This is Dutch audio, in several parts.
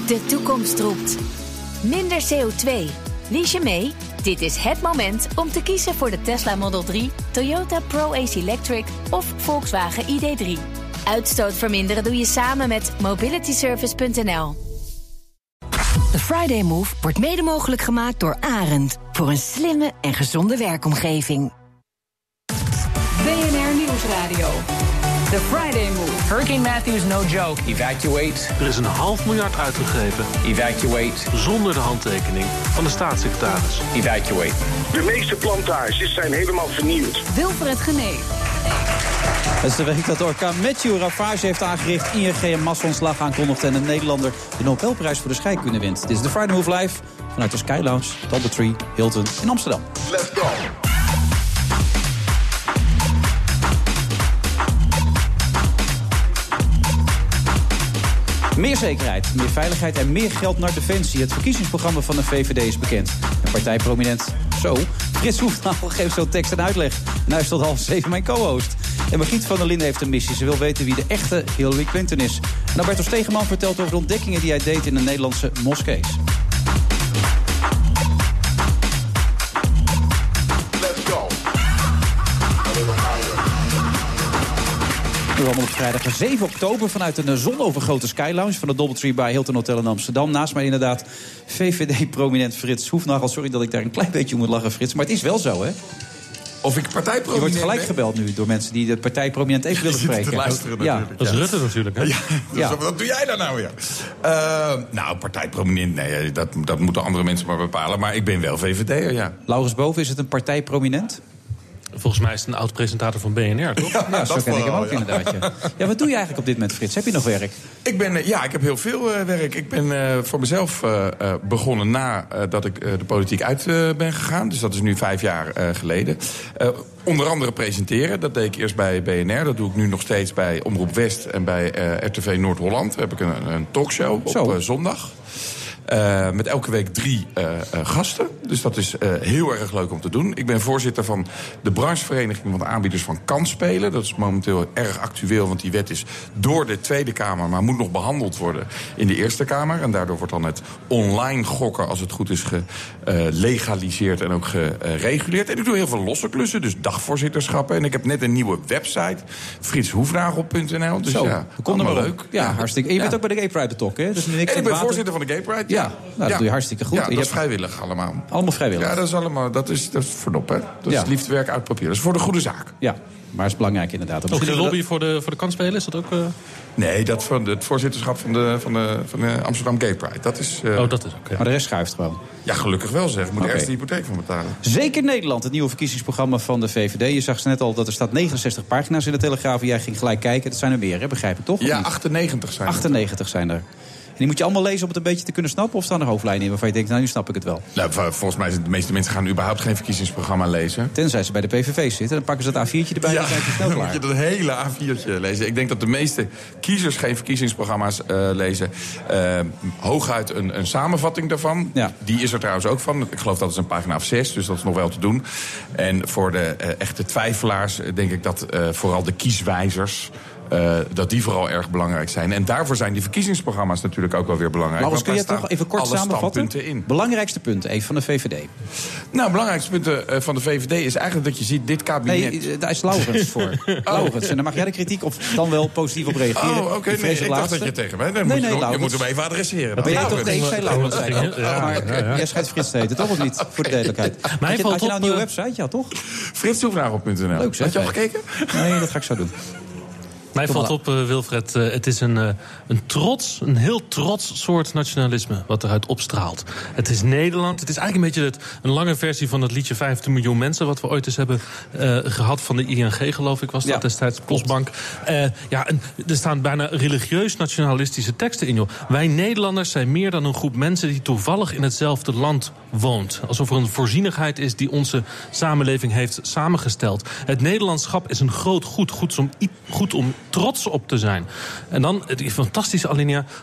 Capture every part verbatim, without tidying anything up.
De toekomst roept. Minder C O twee. Lies je mee? Dit is het moment om te kiezen voor de Tesla Model drie, Toyota Pro-Ace Electric of Volkswagen I D drie. Uitstoot verminderen doe je samen met mobility service punt n l. De Friday Move wordt mede mogelijk gemaakt door Arend. Voor een slimme en gezonde werkomgeving. B N R Nieuwsradio. The Friday Move. Hurricane Matthew is no joke. Evacuate. Er is een half miljard uitgegeven. Evacuate. Zonder de handtekening van de staatssecretaris. Evacuate. De meeste plantages zijn helemaal vernield. Wilfred Genee. Het is de week dat de orkaan Matthew ravage heeft aangericht. I N G een massaontslag aankondigde en een Nederlander de Nobelprijs voor de scheikunde wint. Dit is de Friday Move Live vanuit de Sky Lounge, Doubletree, Hilton in Amsterdam. Let's go. Meer zekerheid, meer veiligheid en meer geld naar Defensie. Het verkiezingsprogramma van de V V D is bekend. En partijprominent, zo, Frits Hoefnagel geeft zo tekst en uitleg. En hij is tot half zeven mijn co-host. En Margriet van der Linden heeft een missie. Ze wil weten wie de echte Hillary Clinton is. En Alberto Stegeman vertelt over de ontdekkingen die hij deed in de Nederlandse moskees. We allemaal op vrijdag zeven oktober vanuit een zonovergrote Sky Lounge van de Doubletree bij Hilton Hotel in Amsterdam. Naast mij inderdaad V V D-prominent Frits Hoefnagel. Sorry dat ik daar een klein beetje om moet lachen, Frits, maar het is wel zo, hè? Of ik partijprominent Je wordt gelijk ben? gebeld nu door mensen die de partijprominent even willen spreken. Te luisteren, ja. natuurlijk. Dat is ja. Rutte natuurlijk, hè? Ja, dus Ja. wat doe jij daar nou weer? Uh, nou, partijprominent, nee, dat, dat moeten andere mensen maar bepalen. Maar ik ben wel V V D'er, ja. Laurens Boven, is het een partijprominent? Volgens mij is het een oud-presentator van B N R, toch? Ja, ja, zo ken ik hem ook ja. inderdaad. Ja. Ja, wat doe je eigenlijk op dit moment, Frits? Heb je nog werk? Ik ben, uh, ja, ik heb heel veel uh, werk. Ik ben uh, voor mezelf uh, uh, begonnen nadat uh, ik uh, de politiek uit uh, ben gegaan. Dus dat is nu vijf jaar uh, geleden. Uh, onder andere presenteren. Dat deed ik eerst bij B N R. Dat doe ik nu nog steeds bij Omroep West en bij uh, R T V Noord-Holland. Daar heb ik een, een talkshow op uh, zondag. Uh, met elke week drie uh, uh, gasten. Dus dat is uh, heel erg leuk om te doen. Ik ben voorzitter van de branchevereniging van de aanbieders van kansspelen. Dat is momenteel erg actueel, want die wet is door de Tweede Kamer, maar moet nog behandeld worden in de Eerste Kamer. En daardoor wordt dan het online gokken, als het goed is, gelegaliseerd en ook gereguleerd. En ik doe heel veel losse klussen, dus dagvoorzitterschappen. En ik heb net een nieuwe website, frits hoefnagel punt n l. Dus Zo, ja, kom er maar leuk. Ja, ja, hartstikke. En je ja. bent ook bij de Gay Pride Talk, hè? Dus en ik ben water... voorzitter van de Gay Pride. Ja, nou, dat doe je hartstikke goed. Ja, je dat is hebt... vrijwillig allemaal. Allemaal vrijwillig? Ja, dat is allemaal, dat is, dat is verdop, hè. Dat ja. is liefdewerk uit papier. Dat is voor de goede zaak. Ja, maar het is belangrijk inderdaad. Ook de lobby voor de, voor de kansspelen, is dat ook... Uh... Nee, dat van het voorzitterschap van de, van de, van de Amsterdam Gay Pride. Dat is... Uh... Oh, dat is ook, ja. Maar de rest schuift gewoon? Ja, gelukkig wel, zeg. Ik moet okay. ergens de hypotheek van betalen. Zeker Nederland, het nieuwe verkiezingsprogramma van de V V D. Je zag net al dat er staat negenenzestig pagina's in de Telegraaf. Jij ging gelijk kijken. Dat zijn er meer, hè? Begrijp ik toch? Ja, achtennegentig zijn er. achtennegentig zijn er. En die moet je allemaal lezen om het een beetje te kunnen snappen? Of staan er hoofdlijnen in waarvan je denkt, nou, nu snap ik het wel? Nou, volgens mij zijn de meeste mensen gaan überhaupt geen verkiezingsprogramma lezen. Tenzij ze bij de P V V zitten. Dan pakken ze het A viertje erbij ja, en dan zijn ze snel klaar. Dan moet je dat hele A viertje lezen. Ik denk dat de meeste kiezers geen verkiezingsprogramma's uh, lezen. Uh, hooguit een, een samenvatting daarvan. Ja. Die is er trouwens ook van. Ik geloof dat is een pagina of zes, dus dat is nog wel te doen. En voor de uh, echte twijfelaars uh, denk ik dat uh, vooral de kieswijzers... Uh, dat die vooral erg belangrijk zijn. En daarvoor zijn die verkiezingsprogramma's natuurlijk ook wel weer belangrijk. Maar kun je toch even kort samenvatten? In. Belangrijkste punten even van de V V D. Nou, belangrijkste punten uh, van de V V D is eigenlijk dat je ziet dit kabinet... Nee, daar is Laurens voor. Oh. Laurens, en daar mag jij de kritiek of dan wel positief op reageren. Oh, oké, okay, nee, ik dacht dat je tegen mij... Dan nee, moet nee, je, je moet hem even adresseren. Dan ben jij Laurens. toch de ik zei Laurens. Ja, maar ja, ja. Jij schijnt Frits te heten, toch of niet? Okay. Voor de duidelijkheid. Had je, had je nou een nieuwe website? Ja, toch? frits hoefnagel punt n l. Leuk, zeg. Had je al gekeken? Nee, dat ga ik zo doen. Mij valt op, uh, Wilfred, uh, het is een, uh, een trots, een heel trots soort nationalisme wat eruit opstraalt. Het is Nederland, het is eigenlijk een beetje het, een lange versie van het liedje vijftien miljoen mensen... wat we ooit eens hebben uh, gehad van de I N G, geloof ik, was dat ja. destijds, Postbank. Uh, ja, en er staan bijna religieus nationalistische teksten in, joh. Wij Nederlanders zijn meer dan een groep mensen die toevallig in hetzelfde land woont. Alsof er een voorzienigheid is die onze samenleving heeft samengesteld. Het Nederlandschap is een groot goed, goed om, goed om trots op te zijn. En dan die fantastische alinea.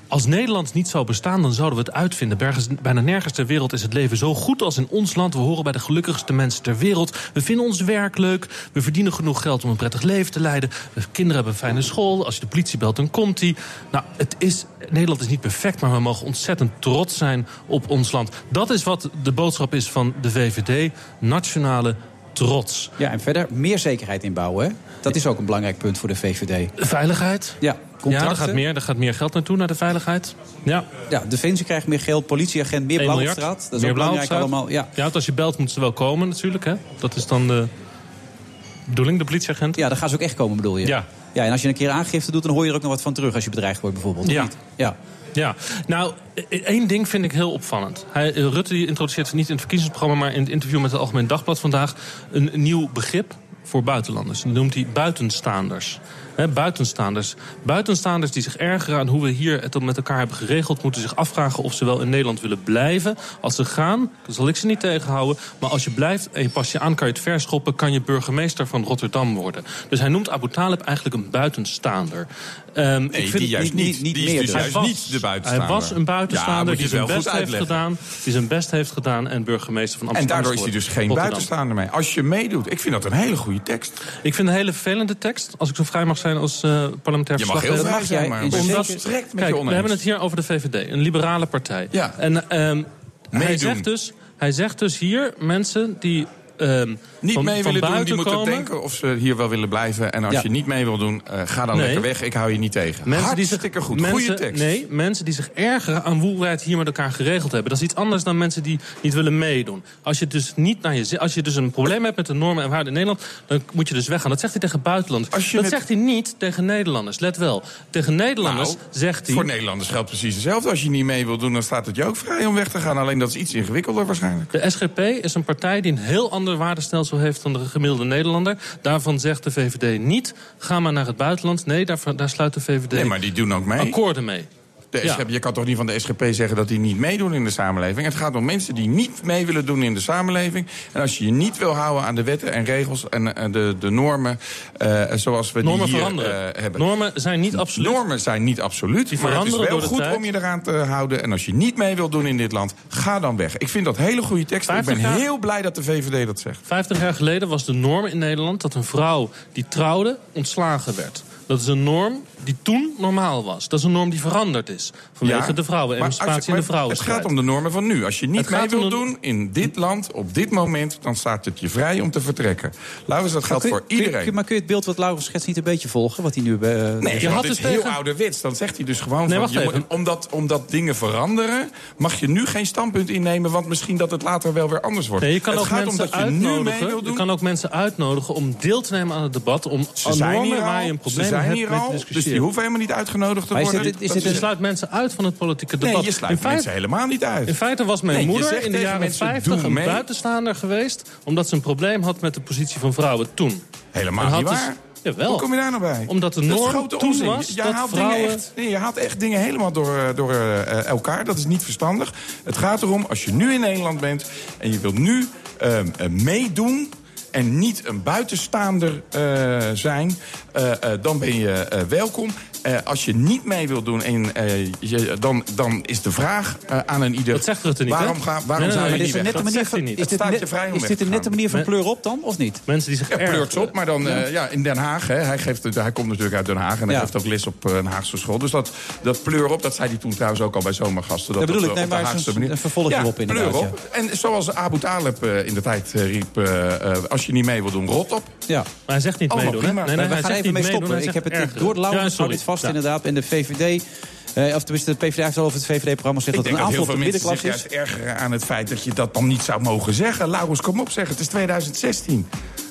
Als Nederland niet zou bestaan, dan zouden we het uitvinden. Bergens, bijna nergens ter wereld is het leven zo goed als in ons land. We horen bij de gelukkigste mensen ter wereld. We vinden ons werk leuk. We verdienen genoeg geld om een prettig leven te leiden. We kinderen hebben een fijne school. Als je de politie belt, dan komt die. Nou, het is, Nederland is niet perfect, maar we mogen ontzettend trots zijn op ons land. Dat is wat de boodschap is van de V V D. Nationale trots. Ja, en verder meer zekerheid inbouwen, hè? Dat is ook een belangrijk punt voor de V V D. Veiligheid. Ja, contracten. Ja, er gaat, meer, er gaat meer geld naartoe, naar de veiligheid. Ja, ja, Defensie krijgt meer geld, politieagent, meer blauw op straat. Dat is ook belangrijk allemaal. Ja. ja, want als je belt moeten ze wel komen natuurlijk, hè? Dat is dan de bedoeling, de politieagent. Ja, dan gaan ze ook echt komen, bedoel je? Ja. Ja, en als je een keer aangifte doet, dan hoor je er ook nog wat van terug als je bedreigd wordt bijvoorbeeld. Ja. Niet? Ja. Ja, nou, één ding vind ik heel opvallend. Hij, Rutte die introduceert niet in het verkiezingsprogramma, maar in het interview met het Algemeen Dagblad vandaag een nieuw begrip voor buitenlanders. Dat noemt hij buitenstaanders. He, buitenstaanders. Buitenstaanders die zich ergeren aan hoe we hier het met elkaar hebben geregeld, moeten zich afvragen of ze wel in Nederland willen blijven. Als ze gaan, dan zal ik ze niet tegenhouden. Maar als je blijft en je pas je aan, kan je het verschoppen, kan je burgemeester van Rotterdam worden. Dus hij noemt Abu Talib eigenlijk een buitenstaander. Um, nee, ik vind die juist niet. niet, niet die meer is dus hij juist was, niet de buitenstaander. Hij was een buitenstaander ja, die zijn best heeft gedaan, die zijn best heeft gedaan en burgemeester van Amsterdam. En daardoor is hij dus geen Rotterdam. buitenstaander mee. Als je meedoet, ik vind dat een hele goede tekst. Ik vind een hele vervelende tekst, als ik zo vrij mag zijn als uh, parlementair je mag heel vrij zijn, maar omdat, direct met kijk, je we hebben het hier over de V V D, een liberale partij. Ja. En um, hij, zegt dus, hij zegt dus hier mensen die Um, niet van, mee van willen doen, die moeten komen. denken of ze hier wel willen blijven. En als ja. je niet mee wil doen, uh, ga dan nee. lekker weg. Ik hou je niet tegen. Mensen Hartstikke die zich, goed, mensen, goede tekst. Nee, mensen die zich ergeren aan hoe wij het hier met elkaar geregeld hebben. Dat is iets anders dan mensen die niet willen meedoen. Als je dus, niet naar je, als je dus een probleem hebt met de normen en waarden in Nederland, dan moet je dus weggaan. Dat zegt hij tegen buitenland. Dat het... zegt hij niet tegen Nederlanders. Let wel. Tegen Nederlanders nou, zegt hij... Voor Nederlanders geldt precies hetzelfde. Als je niet mee wil doen, dan staat het je ook vrij om weg te gaan. Alleen dat is iets ingewikkelder waarschijnlijk. De S G P is een partij die een heel ander waardestelsel heeft dan de gemiddelde Nederlander. Daarvan zegt de V V D niet, ga maar naar het buitenland. Nee, daar, daar sluit de V V D nee, maar die doen ook mee. akkoorden mee. De ja. S G P, je kan toch niet van de S G P zeggen dat die niet meedoen in de samenleving? Het gaat om mensen die niet mee willen doen in de samenleving. En als je je niet wil houden aan de wetten en regels en uh, de, de normen uh, zoals we normen die hier uh, hebben. Normen zijn niet absoluut. Normen zijn niet absoluut. Die maar het is wel goed tijd. om je eraan te houden. En als je niet mee wil doen in dit land, ga dan weg. Ik vind dat hele goede tekst. Ik ben jaar, heel blij dat de V V D dat zegt. Vijftig jaar geleden was de norm in Nederland dat een vrouw die trouwde ontslagen werd. Dat is een norm die toen normaal was. Dat is een norm die veranderd is. Vanwege ja, de vrouwen, emancipatie in de vrouwenstrijd. Het gaat om de normen van nu. Als je niet mee wil de... doen in dit land, op dit moment, dan staat het je vrij om te vertrekken. Laurens, dat geldt je, voor iedereen. Kun je, maar kun je het beeld wat Laurens schetst niet een beetje volgen? Wat hij nu... Uh, nee, je had het dus is heel tegen... ouderwets. Dan zegt hij dus gewoon... Nee, van, je moet, omdat, omdat dingen veranderen, mag je nu geen standpunt innemen, want misschien dat het later wel weer anders wordt. Nee, je kan het ook gaat mensen om dat je nu mee wil doen. Je kan ook mensen uitnodigen om deel te nemen aan het debat, om ze zijn normen hier al, waar je een probleem ze zijn hebt hier met al, te dus die hoeven helemaal niet uitgenodigd te maar worden. Is dit, is dit je sluit mensen uit van het politieke debat. Nee, je sluit in feite, mensen helemaal niet uit. In feite was mijn nee, moeder in de jaren vijftig een mee. buitenstaander geweest, omdat ze een probleem had met de positie van vrouwen toen. Helemaal niet waar. Dus, jawel. Hoe kom je daar nou bij? Omdat de norm toen onzin. was je dat haalt vrouwen... Dingen echt, nee, je haalt echt dingen helemaal door, door uh, elkaar. Dat is niet verstandig. Het gaat erom, als je nu in Nederland bent en je wilt nu uh, uh, meedoen en niet een buitenstaander uh, zijn, uh, uh, dan ben je uh, welkom. Uh, als je niet mee wilt doen, en, uh, je, dan, dan is de vraag uh, aan een ieder... Dat zegt Rutte niet, waarom hè? ga, waarom nee, nee, zou nee, je niet weg? Dat zegt hij niet. Is dit, net, vrij om is dit een nette manier van pleur op dan, of niet? Mensen die zich ja, ergeren. pleurt op, maar dan uh, ja, in Den Haag. Hè, hij, geeft, hij komt natuurlijk uit Den Haag en hij ja. geeft ook les op uh, een Haagse school. Dus dat, dat pleur op, dat zei hij toen trouwens ook al bij Zomergasten. Dat, dat bedoel dat, ik, nee, op maar de een, een vervolgje ja, op inderdaad. Pleur op. Ja. En zoals Abu Talib uh, in de tijd uh, riep, uh, uh, als je niet mee wil doen, rot op. Ja. Maar hij zegt niet meedoen, hè? Nee, nee, we gaan even mee stoppen. Ik heb het door de Laurens houdt dit vast inderdaad. En de V V D... Uh, of tenminste, de P v d heeft al over het V V D-programma gezegd dat het een aanval op de middenklasse is. Ik denk dat heel veel mensen zich juist ergeren aan het feit dat je dat dan niet zou mogen zeggen. Laurens, kom op, zeg, het is tweeduizend zestien.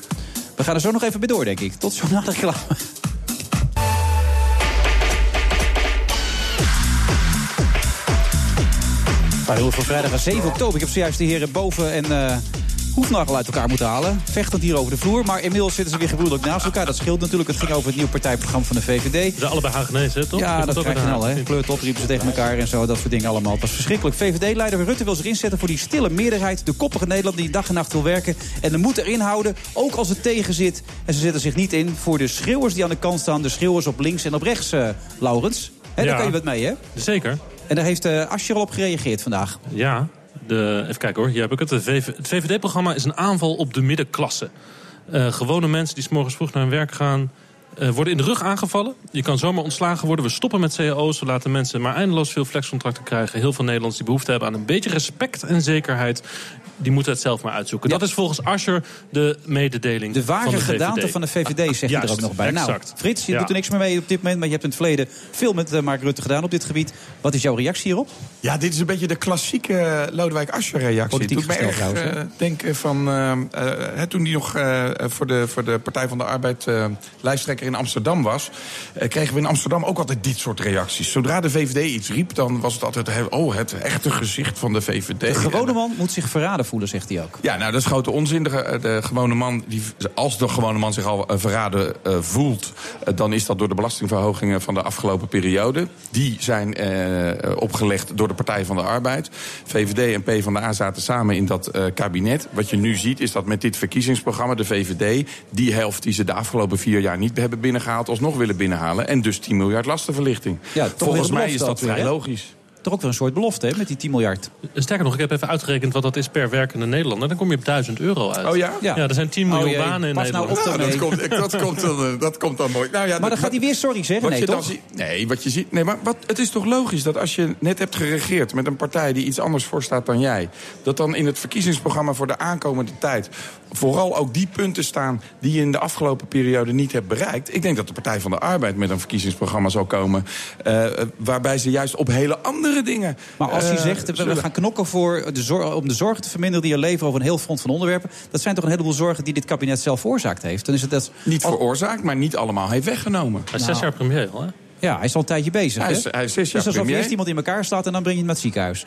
We gaan er zo nog even bij door, denk ik. Tot zo na de reclame. Nou, voor vrijdag zeven oktober. Ik heb zojuist de heren boven en uh, Hoefnagel uit elkaar moeten halen. Vechtend hier over de vloer. Maar inmiddels zitten ze weer gebroedelijk naast elkaar. Dat scheelt natuurlijk. Het ging over het nieuwe partijprogramma van de V V D. Ze zijn allebei Hagenezen, toch? Ja, dat krijg je al, hè. Kleurt op, riepen ze tegen elkaar en zo. Dat soort dingen allemaal. Het was verschrikkelijk. V V D-leider Rutte wil zich inzetten voor die stille meerderheid. De koppige Nederland die dag en nacht wil werken. En de moed erin houden, ook als het tegen zit. En ze zetten zich niet in voor de schreeuwers die aan de kant staan. De schreeuwers op links en op rechts, uh, Laurens. He, Ja. Daar kan je wat mee, hè? Zeker. En daar heeft uh, Asscher al op gereageerd vandaag. Ja, de, even kijken hoor, hier heb ik het. De V V, het V V D-programma is een aanval op de middenklasse. Uh, gewone mensen die 's morgens vroeg naar hun werk gaan... Uh, worden in de rug aangevallen. Je kan zomaar ontslagen worden. We stoppen met cao's. We laten mensen maar eindeloos veel flexcontracten krijgen. Heel veel Nederlanders die behoefte hebben aan een beetje respect en zekerheid. Die moeten het zelf maar uitzoeken. Ja. Dat is volgens Asscher de mededeling de ware van de V V D. gedaante van de V V D, zegt hij er ook nog bij. Exact. Nou, Frits, je ja. doet er niks meer mee op dit moment... maar je hebt in het verleden veel met uh, Mark Rutte gedaan op dit gebied. Wat is jouw reactie hierop? Ja, dit is een beetje de klassieke Lodewijk Asscher-reactie. Het doet me erg uh, denken van... Uh, uh, toen hij nog uh, voor, de, voor de Partij van de Arbeid uh, lijsttrekker in Amsterdam was... Uh, kregen we in Amsterdam ook altijd dit soort reacties. Zodra de V V D iets riep, dan was het altijd... oh, het echte gezicht van de V V D. De gewone man moet zich verraden voelen, zegt hij ook. Ja, nou, dat is grote onzin. De, de gewone man, die, als de gewone man zich al uh, verraden uh, voelt... Uh, dan is dat door de belastingverhogingen van de afgelopen periode. Die zijn uh, opgelegd door de Partij van de Arbeid. V V D en PvdA zaten samen in dat uh, kabinet. Wat je nu ziet is dat met dit verkiezingsprogramma... de V V D die helft die ze de afgelopen vier jaar niet hebben binnengehaald... alsnog willen binnenhalen. En dus tien miljard lastenverlichting. Ja, volgens mij is dat vrij weer, logisch. Toch ook wel een soort belofte, hè, met die tien miljard. Sterker nog, ik heb even uitgerekend wat dat is per werkende Nederlander. Dan kom je op duizend euro uit. Oh ja? Ja, ja er zijn tien miljoen oh, banen in Pas Nederland. Nou op nou, dat, komt, dat, komt dan, dat komt dan mooi. Nou ja, maar dan dat, gaat hij weer sorry zeggen, nee, toch? Zie, nee, wat je ziet... Nee, maar wat, het is toch logisch dat als je net hebt geregeerd... met een partij die iets anders voorstaat dan jij... dat dan in het verkiezingsprogramma voor de aankomende tijd... vooral ook die punten staan die je in de afgelopen periode niet hebt bereikt. Ik denk dat de Partij van de Arbeid met een verkiezingsprogramma zal komen... Uh, waarbij ze juist op hele andere dingen... Maar als hij zegt, we gaan knokken voor de zorg, om de zorgen te verminderen die er leven over een heel front van onderwerpen. Dat zijn toch een heleboel zorgen die dit kabinet zelf veroorzaakt heeft. Dan is het dat niet veroorzaakt, maar niet allemaal heeft weggenomen. Hij is zes jaar premier al, hè? Ja, hij is al een tijdje bezig. Hij is, hij is zes jaar dus alsof premier. eerst iemand in elkaar staat en dan breng je hem naar het ziekenhuis.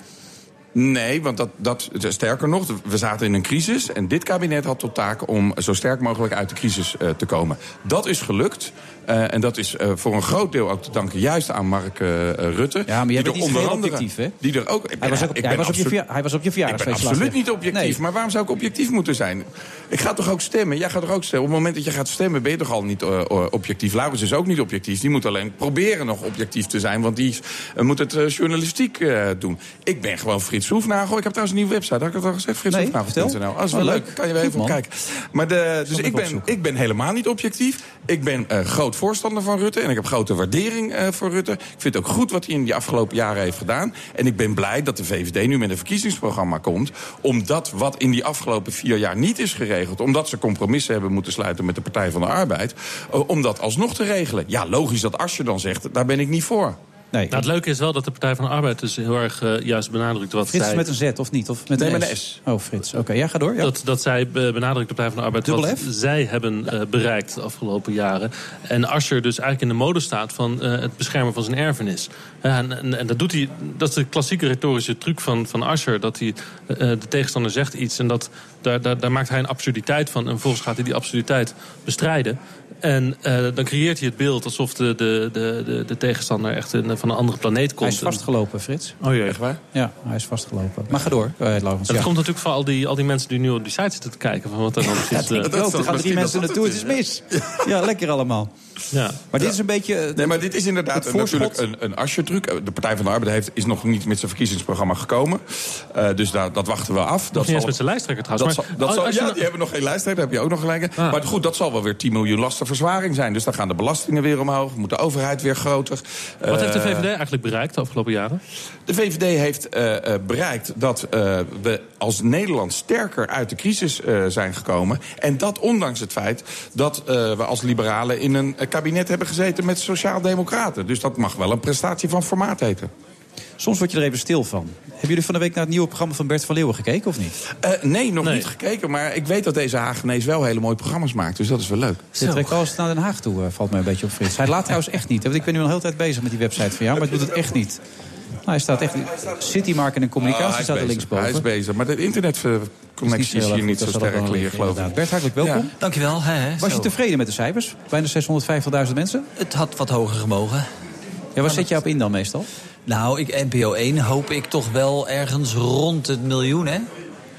Nee, want dat, dat, sterker nog, we zaten in een crisis... en dit kabinet had tot taak om zo sterk mogelijk uit de crisis uh, te komen. Dat is gelukt. Uh, en dat is uh, voor een groot deel ook te danken juist aan Mark uh, Rutte. Ja, maar jij bent niet heel objectief, hè? Die er ook, hij, was ook, hij, was absoluut, je, hij was op je verjaardagsfeest. Ik ben absoluut niet objectief, nee. Maar waarom zou ik objectief moeten zijn? Ik ga toch ook stemmen? Jij gaat toch ook stemmen? Op het moment dat je gaat stemmen ben je toch al niet uh, objectief? Laurens is ook niet objectief. Die moet alleen proberen nog objectief te zijn... want die uh, moet het uh, journalistiek uh, doen. Ik ben gewoon Frits Hoefnagel. Ik heb trouwens een nieuwe website. Had ik het al gezegd? Frits nee, Hoefnagel. vertel. Oh, dat is wel oh, leuk. Kan je weer even op kijken. Maar de, dus ik ben, ik ben helemaal niet objectief. Ik ben uh, groot voorstander van Rutte. En ik heb grote waardering uh, voor Rutte. Ik vind het ook goed wat hij in die afgelopen jaren heeft gedaan. En ik ben blij dat de V V D nu met een verkiezingsprogramma komt. Omdat wat in die afgelopen vier jaar niet is geregeld. Omdat ze compromissen hebben moeten sluiten met de Partij van de Arbeid. Uh, om dat alsnog te regelen. Ja, logisch dat Asscher dan zegt, daar ben ik niet voor. Nee. Nou, het leuke is wel dat de Partij van de Arbeid dus heel erg uh, juist benadrukt wat Frits zij... met een Z of niet? Of met nee, een met een S. Oh, Frits. Oké, okay, ja, ga door. Ja. Dat, dat zij benadrukt de Partij van de Arbeid Dubbel wat F? zij hebben uh, bereikt de afgelopen jaren. En Asscher dus eigenlijk in de mode staat van uh, het beschermen van zijn erfenis. Uh, en, en, en dat doet hij, dat is de klassieke retorische truc van, van Asscher. Dat hij, uh, de tegenstander zegt iets en dat, daar, daar, daar maakt hij een absurditeit van. En vervolgens gaat hij die absurditeit bestrijden. En uh, dan creëert hij het beeld alsof de, de, de, de, de tegenstander echt een, van een andere planeet komt. Hij is vastgelopen, Frits. Oh jee. Echt waar? Ja, hij is vastgelopen. Maar ga door, uh, Laurens. Dat ja. komt natuurlijk van al die, al die mensen die nu op die site zitten te kijken. Van wat er dan precies... Ja, uh, ook. Er gaan drie mensen naartoe, het is mis. Ja, lekker allemaal. Ja. Maar dit is een beetje... Uh, nee, maar dit is inderdaad een, natuurlijk een, een Asscher-truc. De Partij van de Arbeid heeft, is nog niet met zijn verkiezingsprogramma gekomen. Uh, dus daar, dat wachten we af. Dat nog niet zal, eens met zijn lijsttrekker trouwens. Dat maar, zal, dat zal, als ja, je... die hebben nog geen lijsttrekker, daar heb je ook nog gelijk. Ah. Maar goed, dat zal wel weer tien miljoen lastenverzwaring zijn. Dus dan gaan de belastingen weer omhoog. Moet de overheid weer groter. Wat uh, heeft de V V D eigenlijk bereikt de afgelopen jaren? De V V D heeft uh, uh, bereikt dat uh, we als Nederland sterker uit de crisis uh, zijn gekomen. En dat ondanks het feit dat uh, we als liberalen in een uh, kabinet hebben gezeten met sociaaldemocraten. Dus dat mag wel een prestatie van formaat heten. Soms word je er even stil van. Hebben jullie van de week naar het nieuwe programma van Bert van Leeuwen gekeken of niet? Uh, nee, nog nee. niet gekeken. Maar ik weet dat deze Hagenees wel hele mooie programma's maakt. Dus dat is wel leuk. Ze trekt wel eens naar Den Haag toe, uh, valt mij een beetje op, Frits. Hij laat trouwens echt niet. Want ik ben nu al de hele tijd bezig met die website van jou. Maar hij doet het echt niet. Nou, hij staat echt... Citymarket en communicatie oh, staat er linksboven. Hij is bezig. Maar de internetconnectie is, is hier niet zo sterk hier, geloof ik. Bert, hartelijk welkom. Ja. Dankjewel. He, he, Was zo. je tevreden met de cijfers? Bijna zeshonderdvijftigduizend mensen? Het had wat hoger gemogen. Ja, waar zet jij op in dan meestal? Nou, ik, N P O één hoop ik toch wel ergens rond het miljoen, hè?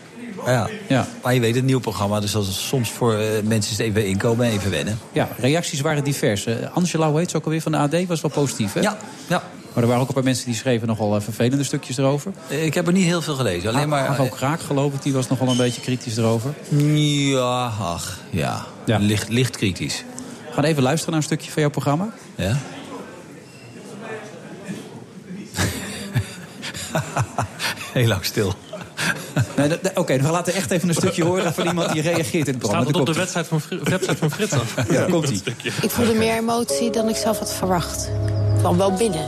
Ja. Ja. Maar je weet, het nieuw programma, dus dat is soms voor uh, mensen is het even inkomen en even wennen. Ja, reacties waren divers. Uh, Angela, hoe heet ze ook alweer, van de A D, was wel positief, hè? Ja, ja. Maar er waren ook een paar mensen die schreven nogal uh, vervelende stukjes erover. Ik heb er niet heel veel gelezen. Alleen maar Ach, ook Raak, geloof ik, die was nogal een beetje kritisch erover. Ja, ach, ja. ja. Licht, licht kritisch. We gaan even luisteren naar een stukje van jouw programma. Ja. Heel lang stil. Nee, Oké, okay, we laten echt even een stukje horen van iemand die reageert in het programma. Staat het op de website van, website van Frits af? Ja, komt ie. Ik voelde meer emotie dan ik zelf had verwacht. Het kwam wel binnen.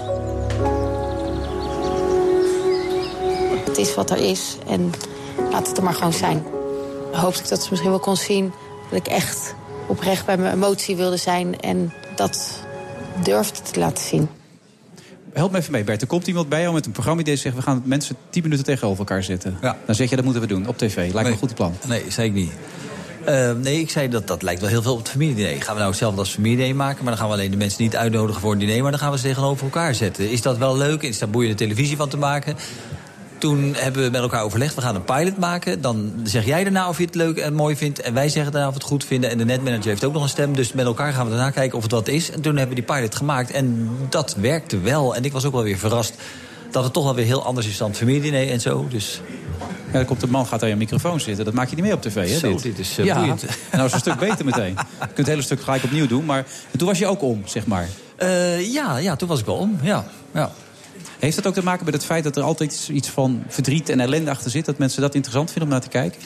Het is wat er is en laat het er maar gewoon zijn. Hoopte ik dat ze misschien wel kon zien dat ik echt oprecht bij mijn emotie wilde zijn en dat durfde te laten zien. Help me even mee, Bert. Er komt iemand bij jou met een programma-idee... zegt, we gaan mensen tien minuten tegenover elkaar zetten. Ja. Dan zeg je, dat moeten we doen, op tv. Lijkt me nee. een goed plan. Nee, zei ik niet. Uh, nee, ik zei dat dat lijkt wel heel veel op het familiediner. Gaan we nou hetzelfde als familiediner maken... maar dan gaan we alleen de mensen niet uitnodigen voor een diner... maar dan gaan we ze tegenover elkaar zetten. Is dat wel leuk? Is daar boeiende televisie van te maken? Toen hebben we met elkaar overlegd, we gaan een pilot maken. Dan zeg jij daarna of je het leuk en mooi vindt... en wij zeggen daarna of we het goed vinden. En de netmanager heeft ook nog een stem. Dus met elkaar gaan we daarna kijken of het wat is. En toen hebben we die pilot gemaakt. En dat werkte wel. En ik was ook wel weer verrast dat het toch wel weer heel anders is dan het familiediner en zo. Dus... Ja, dan komt een man, gaat aan je microfoon zitten. Dat maak je niet mee op tv, hè? Zo, dit, dit is uh, ja. boeiend. En nou is een stuk beter meteen. Je kunt het hele stuk gelijk opnieuw doen. Maar en toen was je ook om, zeg maar. Uh, ja, ja, toen was ik wel om, ja. ja. Heeft dat ook te maken met het feit dat er altijd iets van verdriet en ellende achter zit? Dat mensen dat interessant vinden om naar te kijken?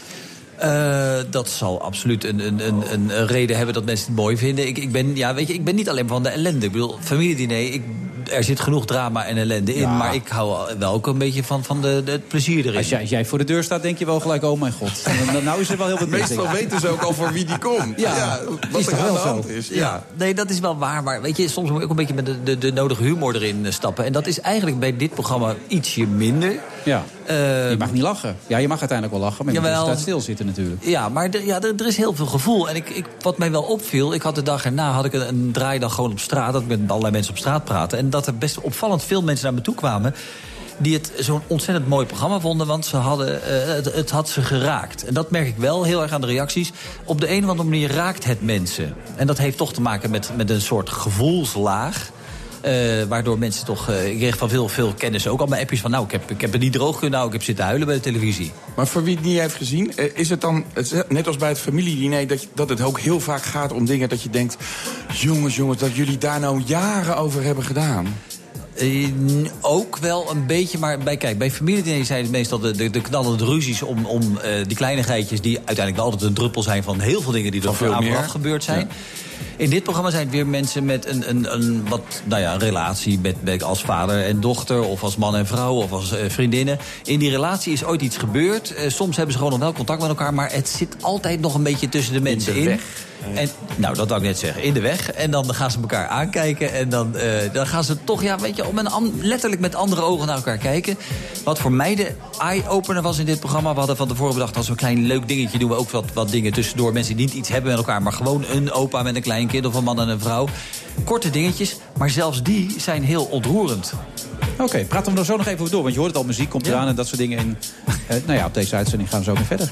Uh, dat zal absoluut een, een, een, een reden hebben dat mensen het mooi vinden. Ik, ik, ben, ja, weet je, ik ben niet alleen van de ellende. Ik bedoel, familiediner, ik, er zit genoeg drama en ellende in. Ja. Maar ik hou wel ook een beetje van, van de, de, het plezier erin. Als jij, als jij voor de deur staat, denk je wel gelijk, oh mijn god. Nou, nou is er wel heel wat mis. Meestal weten ze ook al voor wie die komt. Ja, ja wat er aan de hand is. Ja. ja, nee, dat is wel waar. Maar weet je, soms moet je ook een beetje met de, de, de nodige humor erin stappen. En dat is eigenlijk bij dit programma ietsje minder. Ja, uh, je mag niet lachen. Ja, je mag uiteindelijk wel lachen, maar je moet de tijd stilzitten natuurlijk. Ja, maar er, ja, er, er is heel veel gevoel. En ik, ik, wat mij wel opviel, ik had de dag erna had ik een, een draaidag gewoon op straat. Dat ik met allerlei mensen op straat praten. En dat er best opvallend veel mensen naar me toe kwamen die het zo'n ontzettend mooi programma vonden, want ze hadden, uh, het, het had ze geraakt. En dat merk ik wel heel erg aan de reacties. Op de een of andere manier raakt het mensen. En dat heeft toch te maken met, met een soort gevoelslaag. Uh, waardoor mensen toch... Uh, ik kreeg van veel, veel kennis ook al mijn appjes van... nou, ik heb, ik heb het niet droog kunnen, nou, ik heb zitten huilen bij de televisie. Maar voor wie het niet heeft gezien, uh, is het dan... net als bij het familiediner, dat, dat het ook heel vaak gaat om dingen dat je denkt... jongens, jongens, dat jullie daar nou jaren over hebben gedaan... Uh, ook wel een beetje, maar bij, kijk, bij familiediner zijn het meestal de, de, de knallende ruzies om, om uh, die kleinigheidjes die uiteindelijk wel altijd een druppel zijn van heel veel dingen die er voor af gebeurd zijn. Ja. In dit programma zijn het weer mensen met een, een, een, wat, nou ja, een relatie met, met als vader en dochter... of als man en vrouw of als uh, vriendinnen. In die relatie is ooit iets gebeurd. Uh, soms hebben ze gewoon nog wel contact met elkaar... maar het zit altijd nog een beetje tussen de mensen in. in. En, nou, dat wou ik net zeggen. In de weg. En dan gaan ze elkaar aankijken. En dan, uh, dan gaan ze toch, ja, weet je, om een, letterlijk met andere ogen naar elkaar kijken. Wat voor mij de eye-opener was in dit programma. We hadden van tevoren bedacht, als een klein leuk dingetje doen we ook wat, wat dingen tussendoor. Mensen die niet iets hebben met elkaar, maar gewoon een opa met een klein kind of een man en een vrouw. Korte dingetjes, maar zelfs die zijn heel ontroerend. Oké, okay, praten we er zo nog even over door. Want je hoort het al, muziek komt eraan ja. en dat soort dingen. In, uh, nou ja, op deze uitzending gaan we zo weer verder.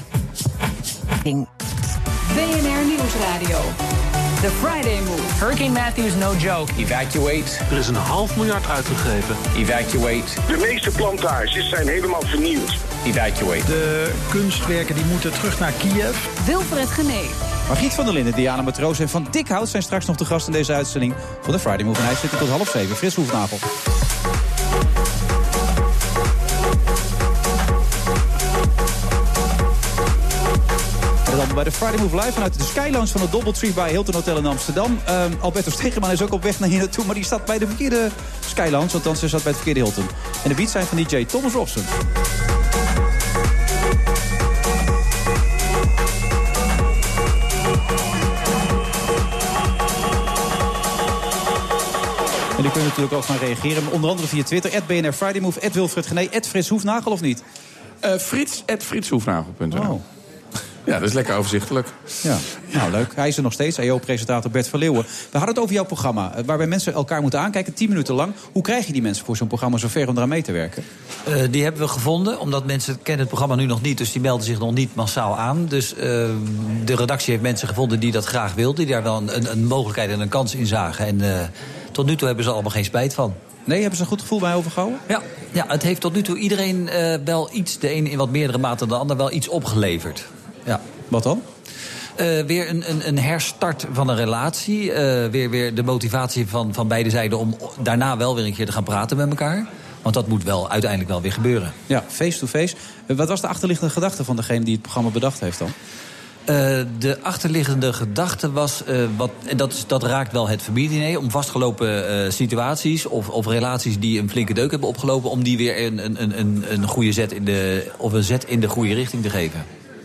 B N R Nieuwsradio. The Friday Move. Hurricane Matthew is no joke. Evacuate. Er is een half miljard uitgegeven. Evacuate. De meeste plantages zijn helemaal vernieuwd. Evacuate. De kunstwerken die moeten terug naar Kiev. Wilfred Genee. Margriet van der Linden, Diana Matroos en Van Dikhout zijn straks nog de gast in deze uitzending van de Friday Move. En hij zit er tot half zeven. Frits Hoefnagel. Bij de Friday Move Live vanuit de Sky Lounge van het Doubletree bij Hilton Hotel in Amsterdam. Um, Alberto Stegeman is ook op weg naar hier naartoe, maar die staat bij de verkeerde Sky Lounge, althans hij zat bij het verkeerde Hilton. En de beats zijn van D J Thomas Robson. En die kunnen natuurlijk ook gaan reageren, onder andere via Twitter, at B N R Friday Move, at Wilfred Genee, at Frits Hoefnagel of niet? Uh, Frits, at frits hoefnagel punt n l. Oh. Ja, dat is lekker overzichtelijk. Ja, nou leuk. Hij is er nog steeds, E O-presentator Bert van Leeuwen. We hadden het over jouw programma, waarbij mensen elkaar moeten aankijken, tien minuten lang. Hoe krijg je die mensen voor zo'n programma zover om eraan mee te werken? Uh, die hebben we gevonden, omdat mensen kennen het programma nu nog niet, dus die melden zich nog niet massaal aan. Dus uh, de redactie heeft mensen gevonden die dat graag wilden, die daar wel een, een mogelijkheid en een kans in zagen. En uh, tot nu toe hebben ze allemaal geen spijt van. Nee, hebben ze een goed gevoel bij overgehouden? Ja, ja, het heeft tot nu toe iedereen uh, wel iets, de een in wat meerdere mate dan de ander, wel iets opgeleverd. Ja. Wat dan? Uh, weer een, een, een herstart van een relatie. Uh, weer, weer de motivatie van, van beide zijden om daarna wel weer een keer te gaan praten met elkaar. Want dat moet wel uiteindelijk wel weer gebeuren. Ja, face-to-face. Uh, wat was de achterliggende gedachte van degene die het programma bedacht heeft dan? Uh, de achterliggende gedachte was, uh, wat, en dat, is, dat raakt wel het familiediner, om vastgelopen uh, situaties of, of relaties die een flinke deuk hebben opgelopen, om die weer een, een, een, een goede zet in de, of een zet in de goede richting te geven.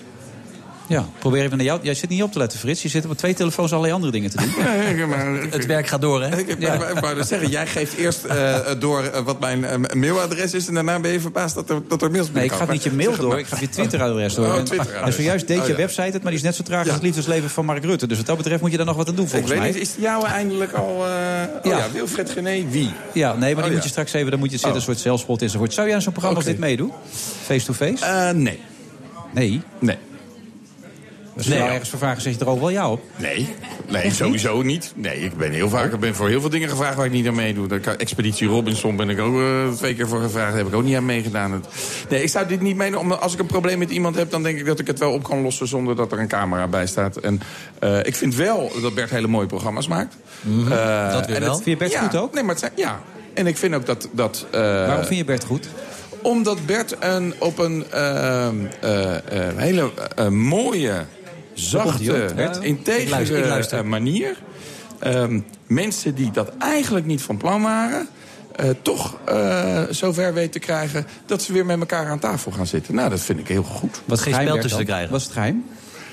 Ja, probeer even naar jou. Jij zit niet op te letten, Frits. Je zit op twee telefoons allerlei andere dingen te doen. Ja, maar, het werk gaat door, hè? Ik, ja. ik wou dus zeggen, jij geeft eerst uh, door uh, wat mijn uh, mailadres is, en daarna ben je verbaasd dat er, dat er mails Nee, ik ga niet je mail door, ik ga je Twitter-adres door. Oh, en, Twitter en zojuist deed oh, je ja. website het, maar die is net zo traag ja. als het liefdesleven van Mark Rutte. Dus wat dat betreft moet je daar nog wat aan doen, volgens ik mij. Weet niet, is jou eindelijk al... Uh, oh ja. ja, Wilfred Gené, wie? Ja, nee, maar die oh, moet ja. je straks even, dan moet je zitten, oh. een soort zelfspot enzovoort. Zou jij aan zo'n programma okay. als dit meedoen? Face-to-face? Uh, nee. Nee? Nee. Als je nee, nou ergens voor vragen, zeg je er ook wel ja op? Nee, nee sowieso niet. Nee, ik ben heel vaak ik ben voor heel veel dingen gevraagd waar ik niet aan meedoe. Expeditie Robinson ben ik ook uh, twee keer voor gevraagd. Daar heb ik ook niet aan meegedaan. Nee, ik zou dit niet meenemen. Als ik een probleem met iemand heb, dan denk ik dat ik het wel op kan lossen zonder dat er een camera bij staat. En uh, ik vind wel dat Bert hele mooie programma's maakt. Mm-hmm. Uh, dat weer wel. Vind je Bert ja, goed ook? Nee, maar het zijn, ja. En ik vind ook dat... dat uh, Waarom vind je Bert goed? Omdat Bert een, op een uh, uh, uh, hele uh, mooie... zachte, ja. integere manier. Um, mensen die dat eigenlijk niet van plan waren... Uh, toch uh, zover weten te krijgen dat ze weer met elkaar aan tafel gaan zitten. Nou, dat vind ik heel goed. Wat geen spel tussen te krijgen. Wat is het geheim?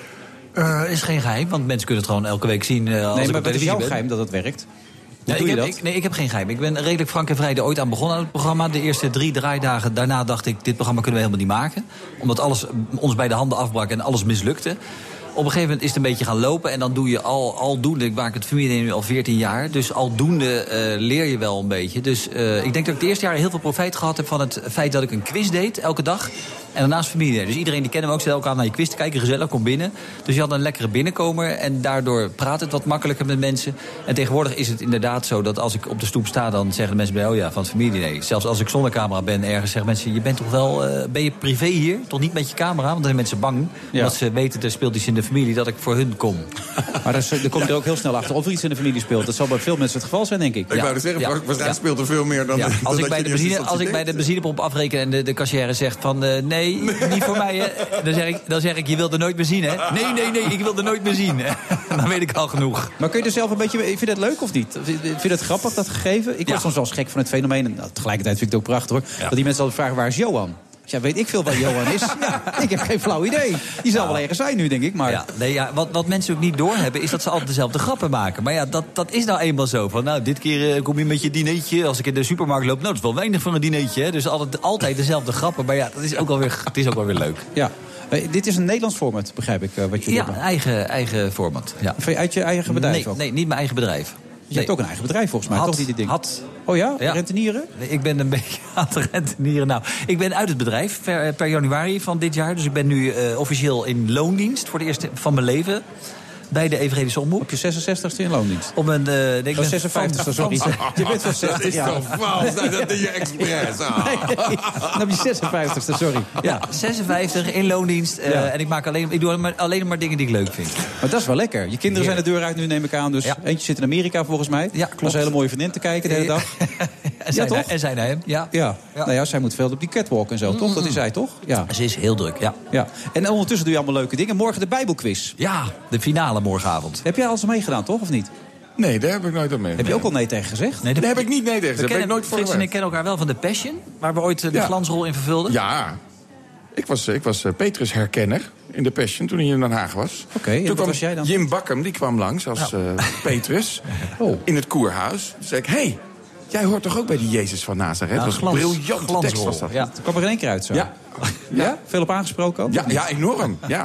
Uh, is geen geheim, want mensen kunnen het gewoon elke week zien. Uh, als nee, ik maar op wat is jouw ben. geheim dat het werkt? Hoe Ja, doe ik je heb, dat? ik, nee, ik heb geen geheim. Ik ben redelijk frank en vrij er ooit aan begonnen aan het programma. De eerste drie draaidagen daarna dacht ik, dit programma kunnen we helemaal niet maken. Omdat alles ons bij de handen afbrak en alles mislukte. Op een gegeven moment is het een beetje gaan lopen. En dan doe je al, aldoende, ik maak het familie nu al veertien jaar. Dus aldoende uh, leer je wel een beetje. Dus uh, ik denk dat ik het eerste jaar heel veel profijt gehad heb van het feit dat ik een quiz deed, elke dag. En daarnaast familie. Dus iedereen die kennen we ook, zet elkaar naar je quiz te kijken, gezellig, kom binnen. Dus je had een lekkere binnenkomer en daardoor praat het wat makkelijker met mensen. En tegenwoordig is het inderdaad zo dat als ik op de stoep sta, dan zeggen de mensen bij, oh ja, van het familie. Nee. Zelfs als ik zonder camera ben ergens, zeggen mensen, je bent toch wel, uh, ben je privé hier? Toch niet met je camera? Want dan zijn mensen bang. Ja. Omdat ze weten, er speelt iets in de familie, dat ik voor hun kom. Maar dan kom je er ook heel snel achter of er iets in de familie speelt. Dat zal bij veel mensen het geval zijn, denk ik. Ik ja. wou het zeggen, ja. waarschijnlijk ja. speelt er veel meer dan... Ja. dan als dat ik bij, de benzine, als ik bij de benzinepomp afreken en de, de cashier zegt van... Uh, nee, niet voor mij, hè. Dan zeg, ik, dan zeg ik, je wilt er nooit meer zien, hè? Nee, nee, nee, ik wil er nooit meer zien. Dan weet ik al genoeg. Maar kun je er zelf een beetje... Vind je het leuk of niet? Vind je het grappig, dat gegeven? Ik word ja. soms wel eens gek van het fenomeen. En tegelijkertijd vind ik het ook prachtig, hoor. Ja. Dat die mensen altijd vragen, waar is Johan? Ja, weet ik veel waar Johan is. Ja, ik heb geen flauw idee. Die zal ja. wel ergens zijn nu, denk ik. Maar... Ja, nee, ja, wat, wat mensen ook niet doorhebben, is dat ze altijd dezelfde grappen maken. Maar ja, dat, dat is nou eenmaal zo. Van, nou, dit keer uh, kom je met je dinertje. Als ik in de supermarkt loop, nou, dat is wel weinig voor een dinertje. Hè? Dus altijd, altijd dezelfde grappen. Maar ja, dat is ook wel weer, het is ook wel weer leuk. Ja. Uh, dit is een Nederlands format, begrijp ik, uh, wat jullie ja, hebben. eigen, eigen format. Ja. Uit je eigen bedrijf nee, ook? Nee, niet mijn eigen bedrijf. Je nee. hebt ook een eigen bedrijf volgens mij, had, toch? Die, die ding. Had. Oh ja? ja? Rentenieren? Nee, ik ben een beetje aan het rentenieren. Nou, ik ben uit het bedrijf per, per januari van dit jaar. Dus ik ben nu uh, officieel in loondienst voor de eerste van mijn leven. Bij de Evenredische Omroep. Op je zesenzestigste in loondienst? Op een... Uh, nee, ik ben zesenvijftigste, sorry. Oh, je bent van zestig jaar. Dat is toch vals? Nee, dat is je expres. Oh. Nee, nee. Dan heb je zesenvijftigste, sorry. Ja, zesenvijftig in loondienst. Uh, ja. En ik, maak alleen, ik doe alleen maar, alleen maar dingen die ik leuk vind. Maar dat is wel lekker. Je kinderen zijn de deur uit nu, neem ik aan. Dus ja. Eentje zit in Amerika volgens mij. Ja, klopt. Was een hele mooie vriendin te kijken de hele dag. en, zijn ja, toch? en zij naar hem, ja. Ja. ja. Nou ja, zij moet veel op die catwalk en zo, mm-hmm. toch? Dat is zij, toch? Ja. Ze is heel druk, ja. ja. En ondertussen doe je allemaal leuke dingen. Morgen de Bijbelquiz. Ja, de finale morgenavond. Heb jij al eens meegedaan, toch? Of niet? Nee, daar heb ik nooit aan mee. Heb je ook al nee tegen gezegd? Nee, daar heb ik niet nee tegen gezegd. Daar heb ik nooit voor Frits en ik kennen elkaar wel van The Passion, waar we ooit de ja. glansrol in vervulden. Ja, ik was, ik was uh, Petrus herkenner in The Passion toen hij in Den Haag was. Oké, okay, en wat was jij dan? Jim Bakkum, die kwam langs als uh, Petrus oh. in het Koerhuis. Toen zei ik, hé, hey, jij hoort toch ook bij die Jezus van Nazareth? Dat ja, was een briljante tekst was dat. Ja. Het kwam er in één keer uit zo. Ja. Ja? ja? Veel op aangesproken ook? Ja, ja enorm. Ja.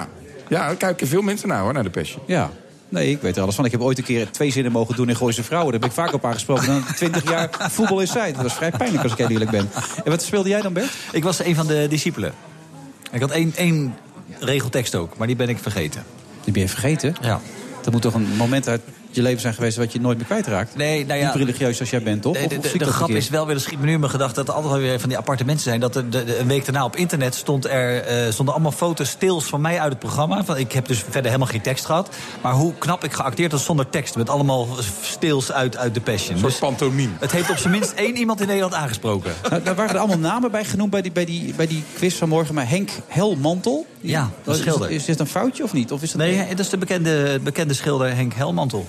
Ja, daar kijken veel mensen naar, hoor, naar de Passion. Ja. Nee, ik weet er alles van. Ik heb ooit een keer twee zinnen mogen doen in Gooise Vrouwen. Daar ben ik vaak op aangesproken dan twintig jaar voetbal in Zuid. Dat was vrij pijnlijk als ik heel eerlijk ben. En wat speelde jij dan, Bert? Ik was een van de discipelen. Ik had één, één regeltekst ook, maar die ben ik vergeten. Die ben je vergeten? Ja. Dat moet toch een moment uit je leven zijn geweest wat je nooit meer kwijtraakt? Nee, nou ja, niet religieus als jij bent, toch? Nee, de, of, de, of de grap is wel weer, dat schiet me nu in mijn gedachte, dat er altijd wel weer van die appartementen zijn. Dat er de, de, een week daarna op internet stond er, uh, stonden allemaal foto's stils van mij uit het programma. Van, ik heb dus verder helemaal geen tekst gehad. Maar hoe knap ik geacteerd had zonder tekst. Met allemaal stils uit, uit de Passion. Een soort dus pantomime. Het heeft op zijn minst één iemand in Nederland aangesproken. Nou, daar waren er allemaal namen bij genoemd bij die, bij die, bij die quiz van morgen. Maar Henk Helmantel? Ja, de schilder. Is, is dit een foutje of niet? Of is dat nee, een... dat is de bekende, bekende schilder Henk Helmantel.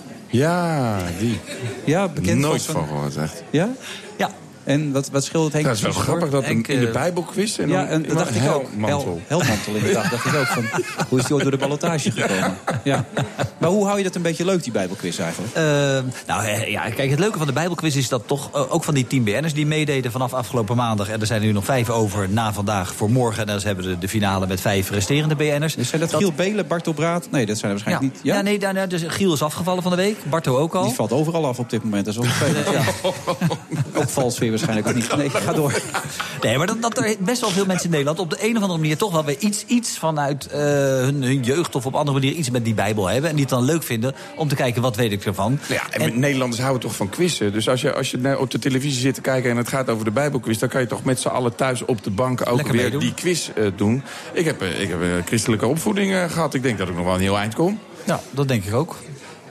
Ja, die. Ja, bekend Nooit van, van gehoord, echt. Ja? Ja. En wat, wat schildert Henk? Dat is wel grappig, dat Henk, in de Bijbelquiz. En ja, en dat dacht ik ook. Helmantel. Hel, Helmantel, inderdaad. dacht ik ook van, hoe is die ooit door de ballotage gekomen? Ja. Maar hoe hou je dat een beetje leuk, die Bijbelquiz eigenlijk? Uh, nou ja, kijk, het leuke van de Bijbelquiz is dat toch uh, ook van die tien B N'ers die meededen vanaf afgelopen maandag. En er zijn er nu nog vijf over na vandaag voor morgen. En dan hebben we de finale met vijf resterende B N'ers. Dus zijn dat, dat Giel Belen, Bartel Braat? Nee, dat zijn er waarschijnlijk ja. niet. Ja, ja nee, daarna, dus Giel is afgevallen van de week. Barto ook al. Die valt overal af op dit moment. Dat is ook, ja. ook vals weer waarschijnlijk ook niet. Nee, ga door. Nee, maar dat, dat er best wel veel mensen in Nederland op de een of andere manier toch wel weer iets, iets vanuit uh, hun, hun jeugd of op andere manier iets met die Bijbel hebben. En die het dan leuk vinden om te kijken wat weet ik ervan. Ja, en, en Nederlanders houden toch van quizzen. Dus als je, als je op de televisie zit te kijken en het gaat over de Bijbelquiz, dan kan je toch met z'n allen thuis op de bank ook Lekker weer meedoen. die quiz uh, doen. Ik heb, uh, ik heb uh, christelijke opvoeding uh, gehad. Ik denk dat ik nog wel een heel eind kom. Ja, dat denk ik ook.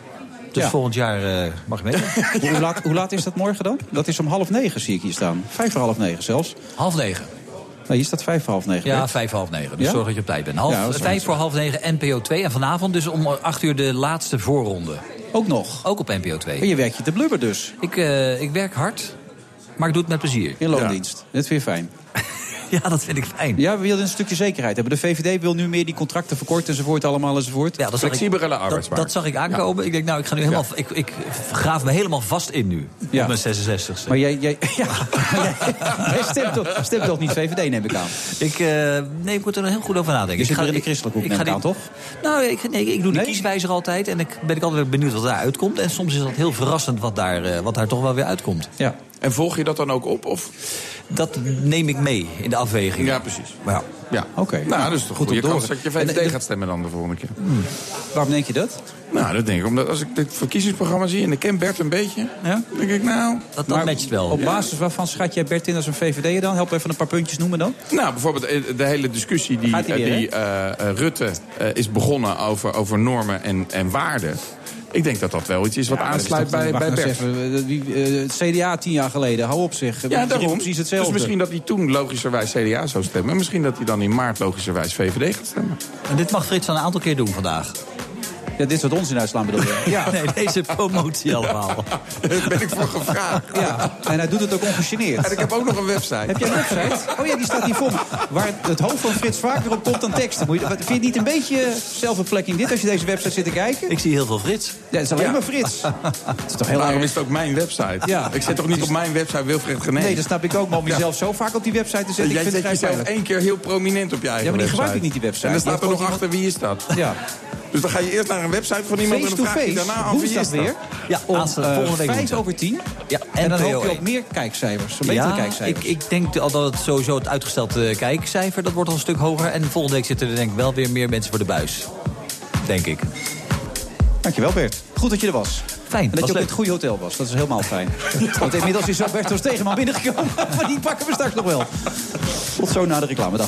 Dus ja. volgend jaar uh, mag je mee. hoe, laat, hoe laat is dat morgen dan? Dat is om half negen, zie ik hier staan. Vijf voor half negen zelfs. Half negen. Nee, hier staat vijf voor half negen. Ja, vijf voor half negen. Dus ja? zorg dat je op tijd bent. Half, ja, vijf voor half negen N P O twee. En vanavond dus om acht uur de laatste voorronde. Ook nog? Ook op N P O twee. En je werkt je te blubber dus? Ik, uh, ik werk hard, maar ik doe het met plezier. In loondienst. Ja. Dat vind je fijn. Ja, dat vind ik fijn. Ja, we willen een stukje zekerheid hebben. De V V D wil nu meer die contracten verkorten enzovoort, allemaal enzovoort. Ja, dat flexibele arbeidsmarkt. Dat, dat zag ik aankomen. Ja. Ik denk, nou, ik ga nu helemaal, ja. ik, ik graaf me helemaal vast in nu. Ja. Op mijn zesenzestigste. Maar jij, jij, ja, maar jij, jij stemt, toch, stemt toch niet V V D, neem ik aan? Ik, uh, nee, ik moet er nog heel goed over nadenken. Je zit ik ga er in de christelijke hoek, ik, ik neem ik aan, toch? Nou, ik, nee, ik doe de nee? kieswijzer altijd. En ik ben ik altijd benieuwd wat daar uitkomt. En soms is dat heel verrassend wat daar, uh, wat daar toch wel weer uitkomt. Ja. En volg je dat dan ook op? Of? Dat neem ik mee in de afweging. Ja, precies. Maar ja. Ja, oké. Okay. Nou, dat is toch goed. Je kans dat je V V D gaat stemmen dan de volgende keer. Hmm. Waarom denk je dat? Nou, dat denk ik. Omdat als ik dit verkiezingsprogramma zie en ik ken Bert een beetje, ja? denk ik nou... Dat, dat matcht wel. Op basis waarvan schat jij Bert in als een V V D'er dan? Help even een paar puntjes noemen dan. Nou, bijvoorbeeld de hele discussie die, weer, die uh, Rutte uh, is begonnen over, over normen en, en waarden. Ik denk dat dat wel iets is wat ja, aansluit is bij, bij Bert. Even, wie, uh, het C D A tien jaar geleden, hou op zich. Ja, daarom. Precies hetzelfde. Dus misschien dat hij toen logischerwijs C D A zou stemmen. En misschien dat hij dan in maart logischerwijs V V D gaat stemmen. En dit mag Frits dan een aantal keer doen vandaag. Ja, dit soort onzin uitslaan bedoel je? Ja, nee, deze promotie allemaal. Daar ben ik voor gevraagd. Ja, en hij doet het ook ongegeneerd. En ik heb ook nog een website. Heb jij een website? Oh ja, die staat hier voor me. Waar het hoofd van Frits vaker op komt dan teksten. Moet je, vind je het niet een beetje zelfbevlekking dit als je deze website zit te kijken? Ik zie heel veel Frits. Ja, het is alleen ja. maar Frits. Het is toch heel Waarom erg... is het ook mijn website? Ja. Ik zet toch niet op mijn website Wilfred Genee? Nee, dat snap ik ook. Maar om jezelf ja. zo vaak op die website te zetten... Jij ik vind zet jezelf één keer heel prominent op je eigen website. Ja, maar die gebruik ik website. niet, die website. En dan staat er nog iemand... achter wie is dat. Ja. Dus dan ga je eerst naar een website van iemand face en dan vraag je daarna af wie is weer. Ja, om uh, volgende week vijf over tien. Ja, en dan hoop je op meer kijkcijfers. Betere ja, kijkcijfers. Ik, ik denk al dat het sowieso het uitgesteld uh, kijkcijfer, dat wordt al een stuk hoger. En volgende week zitten er denk ik wel weer meer mensen voor de buis. Denk ik. Dankjewel Bert. Goed dat je er was. Fijn. En dat je ook leuk. in het goede hotel was. Dat is helemaal fijn. Want inmiddels is ook Bert Stegeman binnengekomen. Maar die pakken we straks nog wel. Tot zo na de reclamedag.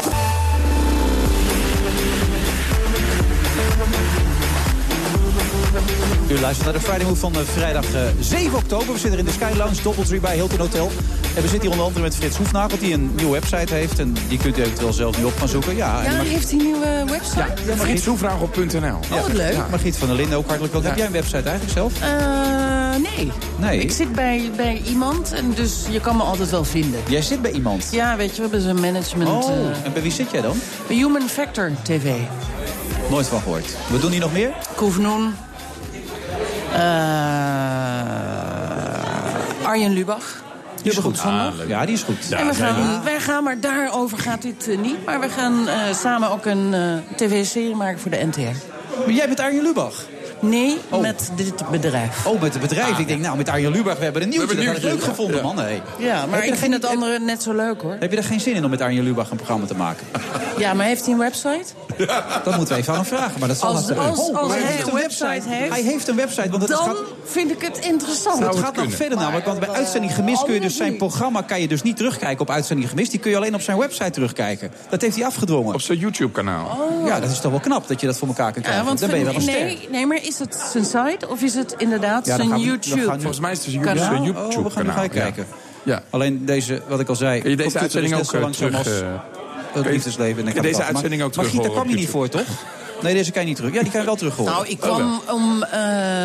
U luistert naar de Friday Move van uh, vrijdag uh, zeven oktober. We zitten in de Sky Lounge, Doubletree bij Hilton Hotel. En we zitten hier onder andere met Frits Hoefnagel, die een nieuwe website heeft. En die kunt u eventueel zelf nu op gaan zoeken. Ja, ja Margriet... heeft hij een nieuwe website? Ja, ja Frits Hoefnagel punt n l. Oh, wat leuk. Ja, Margriet van der Linden ook hartelijk welkom. Ja. Heb jij een website eigenlijk zelf? Uh, nee. nee. Ik zit bij, bij iemand en dus je kan me altijd wel vinden. Jij zit bij iemand? Ja, weet je, we hebben zo'n management... Oh, uh, en bij wie zit jij dan? Bij Human Factor T V. Nooit van gehoord. Wat doen die nog meer? Koevenoen. Uh, Arjen Lubach. Die is goed. Ah, ja, die is goed. En we gaan, wij gaan, maar daarover gaat dit uh, niet. Maar we gaan uh, samen ook een uh, tv-serie maken voor de N T R. Maar jij bent Arjen Lubach? Nee, oh. met dit bedrijf. Oh, met het bedrijf. Ah, ik denk, nou, met Arjen Lubach, we hebben een nieuwtje. Dat heb ik leuk gevonden, ja. man. Hey. Ja, maar ik vind het andere net zo leuk, hoor. Heb je er geen zin in om met Arjen Lubach een programma te maken? Ja, maar heeft hij een website? Ja. Dat moeten we even aan hem vragen. Maar dat zal als als, oh, als hij, hij heeft een website, website heeft... Hij heeft een website. Want het dan gaat, vind ik het interessant. Nou, het gaat nog verder namelijk. Want bij Uitzending Gemist kun je dus zijn programma... kan je dus niet terugkijken op Uitzending Gemist. Die kun je alleen op zijn website terugkijken. Dat heeft hij afgedwongen. Op zijn YouTube-kanaal. Oh. Ja, dat is toch wel knap dat je dat voor elkaar kan krijgen. Ja, want dan ben je wel een nee, ster. nee, maar is het zijn site of is het inderdaad ja, zijn we, YouTube? gaan, volgens mij is het zijn YouTube-kanaal. YouTube oh, we gaan nu gaan kijken. Ja. Ja. Alleen deze, wat ik al zei... Kun je deze uitzending ook zo langzaam terug... als het liefdesleven. Kun je deze uitzending ook terug Maar Giet, daar kwam je niet voor, toch? Nee, deze kan je niet terug. Ja, die kan je wel terug horen. Nou, ik kwam oh, om uh,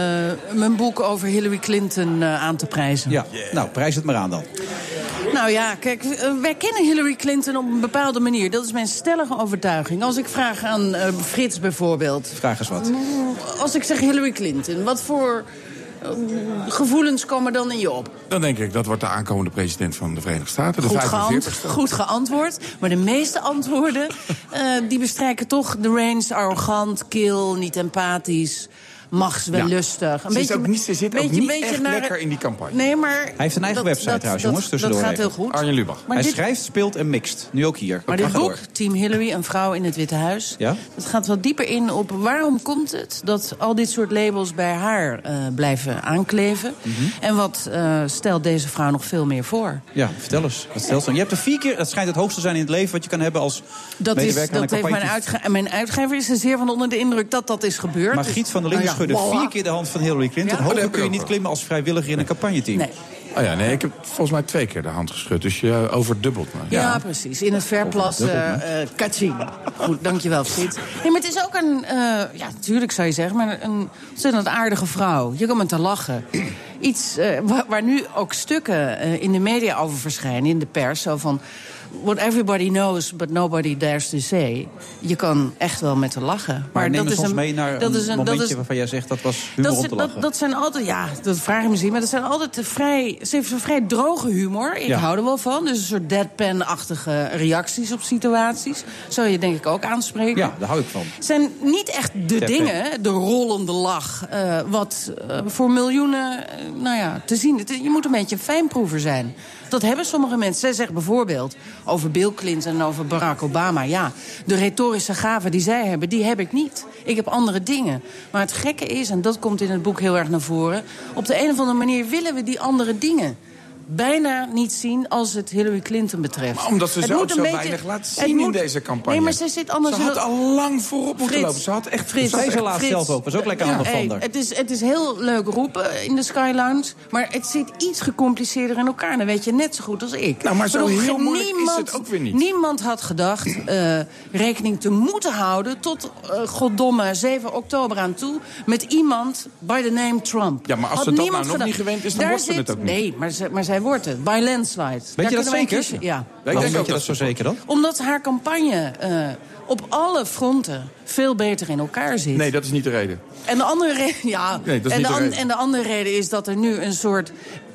mijn boek over Hillary Clinton uh, aan te prijzen. Ja, nou, prijs het maar aan dan. Nou ja, kijk, uh, wij kennen Hillary Clinton op een bepaalde manier. Dat is mijn stellige overtuiging. Als ik vraag aan uh, Frits bijvoorbeeld... Vraag eens wat. Als ik zeg Hillary Clinton, wat voor... Uh, gevoelens komen dan in je op? Dan denk ik, dat wordt de aankomende president van de Verenigde Staten. De goed, vijfenveertigste. Geant, goed geantwoord. Maar de meeste antwoorden, uh, die bestrijken toch de range arrogant, kil, niet empathisch... machtswellustig. Ja. Een ze, beetje, ook niet, ze zit beetje, ook niet beetje echt naar, lekker in die campagne. Nee, maar hij heeft een eigen dat, website dat, trouwens, dat, jongens. Tussendoor dat gaat even. heel goed. Arjen Lubach. Hij dit, schrijft, speelt en mixt. Nu ook hier. Maar dit boek, door. Team Hillary, een vrouw in het Witte Huis... Ja? dat gaat wel dieper in op waarom komt het... dat al dit soort labels bij haar uh, blijven aankleven. Mm-hmm. En wat uh, stelt deze vrouw nog veel meer voor? Ja, vertel eens. Wat stelt ze? Je hebt er vier keer... Het schijnt het hoogste zijn in het leven wat je kan hebben als dat medewerker is, aan dat een heeft mijn, uitge- mijn uitgever is er zeer van onder de indruk dat dat is gebeurd. Maar Giet van der Linden nou ja, schudde voilà. vier keer de hand van Hillary Clinton. Ja? Hoger Oh, kun je niet wel. klimmen als vrijwilliger in een campagneteam. Nee. Oh ja, nee, ik heb volgens mij twee keer de hand geschud. Dus je overdubbelt me. Ja, ja, precies. In het verplassen. Uh, Kaching. Goed, dankjewel, Friet. Nee, maar het is ook een... Uh, ja, natuurlijk zou je zeggen, maar een ontzettend aardige vrouw. Je komt met te lachen. Iets uh, waar, waar nu ook stukken uh, in de media over verschijnen, in de pers. Zo van... What everybody knows, but nobody dares to say. Je kan echt wel met te lachen. Maar, maar neem dat ons is ons een, mee naar dat een is een momentje dat is, waarvan jij zegt dat was humor dat, om te lachen. dat, dat zijn altijd, ja, dat vraag je misschien, maar dat zijn altijd de vrij, ze heeft een vrij droge humor. Ik ja. hou er wel van. Dus een soort deadpan-achtige reacties op situaties. Zou je denk ik ook aanspreken. Ja, daar hou ik van. Het zijn niet echt de deadpan. dingen, de rollende lach, uh, wat uh, voor miljoenen, uh, nou ja, te zien. Je moet een beetje een fijnproever zijn. Dat hebben sommige mensen. Zij zegt bijvoorbeeld over Bill Clinton en over Barack Obama... ja, de retorische gaven die zij hebben, die heb ik niet. Ik heb andere dingen. Maar het gekke is, en dat komt in het boek heel erg naar voren... op de een of andere manier willen we die andere dingen... bijna niet zien als het Hillary Clinton betreft. Maar omdat ze het zo, moet een zo beetje, weinig laat zien moet, in deze campagne. Nee, maar ze zit anders... Ze had al lang voorop moeten Frits, lopen. Ze had echt... Frits, Zij ze laat zelf ook. Was ook lekker ja, aan de hey, vander. het, is, het is heel leuk roepen in de Sky Lounge... maar het zit iets gecompliceerder in elkaar. Dan weet je net zo goed als ik. Nou, maar zo bedoel, heel moeilijk niemand, is het ook weer niet. Niemand had gedacht uh, rekening te moeten houden... tot uh, goddomme zeven oktober aan toe... met iemand by the name Trump. Ja, maar als had ze dat niemand nou nog gedacht. niet gewend is, dan Daar wordt ze zit, het ook niet. Nee, maar, ze, maar zij wordt het. By landslide. Weet je dat zeker? Ja. Waarom weet je dat zo zeker dan? Omdat haar campagne uh, op alle fronten veel beter in elkaar zit. Nee, dat is niet de reden. En de andere reden, ja, nee, dat is en, niet de de an, reden. en de andere reden is dat er nu een soort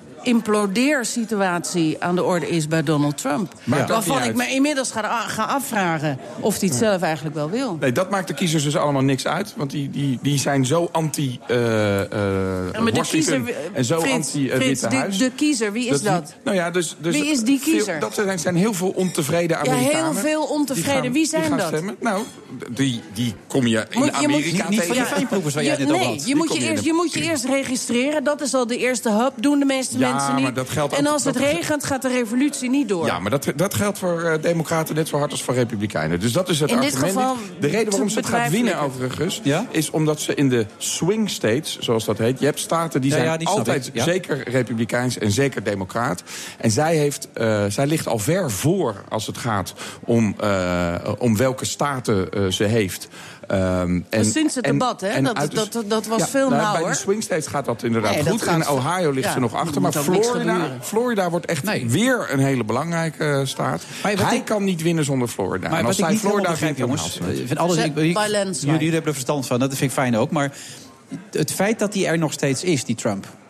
implodeersituatie aan de orde is bij Donald Trump. Ja. Waarvan ik me inmiddels ga, ga afvragen of hij het zelf eigenlijk wel wil. Nee, dat maakt de kiezers dus allemaal niks uit. Want die, die, die zijn zo anti uh, uh, Washington en zo Frits, anti uh, Frits, Witte de, Huis. de kiezer, wie is dat? dat? Nou ja, dus, dus wie is die kiezer? Veel, dat zijn, zijn heel veel ontevreden Amerikanen. Ja, heel veel ontevreden. Gaan, wie zijn die gaan dat? Stemmen. Nou, die, die kom je in moet, je Amerika moet, niet tegen. van die fijnproevers waar jij dit over Nee, had. je Die moet kom je, je, eerst, je moet je eerst registreren. Dat is al de eerste hub. Doen de meeste Ja, mensen niet. maar dat geldt en ook- als het dat- regent, gaat de revolutie niet door. Ja, maar dat, dat geldt voor uh, democraten net zo hard als voor republikeinen. Dus dat is het In dit argument geval niet. De reden waarom ze het gaat betwijfel winnen ik het. overigens... Ja? is omdat ze in de swing states, zoals dat heet... je hebt staten die Ja, zijn ja, die snap altijd ik, ja. zeker republikeins en zeker democraat. En zij, heeft, uh, zij ligt al ver voor als het gaat om, uh, om welke staten uh, ze heeft... Um, en, sinds het en, debat, hè? en Dat, uit de- dat, dat, dat was ja, veel nou, nauwer. Bij de swing states gaat dat inderdaad Nee, dat goed. gaat In Ohio ligt ja, ze nog achter. er Maar moet ook niks Florida, gebeuren. Florida wordt echt Nee. weer een hele belangrijke uh, staat. Maar wat Hij ik- kan niet winnen zonder Florida. Maar en wat als ik zij niet helemaal Florida begrijp, wint, dan jongens... haalt ze het. Ik vind alles, Zet ik, ik- by jullie, landslide. jullie hebben er verstand van, dat vind ik fijn ook. Maar het feit dat hij er nog steeds is, die Trump...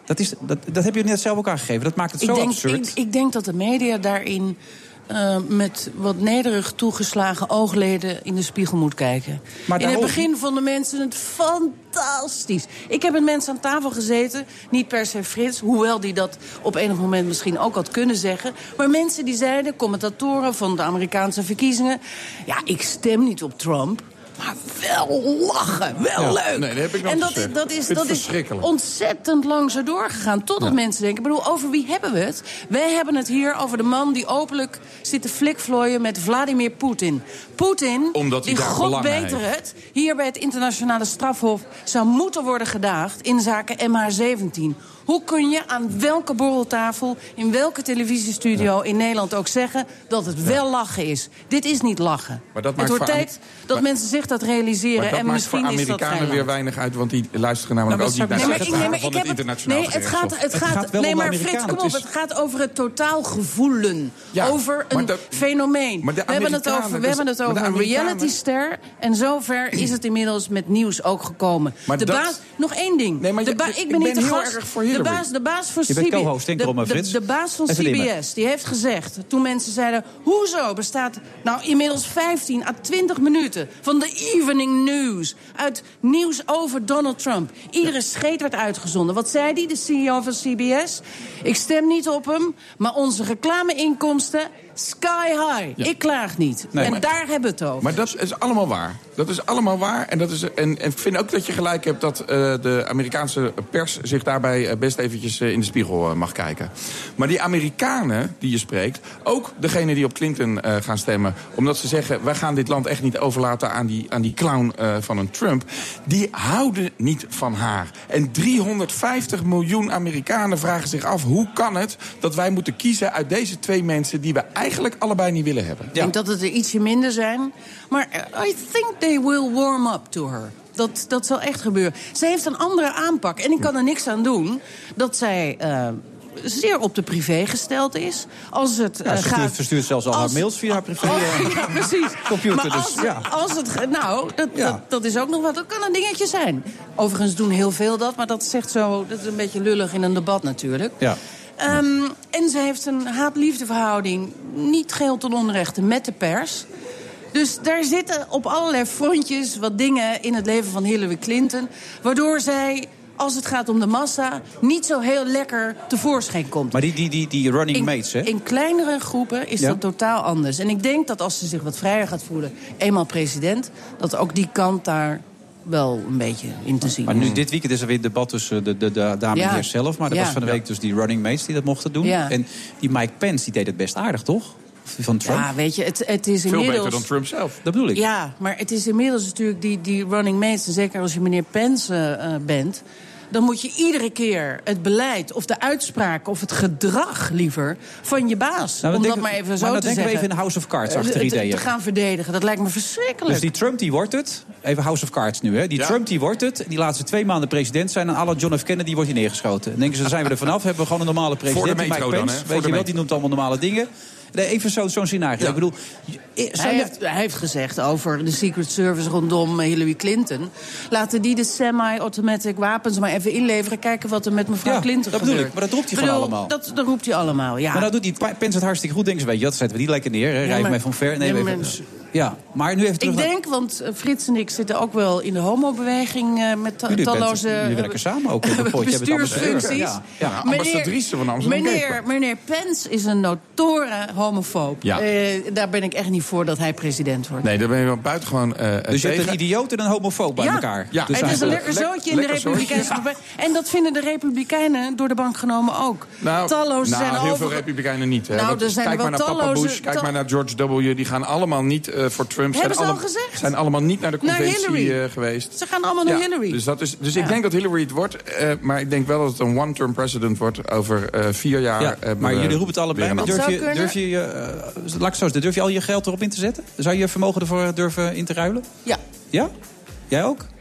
Dat, is, dat, dat heb je net zelf ook aangegeven. Dat maakt het ik zo denk, absurd. Ik, ik denk dat de media daarin uh, met wat nederig toegeslagen oogleden in de spiegel moet kijken. Maar in het begin vonden mensen het fantastisch. Ik heb met mensen aan tafel gezeten, niet per se Frits, hoewel die dat op enig moment misschien ook had kunnen zeggen. Maar mensen die zeiden, commentatoren van de Amerikaanse verkiezingen, ja, ik stem niet op Trump. Maar wel lachen, wel ja, leuk. Nee, dat heb ik nog en dat, gezegd. dat is, dat is ontzettend lang zo doorgegaan. Totdat ja. mensen denken, ik bedoel, over wie hebben we het? Wij hebben het hier over de man die openlijk zit te flikvlooien met Vladimir Poetin. Poetin, die god beter het, hier bij het internationale strafhof zou moeten worden gedaagd in zaken M H zeventien. Hoe kun je aan welke borreltafel, in welke televisiestudio ja. in Nederland ook zeggen dat het wel lachen is? Dit is niet lachen. Maar dat het wordt tijd dat maar, mensen zich dat realiseren. Maar dat en maakt misschien voor Amerikanen is dat weer weinig uit, want die luisteren namelijk nou, ook niet naar nee, het nee, verhaal van het internationaal Nee, het gaat, het het gaat, gaat wel nee, om maar Amerikanen. Frits, kom op, het gaat over het totaal gevoelen. Ja, over een dat, fenomeen. We hebben het over, we hebben het over een realityster. En zover is het inmiddels met nieuws ook gekomen. Maar de dat, baas, nog één ding. Nee, maar de ba, je, ik ben niet ben de heel gast. erg voor Hillary. De baas, de baas van je bent co-host, denk erom, de, Frits. de, de baas van Even C B S, die heeft gezegd, toen mensen zeiden, hoezo bestaat nou inmiddels vijftien à twintig minuten van de evening news uit nieuws over Donald Trump. Iedere scheet werd uitgezonden. Wat zei die, de C E O van C B S? Ik stem niet op hem, maar onze reclameinkomsten sky high. Ja. Ik klaag niet. Nee, en maar, daar hebben we het over. Maar dat is allemaal waar. Dat is allemaal waar. En, dat is, en, en ik vind ook dat je gelijk hebt dat uh, de Amerikaanse pers zich daarbij uh, best eventjes uh, in de spiegel uh, mag kijken. Maar die Amerikanen die je spreekt, ook degene die op Clinton uh, gaan stemmen, omdat ze zeggen, wij gaan dit land echt niet overlaten aan die, aan die clown uh, van een Trump, die houden niet van haar. En driehonderdvijftig miljoen Amerikanen vragen zich af, hoe kan het dat wij moeten kiezen uit deze twee mensen die we eigenlijk allebei niet willen hebben. Ik denk dat het er ietsje minder zijn. Maar I think they will warm up to her. Dat, dat zal echt gebeuren. Zij heeft een andere aanpak. En ik kan er niks aan doen dat zij Uh, zeer op de privé gesteld is. Als het ja, uh, ze gaat, verstuurt, verstuurt zelfs al als, haar mails via haar privé oh, ja, precies. computer. Maar als, dus, ja. als het, nou, dat, ja. dat, dat is ook nog wat. Dat kan een dingetje zijn. Overigens doen heel veel dat, maar dat zegt zo, dat is een beetje lullig in een debat natuurlijk. Ja. Um, en ze heeft een haat-liefdeverhouding, niet geheel ten onrechte, met de pers. Dus daar zitten op allerlei frontjes wat dingen in het leven van Hillary Clinton, waardoor zij, als het gaat om de massa, niet zo heel lekker tevoorschijn komt. Maar die, die, die, die running in, mates, hè? In kleinere groepen is ja. dat totaal anders. En ik denk dat als ze zich wat vrijer gaat voelen, eenmaal president, dat ook die kant daar wel een beetje in te zien. Maar nu, dit weekend is er weer debat tussen de, de, de dame en ja. heer zelf. Maar er ja. was van de week dus die running mates die dat mochten doen. Ja. En die Mike Pence, die deed het best aardig, toch? Van Trump. Ja, weet je, het, het is Veel inmiddels beter dan Trump zelf. Dat bedoel ik. Ja, maar het is inmiddels natuurlijk die, die running mates, en zeker als je meneer Pence uh, bent, dan moet je iedere keer het beleid of de uitspraak of het gedrag liever van je baas, nou, om dat maar even zo maar te zeggen. Maar dan denken we even in zeggen, House of Cards achter uh, ideeën. te gaan verdedigen, dat lijkt me verschrikkelijk. Dus die Trump die wordt het, even House of Cards nu, hè? Die ja. Trump die wordt het, die laatste twee maanden president zijn en alle John F. Kennedy wordt hij neergeschoten. Dan denken ze, dan zijn we er vanaf, hebben we gewoon een normale president. Voor de metro Mike dan, Pence, hè? weet je wel, die noemt allemaal normale dingen. Even zo, zo'n scenario. Ja. Ik bedoel, hij, heeft, hij heeft gezegd over de Secret Service rondom Hillary Clinton, laten die de semi-automatic wapens maar even inleveren, kijken wat er met mevrouw ja, Clinton dat gebeurt. Bedoel ik, maar dat roept hij bedoel, gewoon allemaal. Dat, dat roept hij allemaal, ja. Maar nou doet die Pence het hartstikke goed, denken ze, weet je, dat zetten we die lekker neer. Hè? Rijf ja, mij van ver. Nee, nee, even, maar, ja, maar nu even terug. Ik naar... denk, want Frits en ik zitten ook wel in de homobeweging uh, met ta- jullie talloze bent, jullie werken samen ook. bestuursfuncties. Ja, ja. Ambassadrice van Amsterdam. Meneer, meneer Pence is een notoren homofoob. Ja. Uh, daar ben ik echt niet voor dat hij president wordt. Nee, daar ben je wel buitengewoon uh, Dus je hebt een idioot en een homofoob bij ja. elkaar. Ja, dus het is een lekker zootje in de Republikeinse ja. En dat vinden de Republikeinen door de bank genomen ook. Nou, talloze nou, zijn heel over... veel Republikeinen niet. Hè. Nou, er zijn kijk wel maar naar talloze... Papa Bush, kijk maar naar George W. Die gaan allemaal niet uh, voor Trump. Hebben zijn ze alle, al gezegd? Zijn allemaal niet naar de conventie uh, geweest. Ze gaan allemaal naar ja, Hillary. Dus, dat is, dus ja. ik denk dat Hillary het wordt. Uh, maar ik denk wel dat het een one-term president wordt over uh, vier jaar. Ja, uh, maar jullie roepen het allebei. Maar durf je, durf durf je, uh, laat ik zo, durf je al je geld erop in te zetten? Zou je je vermogen ervoor durven in te ruilen? Ja. Ja? Jij ook?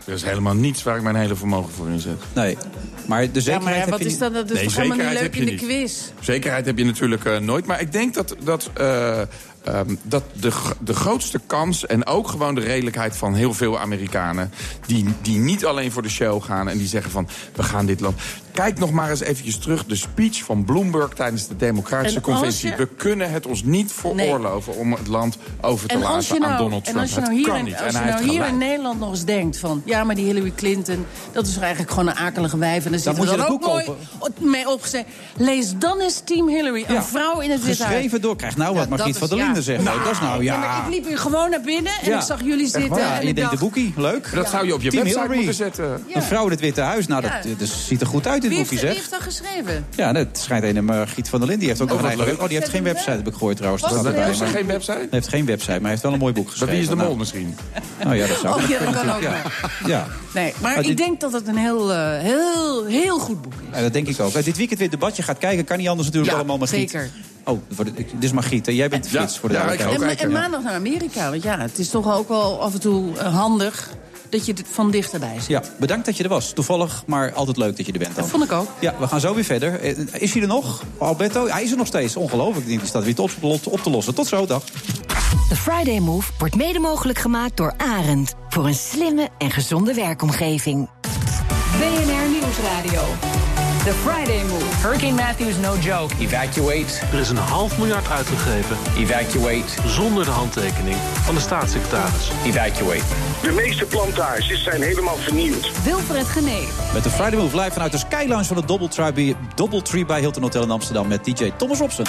Er is helemaal niets waar ik mijn hele vermogen voor inzet. Nee. Maar de zekerheid ja, maar ja, wat heb je is dan, dat is nee, toch helemaal niet zekerheid leuk heb in je de niet. quiz? Zekerheid heb je natuurlijk uh, nooit. Maar ik denk dat, dat, uh, um, dat de, de grootste kans... en ook gewoon de redelijkheid van heel veel Amerikanen... Die, die niet alleen voor de show gaan en die zeggen van... we gaan dit land... Kijk nog maar eens eventjes terug. De speech van Bloomberg tijdens de Democratische Conventie. Je... We kunnen het ons niet veroorloven nee. om het land over te laten nou, aan Donald Trump. En als je nou het hier, kan niet. Als en je hij nou hier in gelijk. Nederland nog eens denkt van... ja, maar die Hillary Clinton, dat is eigenlijk gewoon een akelige wijf... en daar zitten we dan ook mooi mee opgezet. Lees dan eens Team Hillary, een ja. vrouw in het Witte Huis. Geschreven door, krijg nou wat ja, Margriet van der Linden ja. zegt. Nou, dat is nou, ja. ja maar ik liep hier gewoon naar binnen en ja. ik zag jullie zitten. Ja, en je ik denkt dacht, de boekie, leuk. Dat ja. zou je op je Team website Hillary. moeten zetten. Ja. Een vrouw in het Witte Huis, nou, dat, ja. dat ziet er goed uit in het boekje, zeg. Wie heeft dat geschreven? Ja, het schijnt een Margriet van der Linden. Die heeft ook nog een eigen... Oh, die heeft geen website, heb ik gehoord trouwens. Dat dat heeft geen website? Hij heeft geen website, maar hij heeft wel een mooi boek geschreven. Maar wie is de mol nou. misschien? Nou ja, dat zou oh, ja, dat kan ook ja. ja. Nee, maar, maar ik dit... denk dat het een heel, uh, heel, heel goed boek is. Ja, dat denk ik ook. Dit weekend weer debatje gaat kijken, kan niet anders natuurlijk ja, allemaal Margriet. Zeker. Oh, dit is Margriet. Jij bent Frits ja, voor de ja, duidelijkheid. En, en maandag naar Amerika. Want ja, het is toch ook wel af en toe uh, handig... dat je het van dichterbij ziet. Ja, bedankt dat je er was. Toevallig, maar altijd leuk dat je er bent dan. Dat vond ik ook. Ja, we gaan zo weer verder. Is hij er nog? Alberto? Hij is er nog steeds. Ongelooflijk. Die staat weer op, op te lossen. Tot zo, dag. De Friday Move wordt mede mogelijk gemaakt door Arend. Voor een slimme en gezonde werkomgeving. B N R Nieuwsradio. The Friday Move. Hurricane Matthew is no joke. Evacuate. Er is een half miljard uitgegeven. Evacuate. Zonder de handtekening van de staatssecretaris. Evacuate. De meeste plantages zijn helemaal vernieuwd. Wilfred Genee. Met de Friday Move live vanuit de Sky Lounge van het Doubletree, Doubletree bij Hilton Hotel in Amsterdam met D J Thomas Robson.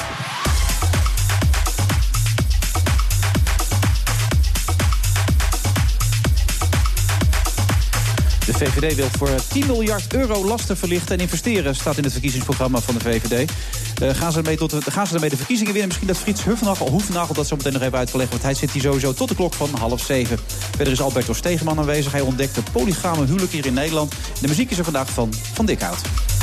De V V D wil voor tien miljard euro lasten verlichten en investeren, staat in het verkiezingsprogramma van de V V D. Uh, gaan, ze ermee tot de, gaan ze ermee de verkiezingen winnen? Misschien dat Frits Huffnagel, Hoefnagel dat zo meteen nog even uit kan leggen, want hij zit hier sowieso tot de klok van half zeven. Verder is Alberto Stegeman aanwezig. Hij ontdekt de polygame huwelijk hier in Nederland. De muziek is er vandaag van Van Dikhout.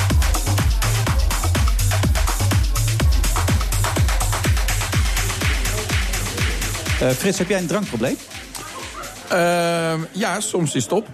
Uh, Frits, heb jij een drankprobleem? Uh, ja, soms is het op.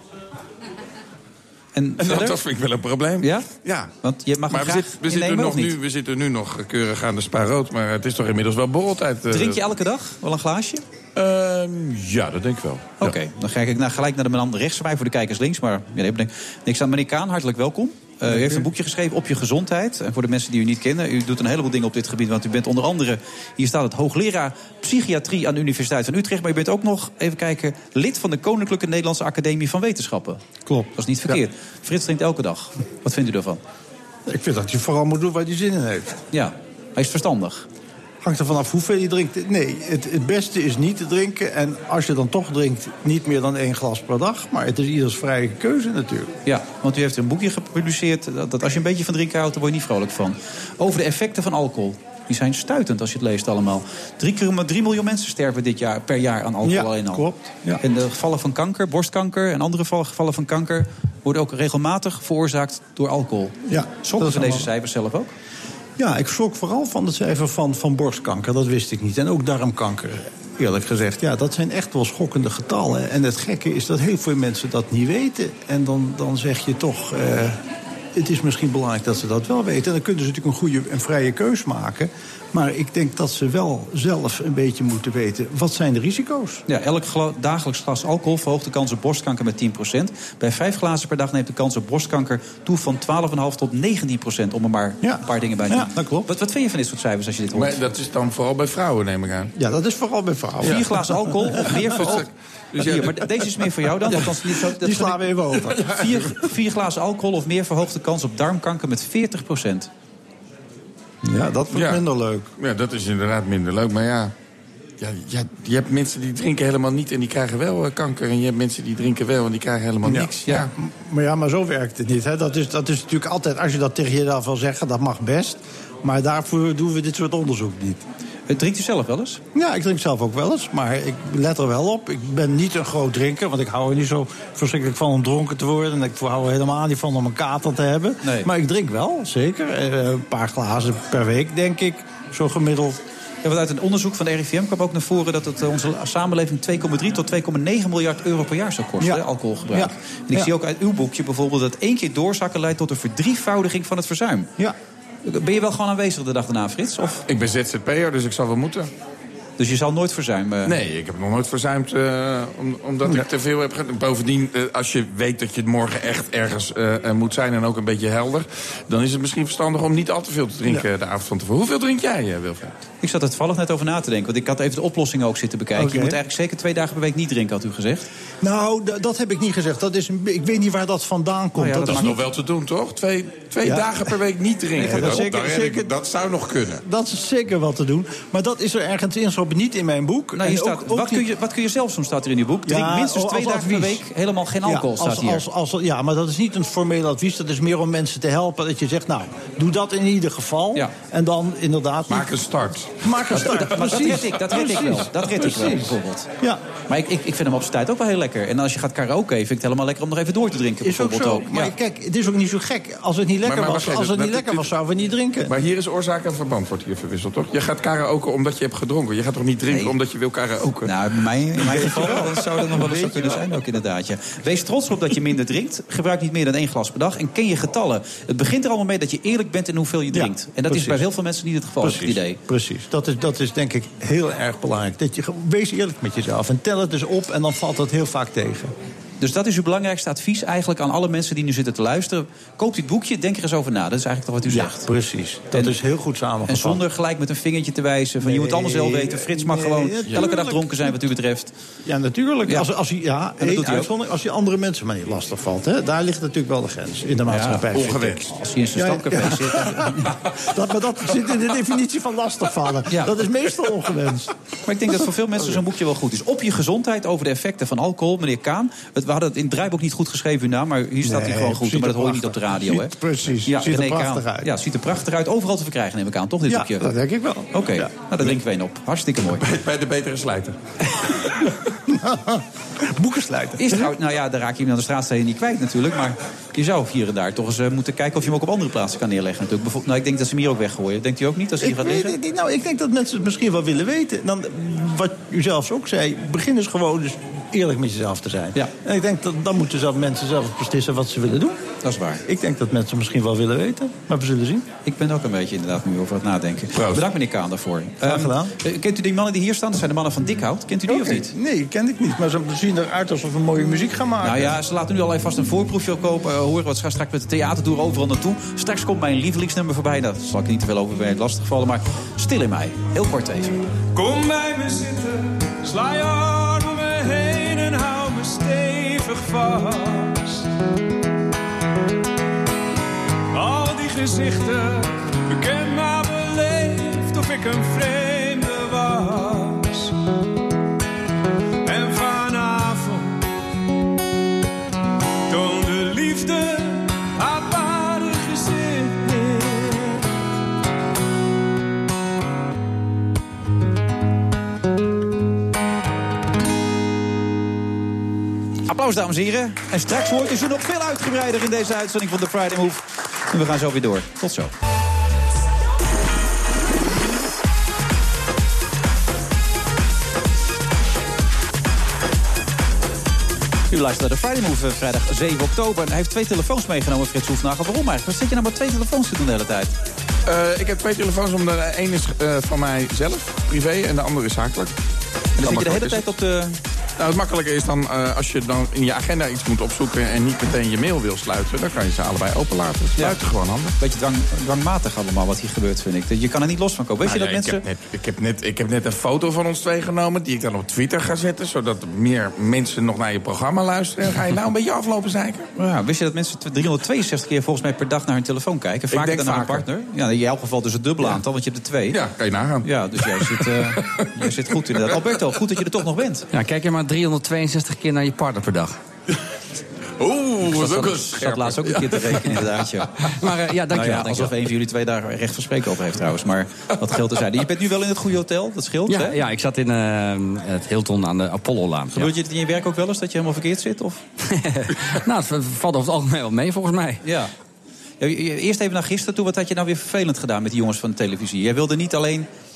En, en dat, dat vind ik wel een probleem. Ja? Ja. Want je mag maar we, zit, we, zitten nog nu, we zitten nu nog keurig aan de Spa Rood, maar het is toch inmiddels wel borreltijd. Uh, Drink je elke dag wel een glaasje? Uh, ja, dat denk ik wel. Oké, okay, ja. Dan ga ik naar, gelijk naar de man rechts van mij, voor de kijkers links. Maar ja, nee, niks aan. Meneer Kaan, hartelijk welkom. Uh, u heeft een boekje geschreven op je gezondheid. En voor de mensen die u niet kennen, u doet een heleboel dingen op dit gebied. Want u bent onder andere, hier staat het, hoogleraar psychiatrie aan de Universiteit van Utrecht. Maar u bent ook nog, even kijken, lid van de Koninklijke Nederlandse Academie van Wetenschappen. Klopt. Dat is niet verkeerd. Ja. Frits drinkt elke dag. Wat vindt u daarvan? Ik vind dat je vooral moet doen waar je zin in heeft. Ja, hij is verstandig. Hangt er vanaf hoeveel je drinkt. Nee, het, het beste is niet te drinken. En als je dan toch drinkt, niet meer dan één glas per dag. Maar het is ieders vrije keuze natuurlijk. Ja, want u heeft een boekje gepubliceerd dat, dat als je een beetje van drinken houdt, dan word je niet vrolijk van. Over de effecten van alcohol. Die zijn stuitend als je het leest allemaal. drie komma drie miljoen mensen sterven dit jaar, per jaar aan alcohol ja, alleen al. Klopt. Ja. En de gevallen van kanker, borstkanker en andere gevallen van kanker worden ook regelmatig veroorzaakt door alcohol. Ja, Sokken van deze cijfers zelf ook? Ja, ik schrok vooral van het cijfer van, van borstkanker. Dat wist ik niet. En ook darmkanker, eerlijk gezegd. Ja, dat zijn echt wel schokkende getallen. En het gekke is dat heel veel mensen dat niet weten. En dan, dan zeg je toch, Uh, het is misschien belangrijk dat ze dat wel weten. En dan kunnen ze natuurlijk een goede en vrije keus maken. Maar ik denk dat ze wel zelf een beetje moeten weten, wat zijn de risico's? Ja, elk gla- dagelijks glas alcohol verhoogt de kans op borstkanker met tien procent. Bij vijf glazen per dag neemt de kans op borstkanker toe van twaalf komma vijf tot negentien procent. Om er maar ja. een paar dingen bij te doen. Ja, dat klopt. Wat, wat vind je van dit soort cijfers als je dit hoort? Maar dat is dan vooral bij vrouwen, neem ik aan. Ja, dat is vooral bij vrouwen. Vier ja. glazen alcohol of meer verhoogt... Dus ja, Hier, maar deze is meer voor jou dan. Ja. Althans, niet zo, dat Die slaan we even over. Vier, vier glazen alcohol of meer verhoogt de kans op darmkanker met veertig procent. Ja, dat wordt ja. minder leuk. Ja, dat is inderdaad minder leuk. Maar ja, ja, ja, je hebt mensen die drinken helemaal niet en die krijgen wel uh, kanker. En je hebt mensen die drinken wel en die krijgen helemaal ja. niks. Ja. Ja. Maar ja, maar zo werkt het niet. Hè. Dat, is, dat is natuurlijk altijd, als je dat tegen jezelf wil zeggen, dat mag best. Maar daarvoor doen we dit soort onderzoek niet. Drinkt u zelf wel eens? Ja, ik drink zelf ook wel eens. Maar ik let er wel op. Ik ben niet een groot drinker. Want ik hou er niet zo verschrikkelijk van om dronken te worden. En ik hou er helemaal niet van om een kater te hebben. Nee. Maar ik drink wel, zeker. Een paar glazen per week, denk ik. Zo gemiddeld. Ja, want uit een onderzoek van de R I V M kwam ook naar voren dat het onze samenleving twee komma drie tot twee komma negen miljard euro per jaar zou kosten, ja. hè, alcoholgebruik. Ja. En ik ja. zie ook uit uw boekje bijvoorbeeld dat één keer doorzakken leidt tot een verdrievoudiging van het verzuim. Ja. Ben je wel gewoon aanwezig de dag daarna, Frits? Of? Ik ben Z Z P'er, dus ik zal wel moeten. Dus je zal nooit verzuimen? Nee, ik heb nog nooit verzuimd uh, om, omdat nee. ik te veel heb gedaan. Bovendien, uh, als je weet dat je morgen echt ergens uh, moet zijn en ook een beetje helder, dan is het misschien verstandig om niet al te veel te drinken ja. de avond van tevoren. Hoeveel drink jij, uh, Wilfred? Ik zat er toevallig net over na te denken, want ik had even de oplossing ook zitten bekijken. Okay. Je moet eigenlijk zeker twee dagen per week niet drinken, had u gezegd. Nou, d- dat heb ik niet gezegd. Dat is een, ik weet niet waar dat vandaan komt. Oh ja, dat, dat is niet... nog wel te doen, toch? Twee, twee ja. dagen per week niet drinken. Nee, dat, dat, zeker, zeker, ik, dat zou nog kunnen. Dat is zeker wat te doen. Maar dat is er ergens in, zo niet in mijn boek. Nou, hier staat, ook, ook wat, die... kun je, wat kun je zelf doen, staat er in uw boek. Drink ja, minstens twee dagen per week helemaal geen alcohol, ja, als, staat hier. Als, als, ja, maar dat is niet een formeel advies. Dat is meer om mensen te helpen. Dat je zegt, nou, doe dat in ieder geval. Ja. En dan inderdaad... Maak een start. Maak een start, dat, dat red ik, dat red ik wel. Dat red ik wel, bijvoorbeeld. Ja. Maar ik, ik, ik vind hem op zijn tijd ook wel heel lekker. En als je gaat karaoke, vind ik het helemaal lekker om nog even door te drinken. Is ook zo. Ook. Maar ja. kijk, het is ook niet zo gek. Als het niet lekker maar, maar, was, als het niet lekker was, zouden we niet drinken. Maar hier is oorzaak en verband, wordt hier verwisseld, toch? Je gaat karaoke omdat je hebt gedronken. Je gaat toch niet drinken nee. omdat je wil karaoke? Nou, in mijn, in mijn geval dan zou dat nog wel eens zo kunnen zijn ook inderdaad. Ja. Wees trots op dat je minder drinkt. Gebruik niet meer dan één glas per dag. En ken je getallen. Het begint er allemaal mee dat je eerlijk bent in hoeveel je drinkt. Ja, en dat precies. is bij heel veel mensen niet het geval, precies. het idee. Precies. Dat is, dat is denk ik heel erg belangrijk. Dat je, wees eerlijk met jezelf. En tel het dus op en dan valt dat heel vaak tegen. Dus dat is uw belangrijkste advies eigenlijk aan alle mensen die nu zitten te luisteren. Koop dit boekje, denk er eens over na. Dat is eigenlijk toch wat u ja, zegt. Precies. Dat en, is heel goed samengevat. En zonder gelijk met een vingertje te wijzen van nee, je moet allemaal zelf weten. Frits mag nee, gewoon ja, elke dag dronken zijn wat u betreft. Ja, natuurlijk. Ja. Als, als, hij, ja, uitzondering, als je andere mensen maar niet lastig valt. Hè, daar ligt natuurlijk wel de grens in de maatschappij. Ja, ongewenst. Als hij in zijn ja, stamcafé ja. zit. dat, maar dat zit in de definitie van lastigvallen. Ja. Dat is meestal ongewenst. Maar ik denk dat voor veel mensen zo'n boekje wel goed is. Op je gezondheid over de effecten van alcohol, meneer Kaan. We hadden het in het draaiboek niet goed geschreven uw naam, maar hier staat nee, hij gewoon goed. Maar dat hoor je niet op de radio, ziet, hè? Precies, ja, ziet er prachtig Kaan. uit. Ja, ziet er prachtig uit. Overal te verkrijgen, neem ik aan, toch, dit ja, boekje? dat denk ik wel. Oké, okay. ja. nou, daar drinken we een op. Hartstikke mooi. Bij, bij de betere slijter. Boeken sluiten. Is trouw, nou ja, daar raak je hem aan de straatsteden niet kwijt natuurlijk. Maar je zou hier en daar toch eens uh, moeten kijken of je hem ook op andere plaatsen kan neerleggen. Natuurlijk. Bijvoorbeeld, nou, ik denk dat ze hem hier ook weggooien. Denkt u ook niet, als ze hier gaat liggen? Ik, nou, ik denk dat mensen het misschien wel willen weten. Dan, wat u zelfs ook zei, begin eens gewoon dus eerlijk met jezelf te zijn. Ja. En ik denk dat dan moeten zelf mensen zelf beslissen wat ze willen doen. Dat is waar. Ik denk dat mensen misschien wel willen weten, maar we zullen zien. Ik ben ook een beetje inderdaad nu over het nadenken. Proost. Bedankt meneer Kaan daarvoor. Graag gedaan. Um, kent u die mannen die hier staan? Dat zijn de mannen van Dikhout. Kent u die okay. of niet? Nee, ken ik niet. Maar ze zien eruit alsof we mooie muziek gaan maken. Nou ja, ze laten nu al vast een voorproefje kopen. Uh, horen wat ze gaan straks met de theatertour overal naartoe. Straks komt mijn lievelingsnummer voorbij. Daar zal ik niet te veel over bij het lastigvallen. Maar Stil in mij. Heel kort even. Kom bij me zitten. Sla je arm om me heen en hou me stevig vast. Al die gezichten, bekend maar beleefd of ik een vreemde was. En vanavond toon de liefde haar ware gezicht. Applaus, dames en heren. En straks hoort u ze nog veel uitgebreider in deze uitzending van The Friday Move. En we gaan zo weer door. Tot zo. U luistert naar de Friday Move, vrijdag zeven oktober. En hij heeft twee telefoons meegenomen, Frits Hoefnagel. Waarom eigenlijk? Wat zit je nou met twee telefoons te doen de hele tijd? Uh, ik heb twee telefoons, omdat de een is uh, van mij zelf, privé, en de andere is zakelijk. En dan zit je de hele tijd op de... Nou, het makkelijke is dan, uh, als je dan in je agenda iets moet opzoeken en niet meteen je mail wil sluiten, dan kan je ze allebei openlaten. Sluiten ja. gewoon handig. Beetje dwang, dwangmatig allemaal wat hier gebeurt, vind ik. Je kan er niet los van komen. Weet nou, je dat ja, mensen... Ik heb, net, ik, heb net, ik heb net een foto van ons twee genomen, die ik dan op Twitter ga zetten, zodat meer mensen nog naar je programma luisteren. En ga je nou een beetje aflopen zeiken? Ja, wist je dat mensen driehonderdtweeënzestig keer volgens mij per dag naar hun telefoon kijken? Vaker dan naar hun partner? Ja, in jouw geval dus het dubbele ja. aantal, want je hebt er twee. Ja, kan je nagaan. Ja, dus jij zit, uh, jij zit goed inderdaad. Alberto, goed dat je er toch nog bent. Ja, kijk je maar driehonderdtweeënzestig keer naar je partner per dag. Oeh, dat is ook een Ik zat laatst ook een keer te rekenen, inderdaad. Ja. Maar uh, ja, dankjewel. Nou ja, alsof een van jullie twee dagen recht van spreken over heeft trouwens. Maar wat geldt te zijn. Je bent nu wel in het goede hotel, dat scheelt, ja, hè? Ja, ik zat in uh, het Hilton aan de Apollo-laan. Gebeurt ja. je het in je werk ook wel eens dat je helemaal verkeerd zit? Of? Nou, het valt over het algemeen wel mee, volgens mij. Ja. Ja, eerst even naar gisteren toe. Wat had je nou weer vervelend gedaan met die jongens van de televisie? Jij wilde niet alleen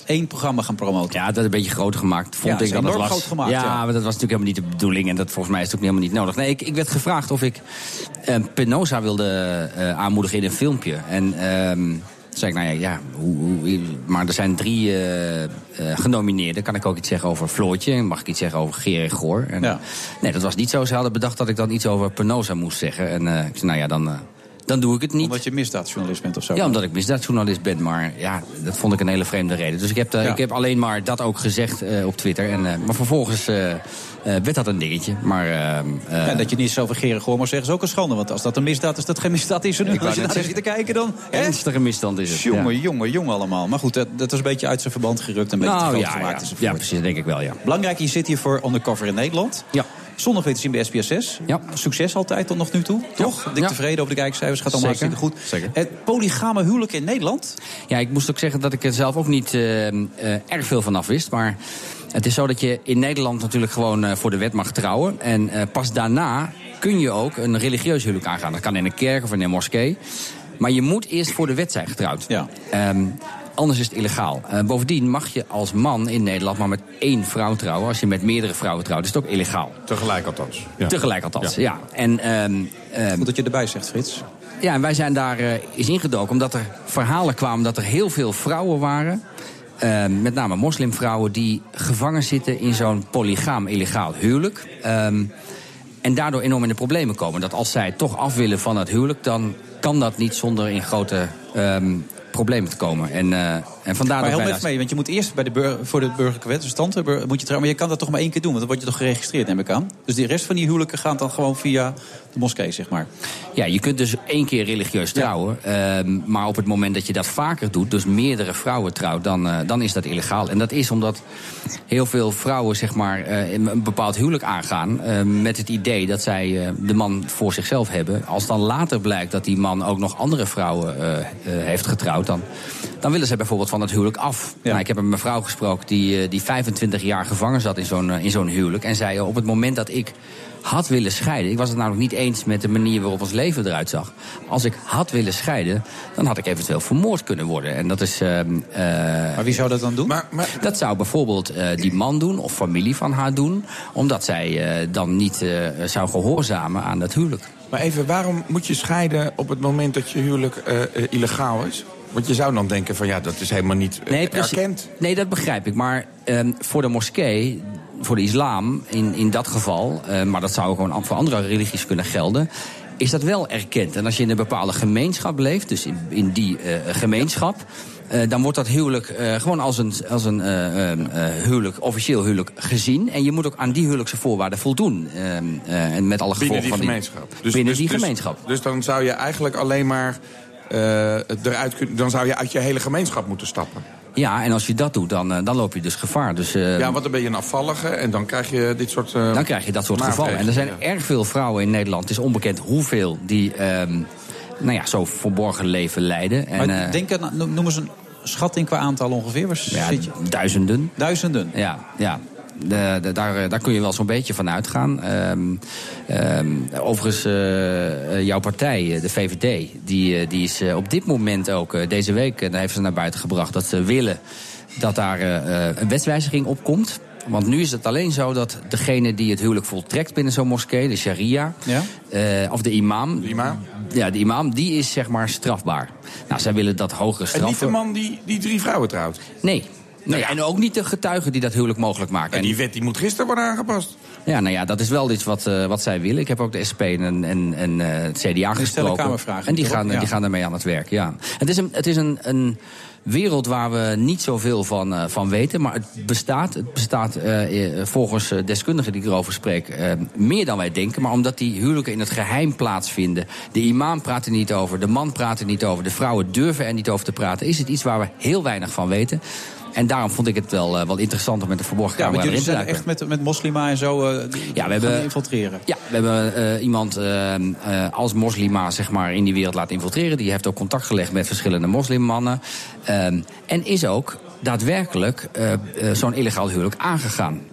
één programma gaan promoten. Ja, dat is een beetje groot gemaakt. Vond ja, ik dat het was. groot gemaakt, ja, ja, maar dat was natuurlijk helemaal niet de bedoeling. En dat volgens mij is het ook helemaal niet nodig. Nee, ik, ik werd gevraagd of ik uh, Penosa wilde uh, aanmoedigen in een filmpje. En uh, toen zei ik, nou ja, ja hoe, hoe, maar er zijn drie uh, uh, genomineerden. Kan ik ook iets zeggen over Floortje? Mag ik iets zeggen over Gerard Goor? En, ja. Nee, dat was niet zo. Ze hadden bedacht dat ik dan iets over Penosa moest zeggen. En uh, ik zei, nou ja, dan... Uh, Dan doe ik het niet. Omdat je misdaadjournalist bent of zo? Ja, omdat ik misdaadjournalist ben. Maar ja, dat vond ik een hele vreemde reden. Dus ik heb, uh, ja. ik heb alleen maar dat ook gezegd uh, op Twitter. En, uh, maar vervolgens uh, uh, werd dat een dingetje. Maar, uh, uh, ja, dat je niet zo over Gerard Goor mag zeggen is ook een schande. Want als dat een misdaad is, dat geen misdaad is. Nu, als je daar zit te kijken dan... Ernstige misstand is het. Jongen, ja. jongen, jongen allemaal. Maar goed, dat, dat was een beetje uit zijn verband gerukt. Een beetje nou, te groot ja, gemaakt. Ja, is ja, precies, denk ik wel, ja. Belangrijk, je zit hier voor Undercover in Nederland. Ja. Zondag weer te zien bij S B S zes. Ja. Succes altijd tot nog nu toe, toch? Ja. Dik ja. tevreden over de kijkcijfers, gaat allemaal hartstikke goed. Zeker. Het polygame huwelijk in Nederland? Ja, ik moest ook zeggen dat ik er zelf ook niet uh, uh, erg veel van af wist. Maar het is zo dat je in Nederland natuurlijk gewoon uh, voor de wet mag trouwen. En uh, pas daarna kun je ook een religieus huwelijk aangaan. Dat kan in een kerk of in een moskee. Maar je moet eerst voor de wet zijn getrouwd. Ja. Um, Anders is het illegaal. Uh, bovendien mag je als man in Nederland maar met één vrouw trouwen. Als je met meerdere vrouwen trouwt, is het ook illegaal. Tegelijk althans. Ja. Tegelijk althans, ja. ja. En, um, um, Goed dat je erbij zegt, Frits. Ja, en wij zijn daar uh, eens ingedoken. Omdat er verhalen kwamen dat er heel veel vrouwen waren... Uh, met name moslimvrouwen die gevangen zitten in zo'n polygaam illegaal huwelijk. Um, en daardoor enorm in de problemen komen. Dat als zij toch af willen van het huwelijk, dan kan dat niet zonder in grote... Um, problemen te komen. En, uh, en vandaar maar dat help even mee, want je moet eerst bij de burger, voor de burgerlijke wet, dus stand, moet je trouwen, maar je kan dat toch maar één keer doen, want dan word je toch geregistreerd, neem ik aan. Dus de rest van die huwelijken gaan dan gewoon via de moskee, zeg maar. Ja, je kunt dus één keer religieus trouwen, ja. uh, maar op het moment dat je dat vaker doet, dus meerdere vrouwen trouwt, dan, uh, dan is dat illegaal. En dat is omdat heel veel vrouwen, zeg maar, uh, een bepaald huwelijk aangaan uh, met het idee dat zij uh, de man voor zichzelf hebben. Als dan later blijkt dat die man ook nog andere vrouwen uh, uh, heeft getrouwd, Dan, dan willen ze bijvoorbeeld van het huwelijk af. Ja. Nou, ik heb een mevrouw gesproken die, die vijfentwintig jaar gevangen zat in zo'n, in zo'n huwelijk. En zei, op het moment dat ik had willen scheiden... ik was het namelijk niet eens met de manier waarop ons leven eruit zag. Als ik had willen scheiden, dan had ik eventueel vermoord kunnen worden. En dat is... Uh, uh, maar wie zou dat dan doen? Maar, maar... Dat zou bijvoorbeeld uh, die man doen of familie van haar doen. Omdat zij uh, dan niet uh, zou gehoorzamen aan dat huwelijk. Maar even, waarom moet je scheiden op het moment dat je huwelijk uh, uh, illegaal is? Want je zou dan denken van ja, dat is helemaal niet uh, nee, erkend. Nee, dat begrijp ik. Maar um, voor de moskee, voor de islam in, in dat geval... Uh, maar dat zou gewoon voor andere religies kunnen gelden... is dat wel erkend. En als je in een bepaalde gemeenschap leeft, dus in, in die uh, gemeenschap... Uh, dan wordt dat huwelijk uh, gewoon als een, als een uh, uh, huwelijk, officieel huwelijk gezien. En je moet ook aan die huwelijkse voorwaarden voldoen. Uh, uh, en met alle gevolgen binnen die van die gemeenschap. Dus, binnen dus, die dus, gemeenschap. Dus dan zou je eigenlijk alleen maar uh, eruit kunnen... dan zou je uit je hele gemeenschap moeten stappen. Ja, en als je dat doet, dan, dan loop je dus gevaar. Dus, uh, ja, want dan ben je een afvallige en dan krijg je dit soort uh, Dan krijg je dat soort gevallen. En er zijn ja. erg veel vrouwen in Nederland. Het is onbekend hoeveel die um, nou ja, zo verborgen leven leiden. En, maar uh, denk aan, noem eens een schatting qua aantal ongeveer. Waar ja, zit je? Duizenden. Duizenden? Ja, ja. De, de, daar, daar kun je wel zo'n beetje van uitgaan. Um, um, overigens, uh, jouw partij, de V V D, die, die is uh, op dit moment ook uh, deze week... Uh, daar heeft ze naar buiten gebracht dat ze willen dat daar uh, een wetswijziging op komt. Want nu is het alleen zo dat degene die het huwelijk voltrekt binnen zo'n moskee, de sharia, ja? uh, of de imam... De imam? Ja, de imam, die is zeg maar strafbaar. Nou, zij willen dat hogere straffen. En niet de man die, die drie vrouwen trouwt? Nee. Nee, en ook niet de getuigen die dat huwelijk mogelijk maken. En die wet die moet gisteren worden aangepast. Ja, nou ja, dat is wel iets wat, uh, wat zij willen. Ik heb ook de S P en, en, en uh, het C D A gesproken. En die gaan, ja. die gaan daarmee aan het werk, ja. Het is een, het is een, een wereld waar we niet zoveel van, uh, van weten. Maar het bestaat, het bestaat uh, volgens deskundigen die ik erover spreek... Uh, meer dan wij denken. Maar omdat die huwelijken in het geheim plaatsvinden... de imam praat er niet over, de man praat er niet over... de vrouwen durven er niet over te praten... is het iets waar we heel weinig van weten... En daarom vond ik het wel, uh, wel interessant om met de verborgen camera ja, erin te duiken. Ja, echt met, met moslima en zo uh, die, ja, we hebben, infiltreren. Ja, we hebben uh, iemand uh, uh, als moslima zeg maar, in die wereld laten infiltreren. Die heeft ook contact gelegd met verschillende moslimmannen. Um, en is ook daadwerkelijk uh, uh, zo'n illegaal huwelijk aangegaan.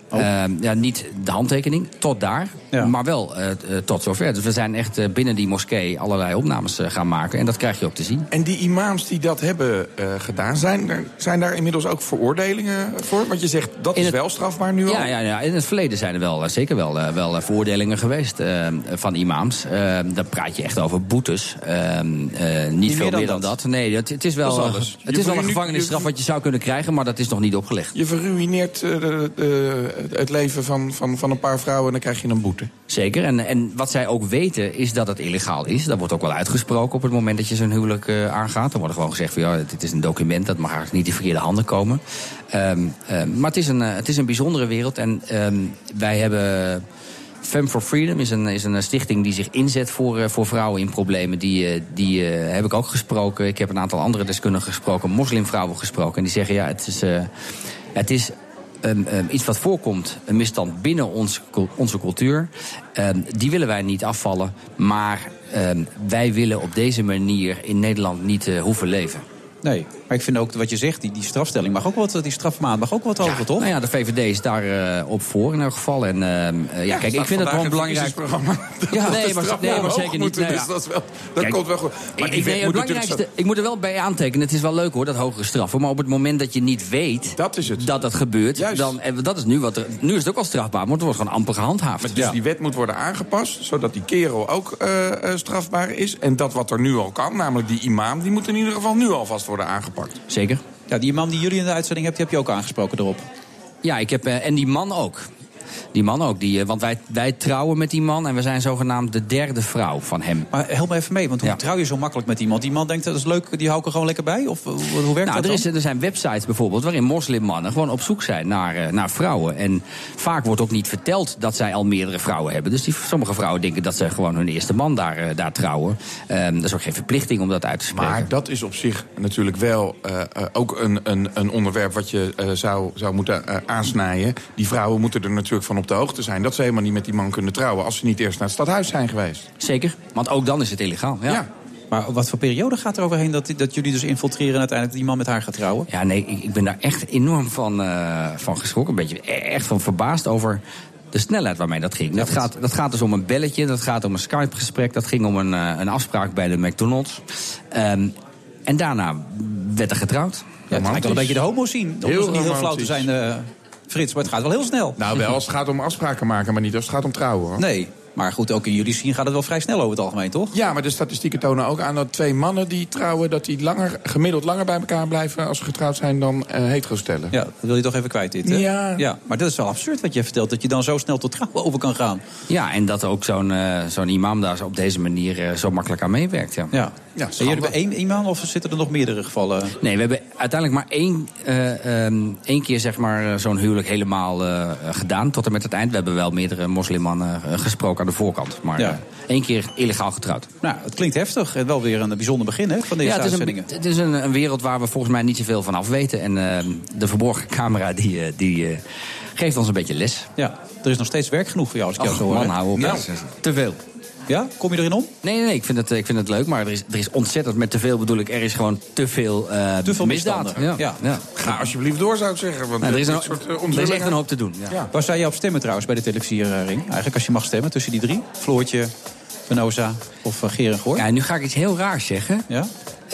Oh. Uh, ja, niet de handtekening, tot daar, ja. maar wel uh, tot zover. Dus we zijn echt uh, binnen die moskee allerlei opnames uh, gaan maken. En dat krijg je ook te zien. En die imams die dat hebben uh, gedaan, zijn, er, zijn daar inmiddels ook veroordelingen voor? Want je zegt, dat is het, wel strafbaar nu al? Ja, ja, ja, in het verleden zijn er wel, uh, zeker wel, uh, wel uh, veroordelingen geweest uh, van imams. Uh, dan praat je echt over boetes. Uh, uh, niet, niet veel meer dan, meer dan dat. dat. Nee, het, het is wel, uh, het is wel een gevangenisstraf wat je zou kunnen krijgen, maar dat is nog niet opgelegd. Je verruineert uh, de, de, het leven van, van, van een paar vrouwen en dan krijg je een boete. Zeker. En, en wat zij ook weten is dat het illegaal is. Dat wordt ook wel uitgesproken op het moment dat je zo'n huwelijk uh, aangaat. Dan wordt er gewoon gezegd van ja, dit is een document, dat mag eigenlijk niet in de verkeerde handen komen. Um, um, maar het is, een, uh, het is een bijzondere wereld. En um, wij hebben... Femme for Freedom is een, is een stichting die zich inzet voor, uh, voor vrouwen in problemen. Die, uh, die uh, heb ik ook gesproken. Ik heb een aantal andere deskundigen gesproken, moslimvrouwen gesproken. En die zeggen ja, het is... Uh, het is Um, um, iets wat voorkomt, een misstand binnen ons, onze cultuur. Um, die willen wij niet afvallen. Maar um, wij willen op deze manier in Nederland niet uh, hoeven leven. Nee, maar ik vind ook wat je zegt, die, die strafstelling mag ook wat, die strafmaat mag ook wat hoger, ja, toch? Nou ja, de V V D is daar uh, op voor in elk geval. En uh, ja, ja, kijk, ik vind het gewoon belangrijk. Ja, nee, maar, nee, maar zeker niet. Moeten, nee, dus dat is wel, dat kijk, komt wel goed. Maar ik, nee, het belangrijkste, zo... ik moet er wel bij aantekenen. Het is wel leuk hoor, dat hogere straffen. Maar op het moment dat je niet weet dat, is het. dat dat gebeurt, dan, en dat is nu wat er. Nu is het ook al strafbaar, maar het wordt gewoon amper gehandhaafd. Maar dus ja. die wet moet worden aangepast, zodat die kerel ook uh, uh, strafbaar is. En dat wat er nu al kan, namelijk die imam, die moet in ieder geval nu alvast worden aangepakt. Zeker. Ja, die man die jullie in de uitzending hebt, die heb je ook aangesproken erop. Ja, ik heb, en die man ook. Die man ook, die, want wij, wij trouwen met die man en we zijn zogenaamd de derde vrouw van hem. Maar help me even mee, want hoe ja. trouw je zo makkelijk met iemand? Die man denkt, dat is leuk, die hou ik er gewoon lekker bij? Of hoe werkt nou, dat er, dan? is, er zijn websites bijvoorbeeld waarin moslimmannen gewoon op zoek zijn naar, naar vrouwen. En vaak wordt ook niet verteld dat zij al meerdere vrouwen hebben. Dus die, sommige vrouwen denken dat ze gewoon hun eerste man daar, daar trouwen. Um, dat is ook geen verplichting om dat uit te spreken. Maar dat is op zich natuurlijk wel uh, uh, ook een, een, een onderwerp wat je uh, zou, zou moeten uh, aansnijden. Die vrouwen moeten er natuurlijk van op de hoogte zijn dat ze helemaal niet met die man kunnen trouwen als ze niet eerst naar het stadhuis zijn geweest. Zeker, want ook dan is het illegaal. Ja. ja. Maar wat voor periode gaat er overheen dat, dat jullie dus infiltreren en uiteindelijk die man met haar gaat trouwen? Ja, nee, ik, ik ben daar echt enorm van, uh, van geschrokken. Een beetje echt van verbaasd over de snelheid waarmee dat ging. Dat gaat, dat gaat dus om een belletje, dat gaat om een Skype-gesprek, dat ging om een, uh, een afspraak bij de McDonald's. Um, en daarna werd er getrouwd. Ja, het lijkt wel een beetje de homo zien. Om heel, niet heel flauw te zijn... Uh, Frits, maar het gaat wel heel snel. Nou, wel als het gaat om afspraken maken, maar niet als het gaat om trouwen, hoor. Nee, maar goed, ook in jullie zien gaat het wel vrij snel over het algemeen, toch? Ja, maar de statistieken tonen ook aan dat twee mannen die trouwen, dat die langer, gemiddeld langer bij elkaar blijven als ze getrouwd zijn dan uh, hetero-stellen. Ja, dat wil je toch even kwijt, dit, hè? Ja. ja. Maar dat is wel absurd wat je vertelt, dat je dan zo snel tot trouwen over kan gaan. Ja, en dat ook zo'n, uh, zo'n imam daar op deze manier uh, zo makkelijk aan meewerkt, ja. Ja. Ja, en jullie hebben één imam of zitten er nog meerdere gevallen? Nee, we hebben uiteindelijk maar één, uh, um, één keer zeg maar, zo'n huwelijk helemaal uh, gedaan. Tot en met het eind. We hebben wel meerdere moslimmannen uh, gesproken aan de voorkant. Maar ja. uh, één keer illegaal getrouwd. Nou, het klinkt heftig. En wel weer een bijzonder begin hè, van deze ja, het uitzendingen. Is een, het is een, een wereld waar we volgens mij niet zoveel van af weten. En uh, de verborgen camera die, uh, die uh, geeft ons een beetje les. Ja, er is nog steeds werk genoeg voor jou als ik jou Och, zo hoor. Man, hou op. Nou. Te veel. Ja? Kom je erin om? Nee, nee, nee. Ik vind het, ik vind het leuk, maar er is, er is ontzettend, met te veel bedoel ik, er is gewoon te veel, uh, te veel misdaad. Ja. Ja. Ja. Ga alsjeblieft door, zou ik zeggen. Want nou, er, is een, soort, uh, er is echt een hoop te doen. Ja. Ja. Waar zou je op stemmen trouwens bij de televisiering? Eigenlijk als je mag stemmen tussen die drie. Floortje, Penosa of uh, Geer en Goor. Ja, nu ga ik iets heel raars zeggen. Ja?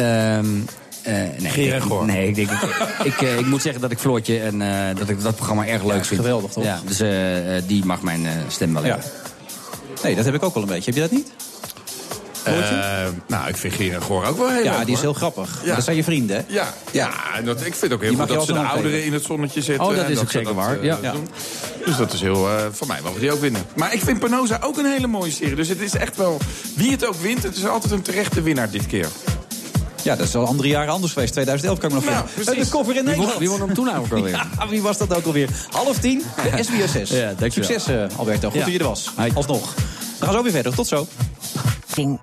Um, Uh, nee, Geer en Goor. Nee, ik, denk, ik, ik, uh, ik moet zeggen dat ik Floortje en uh, dat ik dat programma erg leuk ja, vind. Geweldig, toch? Ja, dus uh, die mag mijn uh, stem wel ja. hebben. Nee, dat heb ik ook wel een beetje. Heb je dat niet? Uh, nou, ik vind Geer en Goor ook wel heel ja, leuk. Ja, die is heel grappig. Ja. Dat zijn je vrienden, hè? Ja, ja. ja dat, ik vind ook heel goed dat ze de ouderen geven. in het zonnetje zetten. Oh, dat is dat ook zeker dat, waar. Uh, ja. Ja. Dus dat is heel, uh, voor mij mag die ook winnen. Maar ik vind Penosa ook een hele mooie serie. Dus het is echt wel, wie het ook wint, het is altijd een terechte winnaar dit keer. Ja, dat is al andere jaren anders geweest. tweeduizend elf kan ik me nog nou, vinden. De koffer in Nederland. Wie won hem toen ook alweer? Ja, wie was dat ook alweer? Half tien, de S B S S. Ja, succes, uh, Alberto. Goed ja. dat je er was. Hi. Alsnog. We gaan zo weer verder. Tot zo. Ding.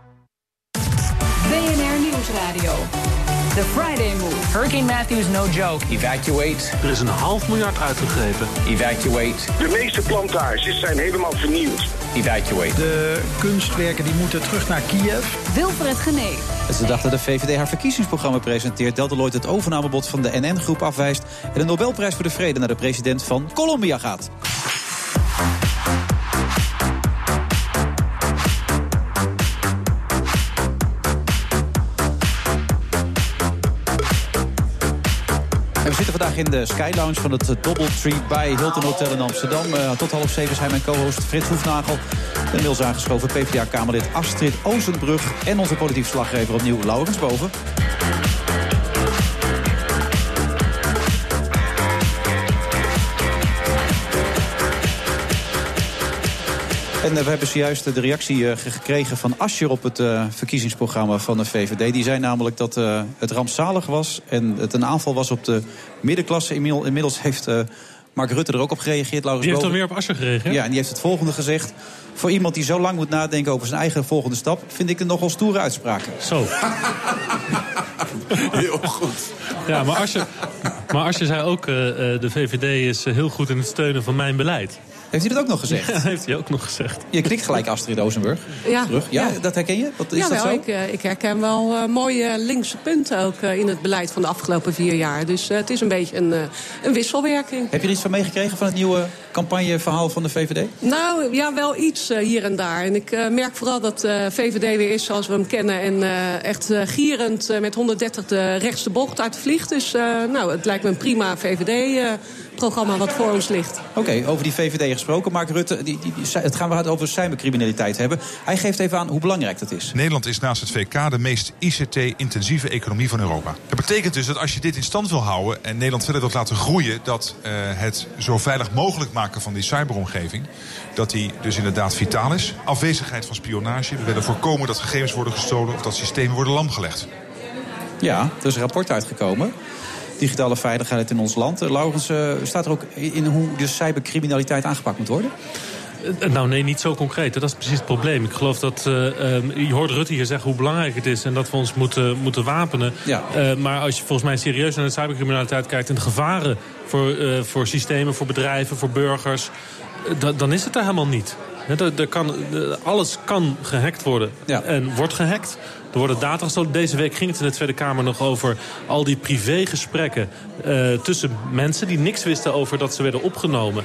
B N R Nieuwsradio. The Friday Move. Hurricane Matthew is no joke. Evacuate. Er is een half miljard uitgegeven. Evacuate. De meeste plantages zijn helemaal vernield. Evacuate. De kunstwerken die moeten terug naar Kiev. Wilfred Genee. Het is de dag dat de V V D haar verkiezingsprogramma presenteert. Deloitte het overnamebod van de N N-groep afwijst. En de Nobelprijs voor de Vrede naar de president van Colombia gaat. vandaag in de Sky Lounge van het Doubletree bij Hilton Hotel in Amsterdam. Uh, tot half zeven is hij mijn co-host Frits Hoefnagel. En inmiddels aangeschoven P v d A-Kamerlid Astrid Oostenbrug. En onze politiek verslaggever opnieuw Laurens Boven. En we hebben zojuist de reactie uh, gekregen van Asscher op het uh, verkiezingsprogramma van de V V D. Die zei namelijk dat uh, het rampzalig was en het een aanval was op de middenklasse. Inmiddels heeft uh, Mark Rutte er ook op gereageerd. Laurens die heeft Boven. dan weer op Asscher gereageerd? Ja, en die heeft het volgende gezegd. Voor iemand die zo lang moet nadenken over zijn eigen volgende stap, vind ik het nogal stoere uitspraken. Zo. Heel goed. Ja, maar Asscher, maar Asscher zei ook, uh, de V V D is heel goed in het steunen van mijn beleid. Heeft hij dat ook nog gezegd? Ja, heeft hij ook nog gezegd. Je klikt gelijk Astrid Oostenburg. Ja. Terug. Ja, ja, dat herken je? Wat, is ja, dat wel, zo? Ik, uh, ik herken wel uh, mooie linkse punten ook uh, in het beleid van de afgelopen vier jaar. Dus uh, het is een beetje een, uh, een wisselwerking. Heb je er iets van meegekregen van het nieuwe campagneverhaal van de V V D? Nou, ja, wel iets uh, hier en daar. En ik uh, merk vooral dat de uh, V V D weer is zoals we hem kennen. En uh, echt uh, gierend uh, met honderddertig de rechtste bocht uitvliegt. Dus uh, nou, het lijkt me een prima V V D-programma uh, wat voor ons ligt. Oké, okay, over die V V D gesproken. Mark Rutte, die, die, die, het gaan we het over cybercriminaliteit hebben. Hij geeft even aan hoe belangrijk dat is. Nederland is naast het V K de meest I C T-intensieve economie van Europa. Dat betekent dus dat als je dit in stand wil houden en Nederland verder wilt laten groeien, dat uh, het zo veilig mogelijk maken van die cyberomgeving, dat die dus inderdaad vitaal is. Afwezigheid van spionage. We willen voorkomen dat gegevens worden gestolen of dat systemen worden lamgelegd. Ja, er is een rapport uitgekomen. Digitale veiligheid in ons land. Uh, Laurens, uh, staat er ook in hoe de cybercriminaliteit aangepakt moet worden? Nou nee, niet zo concreet. Dat is precies het probleem. Ik geloof dat, uh, um, je hoort Rutte hier zeggen hoe belangrijk het is en dat we ons moeten, moeten wapenen. Ja. Uh, maar als je volgens mij serieus naar de cybercriminaliteit kijkt en de gevaren voor, uh, voor systemen, voor bedrijven, voor burgers, uh, dan is het er helemaal niet. Er, er kan, alles kan gehackt worden ja. en wordt gehackt. Er worden data gestolen. Deze week ging het in de Tweede Kamer nog over al die privégesprekken uh, tussen mensen die niks wisten over dat ze werden opgenomen.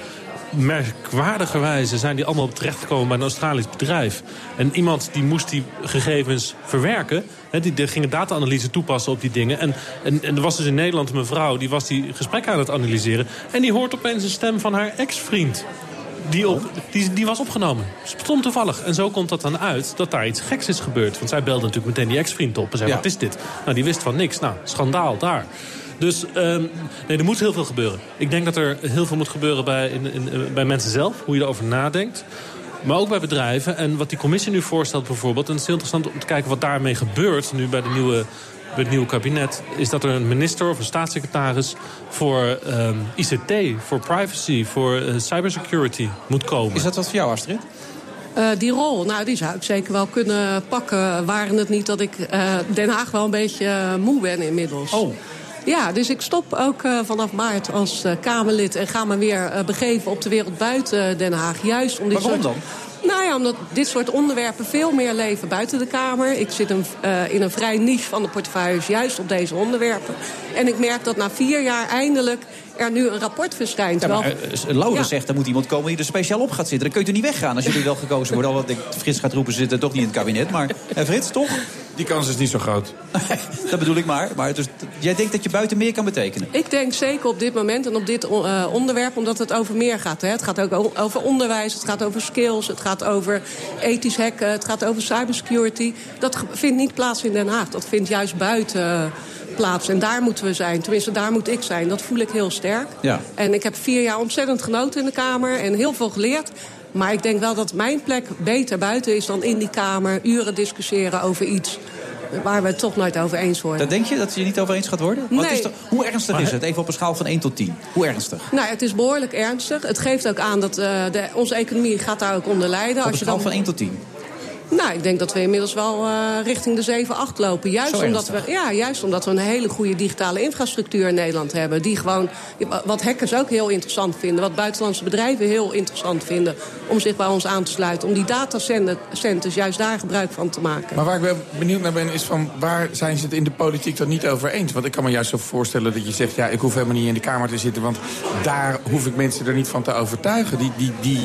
Merkwaardigerwijze zijn die allemaal terechtgekomen bij een Australisch bedrijf. En iemand die moest die gegevens verwerken. He, die, die ging een data-analyse toepassen op die dingen. En, en, en er was dus in Nederland een mevrouw die was die gesprekken aan het analyseren. En die hoort opeens een stem van haar ex-vriend. Die, op, die, die was opgenomen. Stom toevallig. En zo komt dat dan uit dat daar iets geks is gebeurd. Want zij belde natuurlijk meteen die ex-vriend op en zei, ja. Wat is dit? Nou, die wist van niks. Nou, schandaal daar. Dus um, nee, er moet heel veel gebeuren. Ik denk dat er heel veel moet gebeuren bij, in, in, bij mensen zelf. Hoe je erover nadenkt. Maar ook bij bedrijven. En wat die commissie nu voorstelt bijvoorbeeld. En het is heel interessant om te kijken wat daarmee gebeurt. Nu bij, de nieuwe, bij het nieuwe kabinet. Is dat er een minister of een staatssecretaris voor um, I C T, voor privacy, voor uh, cybersecurity moet komen. Is dat wat voor jou, Astrid? Uh, die rol, nou, die zou ik zeker wel kunnen pakken. Waren het niet dat ik uh, Den Haag wel een beetje uh, moe ben inmiddels. Oh. Ja, dus ik stop ook uh, vanaf maart als uh, Kamerlid en ga me weer uh, begeven op de wereld buiten Den Haag. Juist om dit Waarom soort... dan? Nou ja, omdat dit soort onderwerpen veel meer leven buiten de Kamer. Ik zit een, uh, in een vrij niche van de portefeuilles juist op deze onderwerpen. En ik merk dat na vier jaar eindelijk er nu een rapport verschijnt. Ja, maar, uh, Laura ja. zegt, er moet iemand komen die er speciaal op gaat zitten. Dan kun je er niet weggaan als jullie wel gekozen worden. Al wat ik Frits gaat roepen, ze zitten toch niet in het kabinet. Maar uh, Frits, toch? Die kans is niet zo groot. Dat bedoel ik maar. maar dus, jij denkt dat je buiten meer kan betekenen? Ik denk zeker op dit moment en op dit uh, onderwerp, omdat het over meer gaat. Hè. Het gaat ook over onderwijs, het gaat over skills, het gaat over ethisch hacken, het gaat over cybersecurity. Dat vindt niet plaats in Den Haag. Dat vindt juist buiten uh, plaats. En daar moeten we zijn. Tenminste, daar moet ik zijn. Dat voel ik heel sterk. Ja. En ik heb vier jaar ontzettend genoten in de Kamer en heel veel geleerd. Maar ik denk wel dat mijn plek beter buiten is dan in die Kamer. Uren discussiëren over iets waar we het toch nooit over eens worden. Dat denk je, dat je er niet over eens gaat worden? Nee. Wat is toch, hoe ernstig is het? Even op een schaal van één tot tien. Hoe ernstig? Nou, het is behoorlijk ernstig. Het geeft ook aan dat uh, de, onze economie gaat daar ook onder lijden. Op een Als je schaal dan... van één tot tien? Nou, ik denk dat we inmiddels wel uh, richting de zeven, acht lopen. Juist omdat, we, ja, juist omdat we een hele goede digitale infrastructuur in Nederland hebben. Die gewoon, wat hackers ook heel interessant vinden. Wat buitenlandse bedrijven heel interessant vinden. Om zich bij ons aan te sluiten. Om die datacenters juist daar gebruik van te maken. Maar waar ik wel benieuwd naar ben is van waar zijn ze het in de politiek dan niet over eens? Want ik kan me juist zo voorstellen dat je zegt, ja, ik hoef helemaal niet in de Kamer te zitten. Want daar hoef ik mensen er niet van te overtuigen. Die, die, die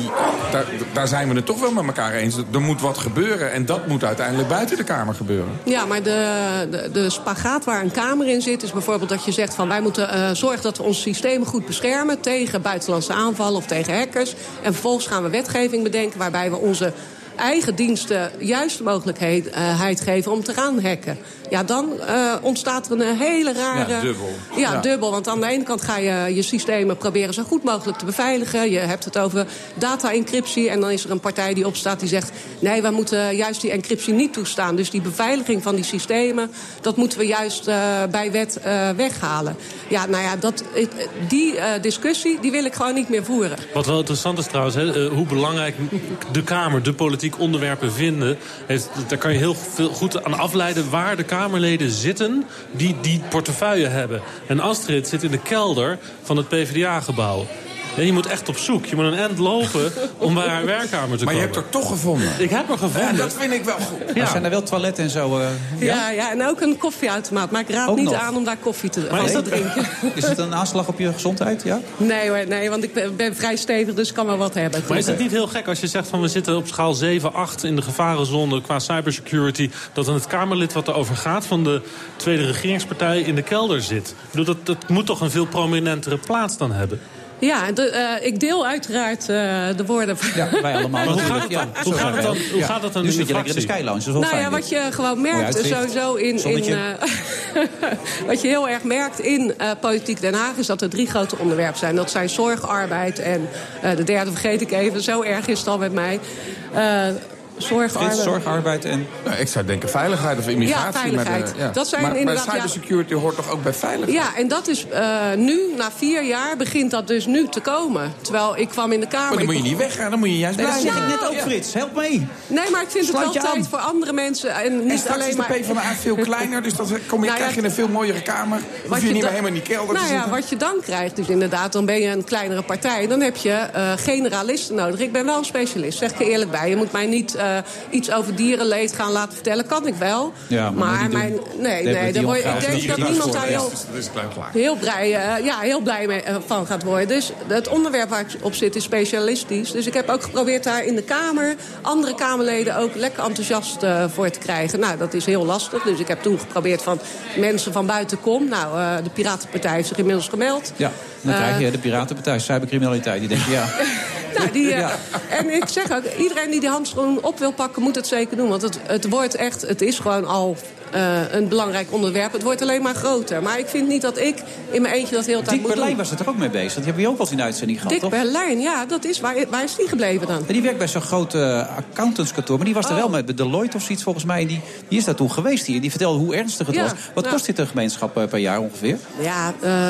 daar, daar zijn we het toch wel met elkaar eens. Er moet wat gebeuren en dat moet uiteindelijk buiten de Kamer gebeuren. Ja, maar de, de, de spagaat waar een Kamer in zit is bijvoorbeeld dat je zegt van wij moeten uh, zorgen dat we ons systeem goed beschermen tegen buitenlandse aanvallen of tegen hackers. En vervolgens gaan we wetgeving bedenken waarbij we onze eigen diensten juist de mogelijkheid geven om te gaan hacken. Ja, dan uh, ontstaat er een hele rare... Ja, dubbel. Ja, ja, dubbel. Want aan de ene kant ga je je systemen proberen zo goed mogelijk te beveiligen. Je hebt het over data-encryptie. En dan is er een partij die opstaat die zegt... nee, we moeten juist die encryptie niet toestaan. Dus die beveiliging van die systemen... dat moeten we juist uh, bij wet uh, weghalen. Ja, nou ja, dat, die uh, discussie die wil ik gewoon niet meer voeren. Wat wel interessant is trouwens, hè, uh, hoe belangrijk de Kamer, de politiek onderwerpen vinden. Heeft, daar kan je heel veel goed aan afleiden waar de Kamerleden zitten die die portefeuille hebben. En Astrid zit in de kelder van het P v d A-gebouw. Ja, je moet echt op zoek. Je moet een eind lopen om bij haar werkkamer te komen. Maar je hebt er toch gevonden. Ik heb er gevonden. Ja, dat vind ik wel goed. Ja. Er zijn er wel toiletten en zo. Uh, ja? Ja, ja, en ook een koffieautomaat. Maar ik raad ook niet nog aan om daar koffie te, maar te dat... drinken. Is het een aanslag op je gezondheid? Ja? Nee hoor, nee, want ik ben, ben vrij stevig, dus ik kan wel wat hebben. Maar is het niet heel gek als je zegt van we zitten op schaal zeven, acht in de gevarenzone qua cybersecurity, dat dan het Kamerlid wat erover gaat van de tweede regeringspartij in de kelder zit? Ik bedoel, dat, dat moet toch een veel prominentere plaats dan hebben? Ja, de, uh, ik deel uiteraard uh, de woorden van... Ja, wij allemaal. Hoe gaat het dan? Hoe gaat het dan, hoe gaat het dan dus in de zit je lekker in de Sky Lounge, dat is wel nou fijn. Ja, wat je gewoon merkt sowieso in... in uh, wat je heel erg merkt in uh, Politiek Den Haag is dat er drie grote onderwerpen zijn. Dat zijn zorg, arbeid en uh, de derde vergeet ik even. Zo erg is het al met mij. Uh, Zorg, arbeid. Zorg, arbeid en... Nou, ik zou denken veiligheid of immigratie. Ja, veiligheid. Met, uh, ja. Dat zijn maar, inderdaad, maar cybersecurity ja, hoort toch ook bij veiligheid? Ja, en dat is uh, nu, na vier jaar, begint dat dus nu te komen. Terwijl ik kwam in de Kamer... Maar dan moet je ik... niet weggaan, dan moet je juist nee, blijven. Dat zeg ik net ook, Frits. Help mee. Nee, maar ik vind Sluit het wel tijd voor andere mensen. En niet en alleen is maar... de PvdA veel kleiner, dus dan kom je, nou ja, krijg je een veel mooiere Kamer. Hoef je, je niet meer helemaal in die kelder nou te zitten. Ja, wat je dan krijgt, dus inderdaad, dan ben je een kleinere partij. Dan heb je uh, generalisten nodig. Ik ben wel een specialist, zeg ik er eerlijk bij. Je moet mij niet uh, iets over dierenleed gaan laten vertellen. Kan ik wel. Ja, maar maar mijn... Nee, nee, daar word, ik denk dat niemand daar heel, heel blij, uh, ja, heel blij mee, uh, van gaat worden. Dus het onderwerp waar ik op zit is specialistisch. Dus ik heb ook geprobeerd daar in de Kamer andere Kamerleden ook lekker enthousiast uh, voor te krijgen. Nou, dat is heel lastig. Dus ik heb toen geprobeerd van mensen van buiten kom. Nou, uh, de Piratenpartij heeft zich inmiddels gemeld. Ja, dan uh, krijg je de Piratenpartij, cybercriminaliteit. Die denkt ja... Nou, die, uh, ja. En ik zeg ook, iedereen die die handschoen op wil pakken, moet het zeker doen. Want het, het wordt echt, het is gewoon al uh, een belangrijk onderwerp. Het wordt alleen maar groter. Maar ik vind niet dat ik in mijn eentje dat heel tijd moet doen. Dick Berlijn was er toch ook mee bezig? Die hebben we ook wel eens in de uitzending gehad, Dick toch? Berlijn, ja, dat is, waar, waar is die gebleven dan? En die werkt bij zo'n groot uh, accountantskantoor. Maar die was oh. er wel met Deloitte of zoiets volgens mij. En die, die is daar toen geweest hier. Die vertelde hoe ernstig het ja, was. Wat nou, kost dit een gemeenschap uh, per jaar ongeveer? Ja, uh,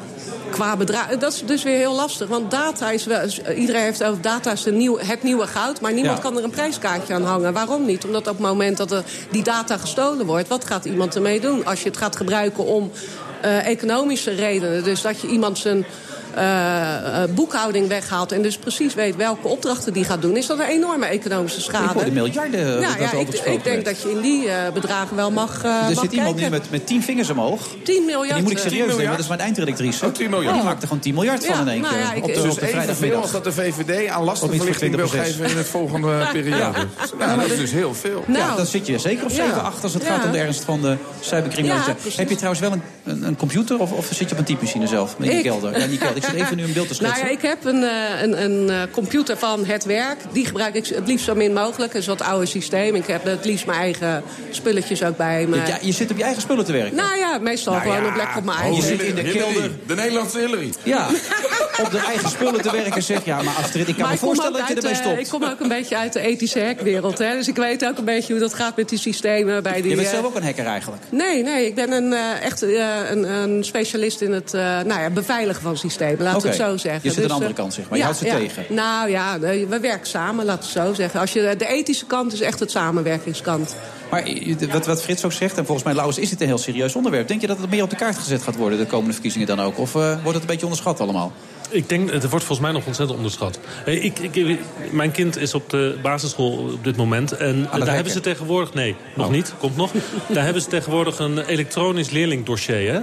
qua bedrag, dat is dus weer heel lastig. Want data is wel, iedereen heeft over data is de nieuw, het nieuwe goud. Maar niemand ja. kan er een prijskaartje aan hangen. Waarom niet? Omdat op het moment dat er die data gestolen wordt, wat gaat iemand ermee doen? Als je het gaat gebruiken om uh, economische redenen. Dus dat je iemand zijn Uh, uh, boekhouding weghaalt en dus precies weet welke opdrachten die gaat doen, is dat een enorme economische schade. Ik hoor de miljarden. Nou, ja, ik, ik denk dat je in die uh, bedragen wel mag uh, Er mag zit kijken. iemand nu met, met tien vingers omhoog. tien miljard. En die moet ik serieus nemen, dat is mijn eindredactrice. Oh, tien miljard. Die maakt er gewoon tien miljard van ja, in één keer. Nou ja, ik, op de, dus op de vrijdagmiddag. Als dat de V V D aan lastenverlichting wil geven in het volgende periode. Ja. Nou, dat is dus heel veel. Nou, ja, dan zit je zeker op zeven, acht als het gaat om de ernst van de cybercriminaliteit. Ja, heb je trouwens wel een, een, een computer of, of zit je op een typemachine zelf? In die kelder. Ja, die kelder. Ik zit even nu een beeld te schetsen. Nou ja, ik heb een, een, een computer van het werk. Die gebruik ik het liefst zo min mogelijk. Dat is wat oude systeem. Ik heb het liefst mijn eigen spulletjes ook bij me. Ja, je zit op je eigen spullen te werken? Nou ja, meestal nou gewoon ja, op lekker op mijn eigen. Je zit in de Hillary, kelder. De Nederlandse Hillary. Ja, op de eigen spullen te werken. Zeg ja, maar Astrid, ik kan maar me ik voorstellen dat je ermee stopt. Ik kom ook een beetje uit de ethische hackwereld. Hè, dus ik weet ook een beetje hoe dat gaat met die systemen. Bij die, je bent zelf ook een hacker eigenlijk? Nee, nee. Ik ben een, uh, echt uh, een, een specialist in het uh, nou ja, beveiligen van systemen. Laten we okay. het zo zeggen. Je zit dus, aan de andere kant, zeg maar. Je ja, houdt ze ja. tegen. Nou ja, we werken samen, laten we het zo zeggen. Als je, de ethische kant is echt het samenwerkingskant. Maar wat, wat Frits ook zegt, en volgens mij, Laurens, is dit een heel serieus onderwerp. Denk je dat het meer op de kaart gezet gaat worden, de komende verkiezingen dan ook? Of uh, wordt het een beetje onderschat allemaal? Ik denk, het wordt volgens mij nog ontzettend onderschat. Ik, ik, mijn kind is op de basisschool op dit moment. En daar hebben ze tegenwoordig... Nee, nog oh. niet. Komt nog. Daar hebben ze tegenwoordig een elektronisch leerlingdossier, hè?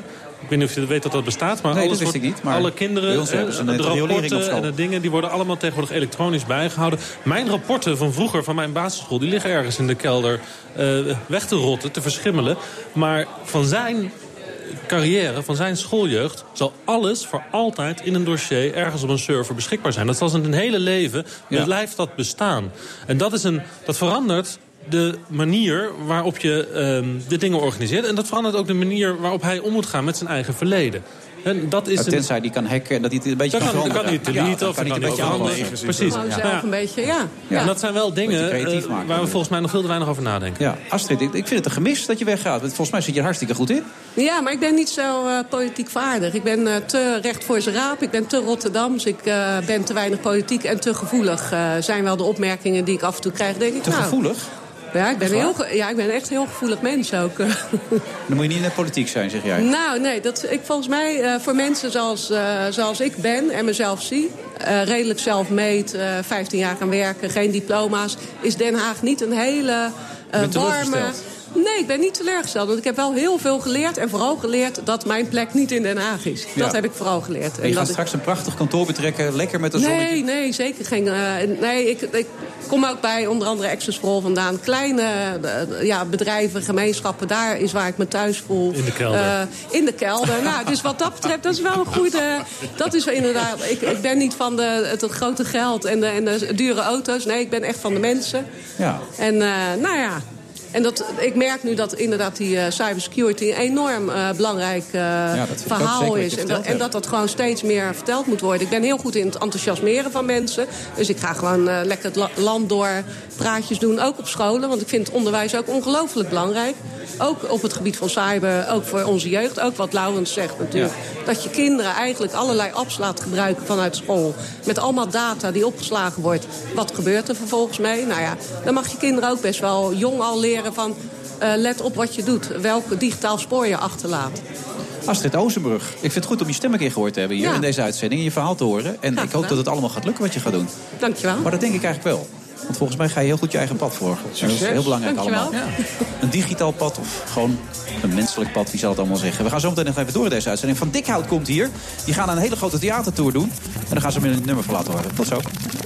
Ik weet niet of je weet dat dat bestaat. Maar nee, alles dat wist wordt, ik niet. Maar alle kinderen, bij ons hebben ze een de riolering op rapporten school. en de dingen... die worden allemaal tegenwoordig elektronisch bijgehouden. Mijn rapporten van vroeger, van mijn basisschool... die liggen ergens in de kelder uh, weg te rotten, te verschimmelen. Maar van zijn carrière, van zijn schooljeugd... zal alles voor altijd in een dossier ergens op een server beschikbaar zijn. Dat zal zijn hele leven, ja. blijft dat bestaan. En dat, is een, dat verandert de manier waarop je um, de dingen organiseert. En dat verandert ook de manier waarop hij om moet gaan met zijn eigen verleden. En dat is tenzij een... die kan hacken en dat hij het een beetje dat kan kan, kan hij het deleten ja, of kan hij het een beetje anders. Precies. Zelf ja. een beetje, ja. ja. En dat zijn wel dingen uh, waar we volgens mij nog veel te weinig over nadenken. Ja, Astrid, ik, ik vind het een gemis dat je weggaat. Volgens mij zit je er hartstikke goed in. Ja, maar ik ben niet zo uh, politiek vaardig. Ik ben uh, te recht voor zijn raap. Ik ben te Rotterdams. Ik uh, ben te weinig politiek en te gevoelig. Uh, zijn wel de opmerkingen die ik af en toe krijg. Denk ik, te nou, gevoelig? Ja, ik ben, heel, ja, ik ben echt een heel gevoelig mens ook. Dan moet je niet in de politiek zijn, zeg jij? Nou, nee. Dat, ik, volgens mij, uh, voor mensen zoals, uh, zoals ik ben en mezelf zie... Uh, redelijk zelfmeet, uh, vijftien jaar gaan werken, geen diploma's... is Den Haag niet een hele uh, warme... Nee, ik ben niet teleurgesteld. Want ik heb wel heel veel geleerd. En vooral geleerd dat mijn plek niet in Den Haag is. Dat ja. heb ik vooral geleerd. En je en gaat straks ik... een prachtig kantoor betrekken. Lekker met een nee, zonnetje. Nee, nee, zeker geen... Uh, nee, ik, ik kom ook bij onder andere Access for All vandaan. Kleine uh, ja, bedrijven, gemeenschappen. Daar is waar ik me thuis voel. In de kelder. Uh, in de kelder. Nou, dus wat dat betreft, dat is wel een goede... Dat is wel inderdaad... Ik, ik ben niet van de, het, het grote geld en de, en de dure auto's. Nee, ik ben echt van de mensen. Ja. En uh, nou ja... En dat, ik merk nu dat inderdaad die uh, cybersecurity een enorm uh, belangrijk uh, ja, verhaal is. En, da, en dat dat gewoon steeds meer verteld moet worden. Ik ben heel goed in het enthousiasmeren van mensen. Dus ik ga gewoon uh, lekker het la- land door praatjes doen, ook op scholen. Want ik vind het onderwijs ook ongelooflijk belangrijk. Ook op het gebied van cyber, ook voor onze jeugd. Ook wat Laurens zegt natuurlijk. Ja. Dat je kinderen eigenlijk allerlei apps laat gebruiken vanuit school. Met allemaal data die opgeslagen wordt. Wat gebeurt er vervolgens mee? Nou ja, dan mag je kinderen ook best wel jong al leren van uh, let op wat je doet. Welk digitaal spoor je achterlaat. Astrid Oostenbrug, ik vind het goed om je stem een keer gehoord te hebben hier ja. in deze uitzending. En je verhaal te horen. En ja, ik hoop gedaan. dat het allemaal gaat lukken wat je gaat doen. Dankjewel. Maar dat denk ik eigenlijk wel. Want volgens mij ga je heel goed je eigen pad volgen. Dat is heel belangrijk Dankjewel. allemaal. Ja. Een digitaal pad of gewoon een menselijk pad, wie zal het allemaal zeggen. We gaan zo meteen nog even door in deze uitzending. Van Dikhout komt hier. Die gaan een hele grote theatertour doen. En dan gaan ze met een nummer van laten horen. Tot zo.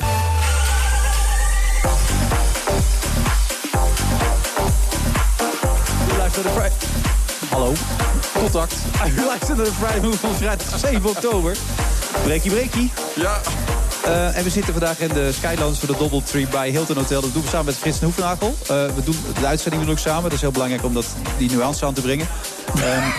Hallo, contact. U luistert naar de Friday Move van vrijdag zeven oktober. Breekie, breekie. Ja. Uh, en we zitten vandaag in de Skylands voor de Doubletree bij Hilton Hotel. Dat doen we samen met Frits en Hoefnagel. Uh, we doen de uitzending doen ook samen. Dat is heel belangrijk om dat, die nuance aan te brengen. Um,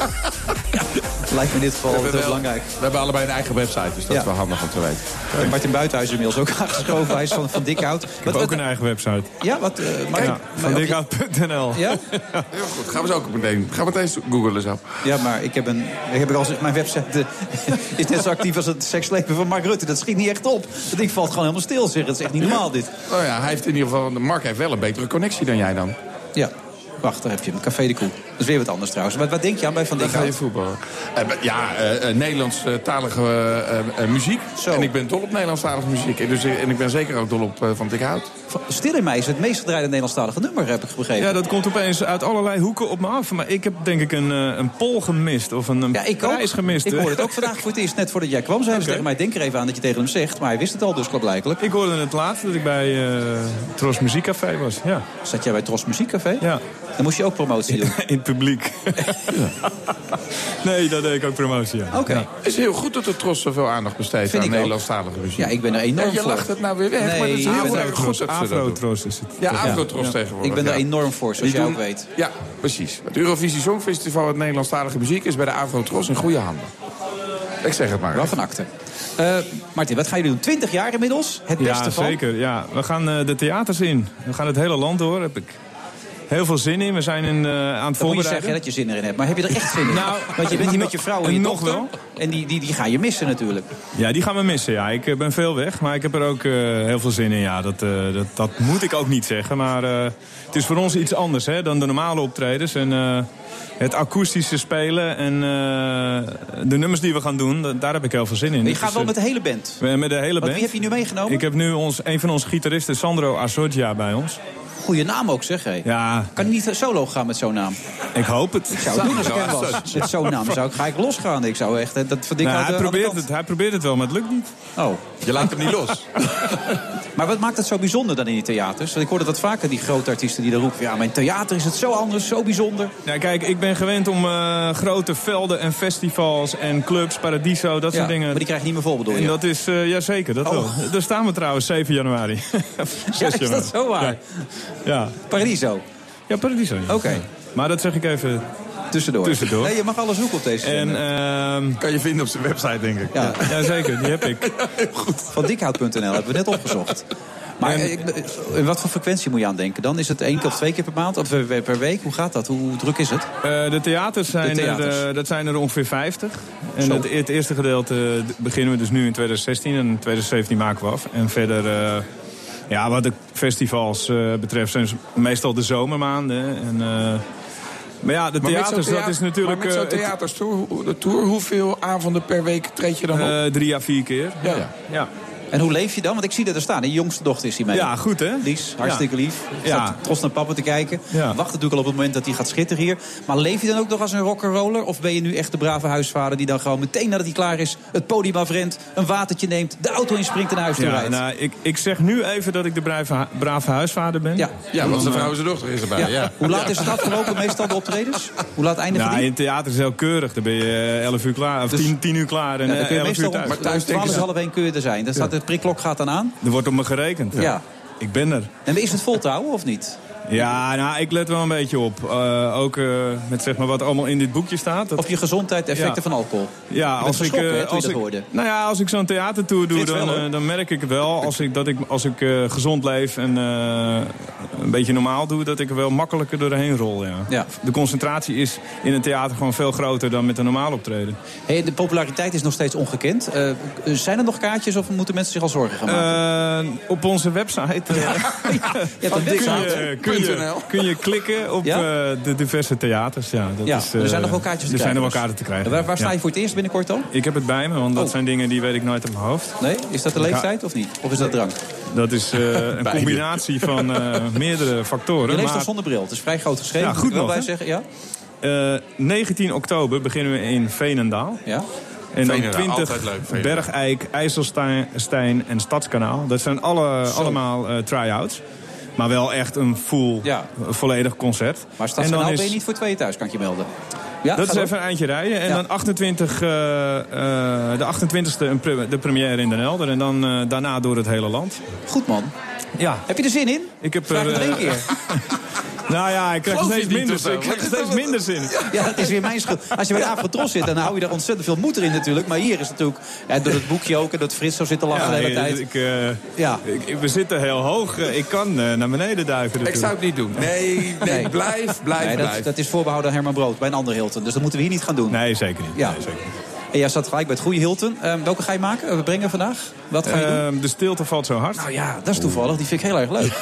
lijkt me in dit geval heel wel, belangrijk. We hebben allebei een eigen website, dus dat ja. is wel handig om te weten. Uh, Martin Buitenhuis is inmiddels ook aangeschoven. Hij is van, van Dikhout. Ik heb wat, ook wat, een eigen website. Ja, wat? Uh, Martin, ja, van dikhout punt n l. Ja? Heel goed, gaan we zo ook meteen. Gaan we meteen googlen zo. Ja, maar ik heb een... Ik heb al, mijn website uh, is net zo actief als het seksleven van Mark Rutte. Dat schiet niet echt op. Dat ding valt gewoon helemaal stil, zeg. Dat is echt niet normaal, dit. Oh ja, hij heeft in ieder geval... Mark heeft wel een betere connectie dan jij dan. Ja. Wacht, daar heb je hem. Café de Koe. Dat is weer wat anders trouwens. Wat, wat denk je aan bij Van Dikhout? Dat voetbal. Uh, ja, uh, uh, Nederlandstalige uh, uh, muziek. Zo. En ik ben dol op Nederlandstalige muziek. En, dus, en ik ben zeker ook dol op uh, Van Dikhout. Stil in mij is het meest gedraaide Nederlandstalige nummer, heb ik begrepen. Ja, dat komt opeens uit allerlei hoeken op me af. Maar ik heb denk ik een, uh, een pol gemist. Of een, een ja, ik prijs ook. gemist. Ik hoorde het ook vandaag voor het eerst. Net voordat jij kwam, zei okay. ze tegen mij, denk er even aan dat je tegen hem zegt. Maar hij wist het al dus blijkelijk. Ik hoorde het laatst dat ik bij uh, Tros Muziekcafé was. Ja. Zat jij bij Tros Muziekcafé? Ja. Dan moest je ook promotie doen. In het publiek. Ja. Nee, dat deed ik ook promotie, ja. Oké. Okay. Ja. Het is heel goed dat de Tros zoveel aandacht besteedt Vind aan Nederlandstalige muziek. Ja, ik ben er enorm ja, je voor. Je lacht het nou weer weg, nee, maar dat is heel erg goed dat Afro-Tros is het. Ja, Afro-Tros ja. tegenwoordig. Ik ben er ja. enorm voor, zoals Die jij doen, ook weet. Ja, precies. Het Eurovisie Songfestival met Nederlandstalige muziek is bij de Afro-Tros in goede handen. Ik zeg het maar. Wel van akte. Uh, Martin, wat gaan jullie doen? twintig jaar inmiddels? Het beste ja, van? Zeker. Ja, we gaan uh, de theaters in. We gaan het hele land door, heb ik heel veel zin in. We zijn in, uh, aan het dan voorbereiden. Moet je zeggen dat je zin erin hebt. Maar heb je er echt zin in? Nou, want je bent hier met je vrouw en je nog dochter. Wel. En die, die, die ga je missen natuurlijk. Ja, die gaan we missen. Ja. Ik uh, ben veel weg, maar ik heb er ook uh, heel veel zin in. Ja, dat, uh, dat, dat moet ik ook niet zeggen. Maar uh, het is voor ons iets anders hè, dan de normale optredens. En uh, het akoestische spelen en uh, de nummers die we gaan doen, daar heb ik heel veel zin in. Maar je dus, gaat wel uh, met de hele band? Met de hele Want band. Wie heb je nu meegenomen? Ik heb nu ons, een van onze gitaristen, Sandro Assogia, bij ons. Goeie naam ook, zeg hé. Ja. Kan hij niet solo gaan met zo'n naam? Ik hoop het. Ik zou het doen als ik hem was. Met zo'n naam zou ik, ga ik losgaan. Ik zou echt... Dat van nou, hij, probeert het, hij probeert het wel, maar het lukt niet. Oh. Je laat hem niet los. Maar wat maakt het zo bijzonder dan in die theaters? Want ik hoor dat vaker, die grote artiesten die daar roepen... ja, mijn theater is het zo anders, zo bijzonder. Ja, kijk, ik ben gewend om uh, grote velden en festivals en clubs, Paradiso, dat ja, soort dingen. Maar die krijg je niet meer vol, bedoel je? En dat is, uh, ja zeker, dat oh. wel. Daar staan we trouwens, zeven januari. Ja, is dat zo waar? Ja. ja. Paradiso? Ja, Paradiso. Ja. Oké. Okay. Maar dat zeg ik even... Tussendoor. Tussendoor. Nee, je mag alles zoeken op deze en, uh, kan je vinden op zijn website, denk ik. Ja, ja zeker. Die heb ik. Ja, goed. Van dikhout punt n l hebben we net opgezocht. Maar en, in wat voor frequentie moet je aan denken dan? Is het één keer of twee keer per maand of per week? Hoe gaat dat? Hoe druk is het? Uh, de theaters zijn, de theaters. Er, uh, dat zijn er ongeveer vijftig. En het, het eerste gedeelte beginnen we dus nu in twintig zestien. En in twintig zeventien maken we af. En verder... Uh, ja, wat de festivals uh, betreft zijn meestal de zomermaanden. En... Uh, Maar ja, de theaters, theater, dat is natuurlijk... Maar met zo'n theaterstour, de tour, hoeveel avonden per week treed je dan op? Uh, drie à vier keer. Ja. ja. ja. En hoe leef je dan? Want ik zie dat er staan. De jongste dochter is die mee. Ja, goed hè? Lies, hartstikke ja. lief. Ja. Staat trots naar papa te kijken. Ja. Wacht natuurlijk al op het moment dat hij gaat schitteren hier. Maar leef je dan ook nog als een rock'n'roller? Of ben je nu echt de brave huisvader die dan gewoon meteen nadat hij klaar is... het podium afrent, een watertje neemt, de auto inspringt en naar huis toe ja, rijdt? Nou, ik, ik zeg nu even dat ik de brave, brave huisvader ben. Ja, ja want zijn vrouw en zijn dochter is erbij. Ja. Ja. Hoe laat is het afgelopen meestal de optredens? Hoe laat eindigen nou, die? In het theater is heel keurig. Dan ben je elf uur klaar. Of dus, tien, tien uur klaar en ja, dan kun je elf uur thuis. Maar thuis twaalf, half één kun je er zijn. Dan staat de prikklok gaat dan aan. Er wordt op me gerekend. Ja. ja. Ik ben er. En is het vol te houden of niet? Ja, nou, ik let wel een beetje op. Uh, ook uh, met zeg maar wat allemaal in dit boekje staat. Dat... Op je gezondheid, effecten ja. van alcohol. Ja, als ik, uh, als ik, nou ja, als ik zo'n theatertour doe, dan, wel, uh, dan merk ik wel als ik, dat ik, als ik uh, gezond leef en uh, een beetje normaal doe, dat ik er wel makkelijker doorheen rol. Ja. Ja. De concentratie is in een theater gewoon veel groter dan met een normaal optreden. Hey, de populariteit is nog steeds ongekend. Uh, zijn er nog kaartjes of moeten mensen zich al zorgen gaan maken? Uh, op onze website. Uh, ja. Ja, van kun je, kun Kun je, kun je klikken op ja? uh, de diverse theaters. Ja, dat ja, is, uh, er zijn nog wel kaartjes te er krijgen. Er zijn nog wel kaarten te krijgen. Waar, waar sta je ja. voor het eerst binnenkort dan? Ik heb het bij me, want dat oh. zijn dingen die weet ik nooit op mijn hoofd. Nee? Is dat de leeftijd of niet? Of is dat drank? Dat is uh, een combinatie van uh, meerdere factoren. Je leest maar... al zonder bril. Het is vrij groot geschreven. Ja, goed nog, bij zeggen, ja? Uh, negentien oktober beginnen we in Veenendaal. Ja. En dan twintig Bergijk, IJsselstein en Stadskanaal. Dat zijn alle, allemaal uh, try-outs. Maar wel echt een full, ja. volledig concert. Maar Stadskanaal is... ben je niet voor tweeën thuis, kan ik je melden. Ja, dat is even een eindje rijden. En ja. dan achtentwintig, uh, uh, de achtentwintigste een pre- de première in Den Helder. En dan uh, daarna door het hele land. Goed man. Ja. Heb je er zin in? Ik heb Vraag het er één keer. Nou ja, ik krijg er steeds minder, ik krijg steeds minder zin. Ja, dat is weer mijn schuld. Als je bij de Afrotros zit, dan hou je daar ontzettend veel moed in natuurlijk. Maar hier is het natuurlijk, ja, door het boekje ook en dat Frits zo zit te lachen ja, de hele tijd. Ik, uh, ja. ik, we zitten heel hoog. Ik kan uh, naar beneden duiken. Natuurlijk. Ik zou het niet doen. Nee, nee, nee. blijf, blijf, nee, dat, blijf. Dat is voorbehouden aan Herman Brood bij een ander Hilton. Dus dat moeten we hier niet gaan doen. Nee, zeker niet. Ja. Nee, zeker niet. En jij staat gelijk bij het goede Hilton. Uh, welke ga je maken? We brengen vandaag? Wat ga je uh, doen? De stilte valt zo hard. Nou ja, dat is toevallig. Die vind ik heel erg leuk.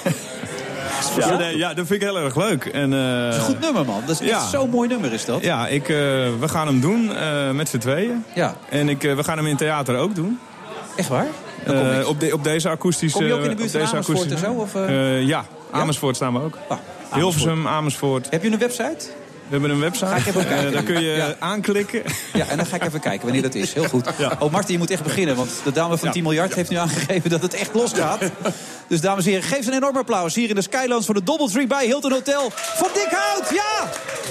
Ja, nee, ja, dat vind ik heel erg leuk. En, uh, dat is een goed nummer, man. Dat is echt ja. zo'n mooi nummer, is dat. Ja, ik, uh, we gaan hem doen uh, met z'n tweeën. Ja. En ik, uh, we gaan hem in theater ook doen. Echt waar? Uh, op, de, op deze akoestische... Kom je ook in de buurt van Amersfoort en zo? Of, uh... Uh, ja, Amersfoort ja? staan we ook. Ah, Hilversum, Amersfoort. Heb je een website? We hebben een website. Ga ik even kijken. Uh, daar kun je ja. aanklikken. Ja, en dan ga ik even kijken wanneer dat is. Heel goed. Ja. Oh, Martin, je moet echt beginnen. Want de dame van ja. tien miljard heeft nu aangegeven dat het echt losgaat. Dus dames en heren, geef ze een enorm applaus. Hier in de Skylands voor de Doubletree bij Hilton Hotel. Van Dikhout, ja!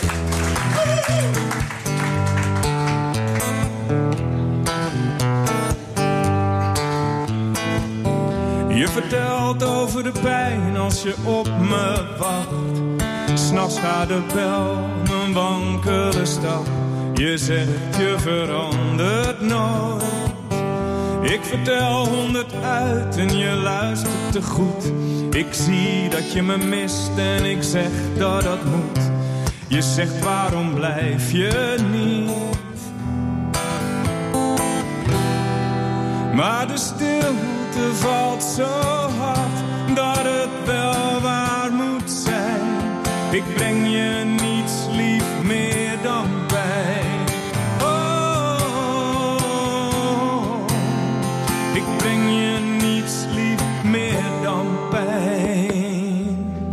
Je vertelt over de pijn als je op me wacht. 'S Nachts gaat de bel, mijn wankele stap. Je zegt je verandert nooit. Ik vertel honderd uit en je luistert te goed. Ik zie dat je me mist en ik zeg dat dat moet. Je zegt waarom blijf je niet? Maar de stilte valt zo hard dat het wel waar moet zijn. Ik breng je niets lief meer dan pijn. Oh, ik breng je niets lief meer dan pijn.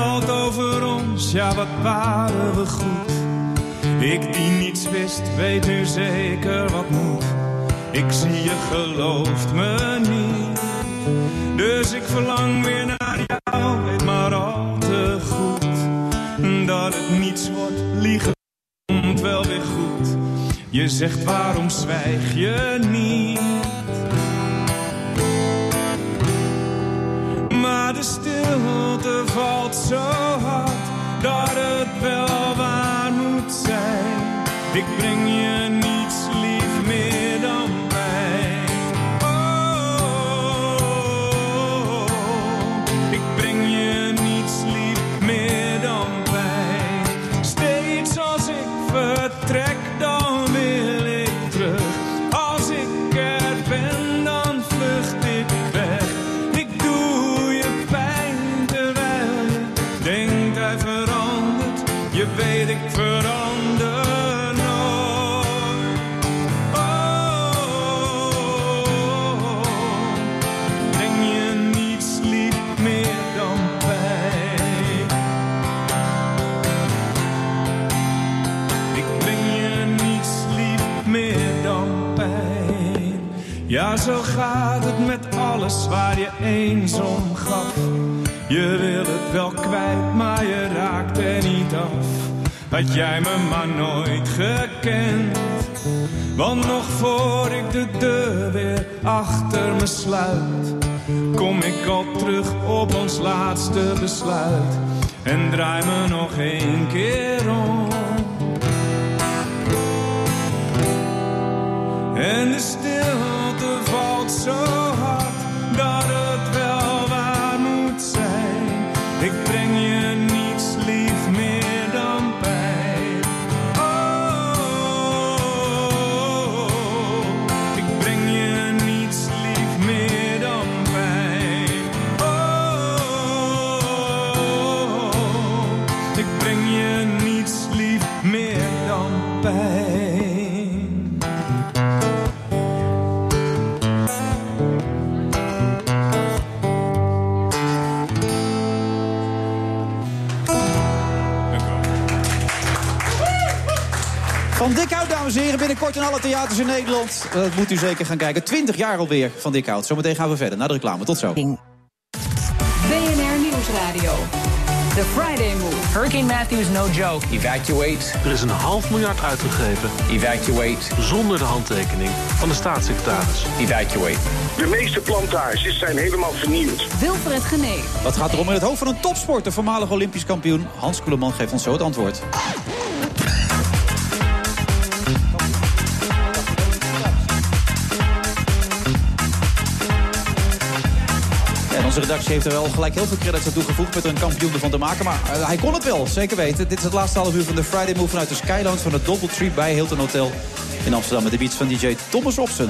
vertelt over ons, ja wat waren we goed. Ik die niets wist, weet nu zeker wat moet. Ik zie je gelooft me niet. Dus ik verlang weer naar jou, weet maar al te goed. Dat het niets wordt, liegen komt wel weer goed. Je zegt waarom zwijg je niet. Maar de stilte valt zo hard dat het wel waar moet zijn. Ik breng je niets lief meer dan pijn. Oh, ik breng je niets lief meer dan pijn. Steeds als ik vertrek, dan wil ik terug. Als ik er ben, dan vlucht ik weg. Ik doe je pijn terwijl je denkt hij verandert. Je weet ik verander. Ja, zo gaat het met alles waar je eens om gaf. Je wil het wel kwijt, maar je raakt er niet af. Had jij me maar nooit gekend. Want nog voor ik de deur weer achter me sluit, kom ik al terug op ons laatste besluit. En draai me nog één keer om. En de stilte valt zo hard dat het wel waar moet zijn. Ik breng je niets lief meer dan pijn. Oh, ik breng je niets lief meer dan pijn. Oh, ik breng je niets lief meer dan pijn. Van Dikhout, dames en heren, binnenkort in alle theaters in Nederland. Dat moet u zeker gaan kijken. twintig jaar alweer van Dikhout. Zometeen gaan we verder naar de reclame. Tot zo. B N R Nieuwsradio. The Friday Move. Hurricane Matthew is no joke. Evacuate. Er is een half miljard uitgegeven. Evacuate. Zonder de handtekening van de staatssecretaris. Evacuate. De meeste plantages zijn helemaal vernield. Wilfred Genee. Wat gaat er om in het hoofd van een topsporter, voormalig Olympisch kampioen? Hans Koeleman geeft ons zo het antwoord. Onze redactie heeft er wel gelijk heel veel credits aan toegevoegd met er een kampioen ervan te maken. Maar uh, hij kon het wel, zeker weten. Dit is het laatste half uur van de Friday Move vanuit de Skylounge van het Doubletree bij Hilton Hotel in Amsterdam. Met de beats van D J Thomas Robson.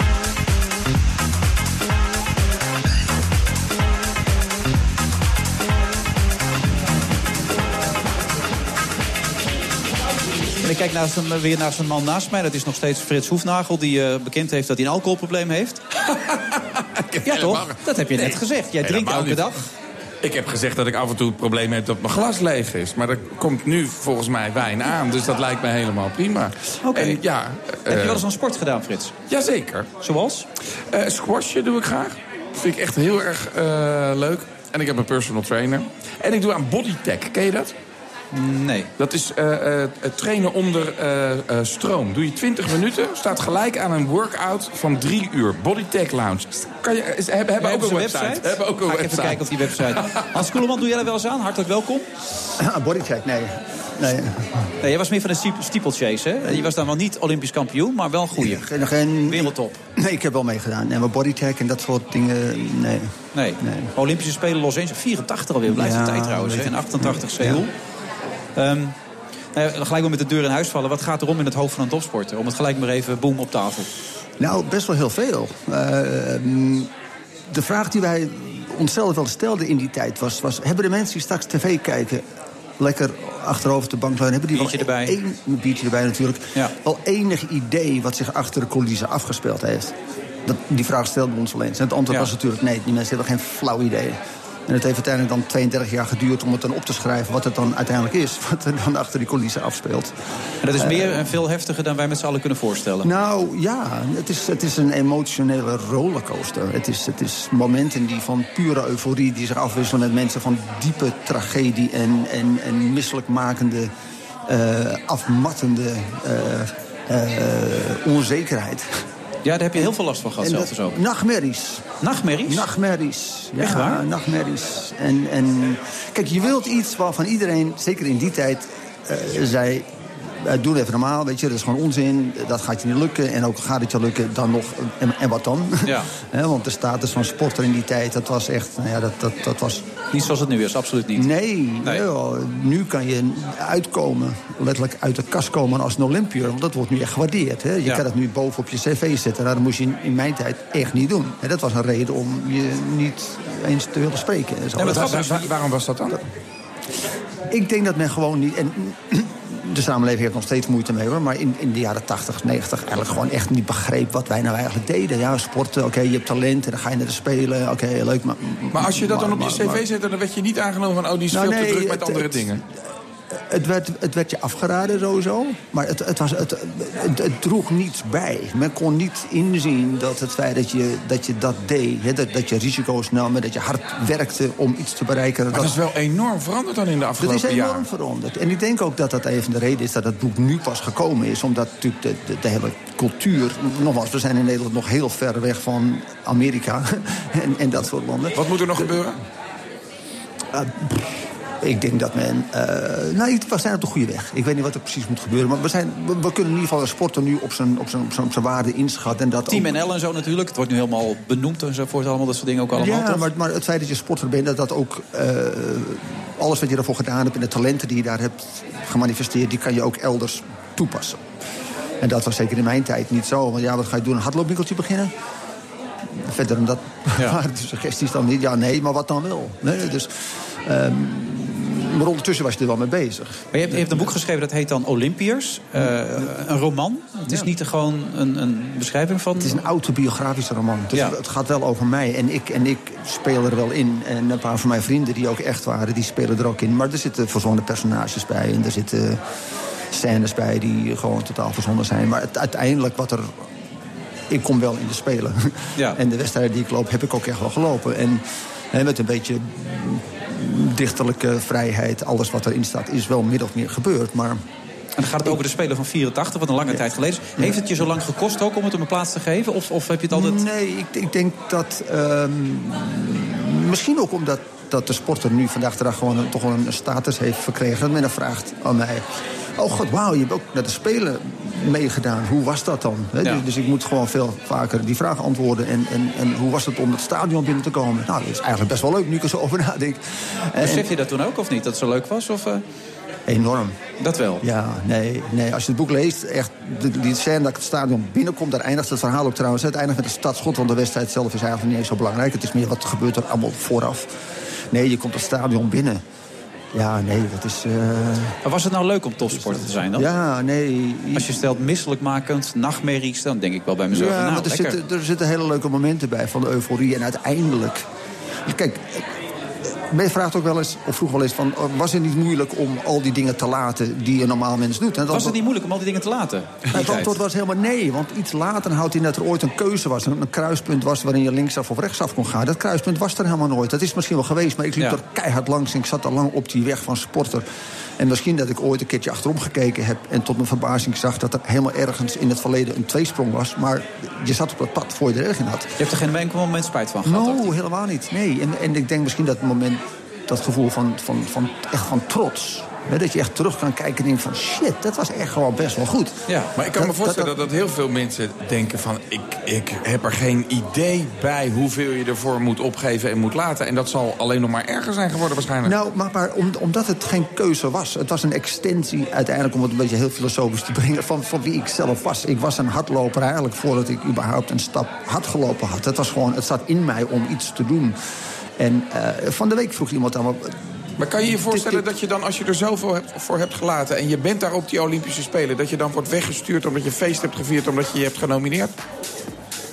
En ik kijk naast hem, weer naar zijn man naast mij. Dat is nog steeds Frits Hoefnagel, die uh, bekend heeft dat hij een alcoholprobleem heeft. Ja, toch? Dat heb je net nee, gezegd. Jij drinkt elke niet. dag. Ik heb gezegd dat ik af en toe het probleem heb dat mijn glas leeg is. Maar er komt nu volgens mij wijn aan. Dus dat lijkt me helemaal prima. Oké. Okay. Ja, heb uh, je wel eens aan sport gedaan, Frits? Jazeker. Zoals? Uh, squashje doe ik graag. Dat vind ik echt heel erg uh, leuk. En ik heb een personal trainer. En ik doe aan bodytech. Ken je dat? Nee. Dat is uh, uh, trainen onder uh, uh, stroom. Doe je twintig minuten, staat gelijk aan een workout van drie uur. Bodytech Lounge. Kan je, is, hebben hebben ook een website. website? Hebben ook een Ga ik website. even kijken of die website... Hans Koeleman, doe jij daar wel eens aan? Hartelijk welkom. Bodytech, nee. Nee. nee. Jij was meer van de steeplechase, hè? Je was dan wel niet Olympisch kampioen, maar wel een goeie. Geen, geen... Wereldtop. Nee, ik heb wel meegedaan. Nee, maar bodytech en dat soort dingen, nee. Nee. nee. Olympische Spelen Los Angeles, vierentachtig alweer. Blijft ja, de tijd trouwens, hè? In achtentachtig Seoul. Ja. Um, nou ja, gelijk wel met de deur in huis vallen. Wat gaat er om in het hoofd van een topsporter? Om het gelijk maar even boem op tafel. Nou, best wel heel veel. Uh, de vraag die wij onszelf wel stelden in die tijd was, was... hebben de mensen die straks tv kijken lekker achterover de bank leunen... hebben die biertje wel erbij. Een, een biertje erbij natuurlijk. Ja. Wel enig idee wat zich achter de coulissen afgespeeld heeft? Dat, die vraag stelden we ons wel eens. En het antwoord ja. was natuurlijk nee. Die mensen hebben geen flauw idee. En het heeft uiteindelijk dan tweeëndertig jaar geduurd om het dan op te schrijven wat het dan uiteindelijk is. Wat er dan achter die coulissen afspeelt. En dat is Uh, meer en veel heftiger dan wij met z'n allen kunnen voorstellen. Nou ja, het is, het is een emotionele rollercoaster. Het is, het is momenten die van pure euforie die zich afwisselen met mensen van diepe tragedie en, en, en misselijkmakende, uh, afmattende uh, uh, onzekerheid. Ja, daar heb je heel veel last van gehad, zelf zo. Nachtmerries. Nachtmerries? Nachtmerries. Ja, echt waar? Nachtmerries. En, en kijk, je wilt iets waarvan iedereen, zeker in die tijd, uh, zei... Uh, doe even normaal, weet je, dat is gewoon onzin. Dat gaat je niet lukken. En ook gaat het je lukken, dan nog. En, en wat dan? Ja. He, want de status van sporter in die tijd, dat was echt... Nou ja, dat, dat, dat was... Niet zoals het nu is, absoluut niet. Nee, nee. Joh, nu kan je uitkomen, letterlijk uit de kast komen als een Olympiër. Want dat wordt nu echt gewaardeerd. Hè? Je ja. kan dat nu boven op je cv zetten. Nou, dat moest je in mijn tijd echt niet doen. En dat was een reden om je niet eens te willen spreken. Ja, maar waar, waar, waarom was dat dan? Ik denk dat men gewoon niet... En, de samenleving heeft nog steeds moeite mee, hoor. Maar in, in de jaren tachtig, negentig eigenlijk gewoon echt niet begreep wat wij nou eigenlijk deden. Ja, sporten, oké, okay, je hebt talent en dan ga je naar de Spelen. Oké, okay, leuk, maar... Maar als je dat dan op je maar, cv zet, dan werd je niet aangenomen van... oh, die is nou, veel nee, te druk met het, andere het, dingen. Het werd, het werd je afgeraden sowieso, maar het, het, was, het, het, het droeg niets bij. Men kon niet inzien dat het feit dat je dat, je dat deed, he, dat, dat je risico's nam, dat je hard werkte om iets te bereiken. Maar dat, dat is wel enorm veranderd dan in de afgelopen jaren. Dat is enorm jaren. veranderd. En ik denk ook dat dat een van de redenen is dat het boek nu pas gekomen is. Omdat natuurlijk de, de, de hele cultuur... Nogmaals, we zijn in Nederland nog heel ver weg van Amerika en, en dat soort landen. Wat moet er nog gebeuren? Uh, Ik denk dat men... Uh, nou, we zijn op de goede weg. Ik weet niet wat er precies moet gebeuren. Maar we, zijn, we, we kunnen in ieder geval de sporter nu op zijn, op zijn, op zijn, op zijn waarde inschatten. En dat Team ook... N L en zo natuurlijk. Het wordt nu helemaal benoemd enzovoort. Allemaal dat soort dingen ook allemaal. Ja, maar, maar het feit dat je sporter bent, dat dat ook... Uh, alles wat je daarvoor gedaan hebt en de talenten die je daar hebt gemanifesteerd... die kan je ook elders toepassen. En dat was zeker in mijn tijd niet zo. Want ja, wat ga je doen? Een hardloopwinkeltje beginnen? Verder dan dat ja. waren de suggesties dan niet. Ja, nee, maar wat dan wel? Nee, dus... Um, Maar ondertussen was je er wel mee bezig. Maar je hebt, je hebt een boek geschreven dat heet dan Olympiërs. Uh, een roman. Het is ja. niet gewoon een, een beschrijving van... Het is een autobiografische roman. Dus ja. Het gaat wel over mij. En ik, en ik speel er wel in. En een paar van mijn vrienden die ook echt waren, die spelen er ook in. Maar er zitten verzonnen personages bij. En er zitten scènes bij die gewoon totaal verzonnen zijn. Maar het, uiteindelijk wat er... Ik kom wel in de Spelen. Ja. En de wedstrijden die ik loop, heb ik ook echt wel gelopen. En, en met een beetje... dichterlijke vrijheid, alles wat erin staat, is wel min of meer gebeurd. Maar... En dan gaat het over de Spelen van vierentachtig, wat een lange ja. tijd geleden is. Heeft het je zo lang gekost ook om het hem een plaats te geven? Of, of heb je het altijd... Nee, ik, ik denk dat... Um, misschien ook omdat dat de sporter nu vandaag de dag gewoon een, toch wel een status heeft verkregen. Dat men dan vraagt aan mij... Oh god, wauw, je hebt ook naar de Spelen meegedaan. Hoe was dat dan? He, ja. dus, dus ik moet gewoon veel vaker die vraag antwoorden. En, en, en hoe was het om het stadion binnen te komen? Nou, dat is eigenlijk best wel leuk, nu ik er zo over nadenk. Besef je dat toen ook, of niet? Dat het zo leuk was? Of, uh... Enorm. Dat wel? Ja, nee, nee. Als je het boek leest, echt, die scène dat het stadion binnenkomt... daar eindigt het verhaal ook trouwens. Het eindigt met de stadschot, want de wedstrijd zelf is eigenlijk niet eens zo belangrijk. Het is meer wat gebeurt er allemaal vooraf. Nee, je komt het stadion binnen... Ja, nee, dat is... Uh... Maar was het nou leuk om topsporter te zijn dan? Ja, nee. Als je stelt misselijkmakend, nachtmerries, dan denk ik wel bij mezelf... Ja, nou, maar er zitten, er zitten hele leuke momenten bij van de euforie. En uiteindelijk... Kijk, men vraagt ook wel eens, of vroeg wel eens van... was het niet moeilijk om al die dingen te laten die een normaal mens doet? En was het niet moeilijk om al die dingen te laten? Het antwoord was helemaal nee, want iets later houdt in dat er ooit een keuze was. Een, een kruispunt was waarin je linksaf of rechtsaf kon gaan. Dat kruispunt was er helemaal nooit. Dat is misschien wel geweest, maar ik liep ja. er keihard langs... en ik zat al lang op die weg van sporter. En misschien dat ik ooit een keertje achterom gekeken heb... en tot mijn verbazing zag dat er helemaal ergens in het verleden een tweesprong was. Maar je zat op dat pad voor je er erg in had. Je hebt er geen enkel moment spijt van gehad? No, helemaal niet. Nee. En, en ik denk misschien dat het moment... dat gevoel van, van, van, echt van trots. He, dat je echt terug kan kijken en denkt van... shit, dat was echt gewoon best wel goed. Ja, maar ik kan dat, me voorstellen dat, dat, dat heel veel mensen denken van... Ik, ik heb er geen idee bij hoeveel je ervoor moet opgeven en moet laten. En dat zal alleen nog maar erger zijn geworden waarschijnlijk. Nou, maar, maar om, omdat het geen keuze was. Het was een extensie uiteindelijk, om het een beetje heel filosofisch te brengen... van, van wie ik zelf was. Ik was een hardloper eigenlijk voordat ik überhaupt een stap hard gelopen had. Het was gewoon, het zat in mij om iets te doen. En uh, van de week vroeg iemand aan me... Maar kan je je voorstellen dat je dan, als je er zoveel hebt, voor hebt gelaten... en je bent daar op die Olympische Spelen... dat je dan wordt weggestuurd omdat je feest hebt gevierd... omdat je je hebt genomineerd?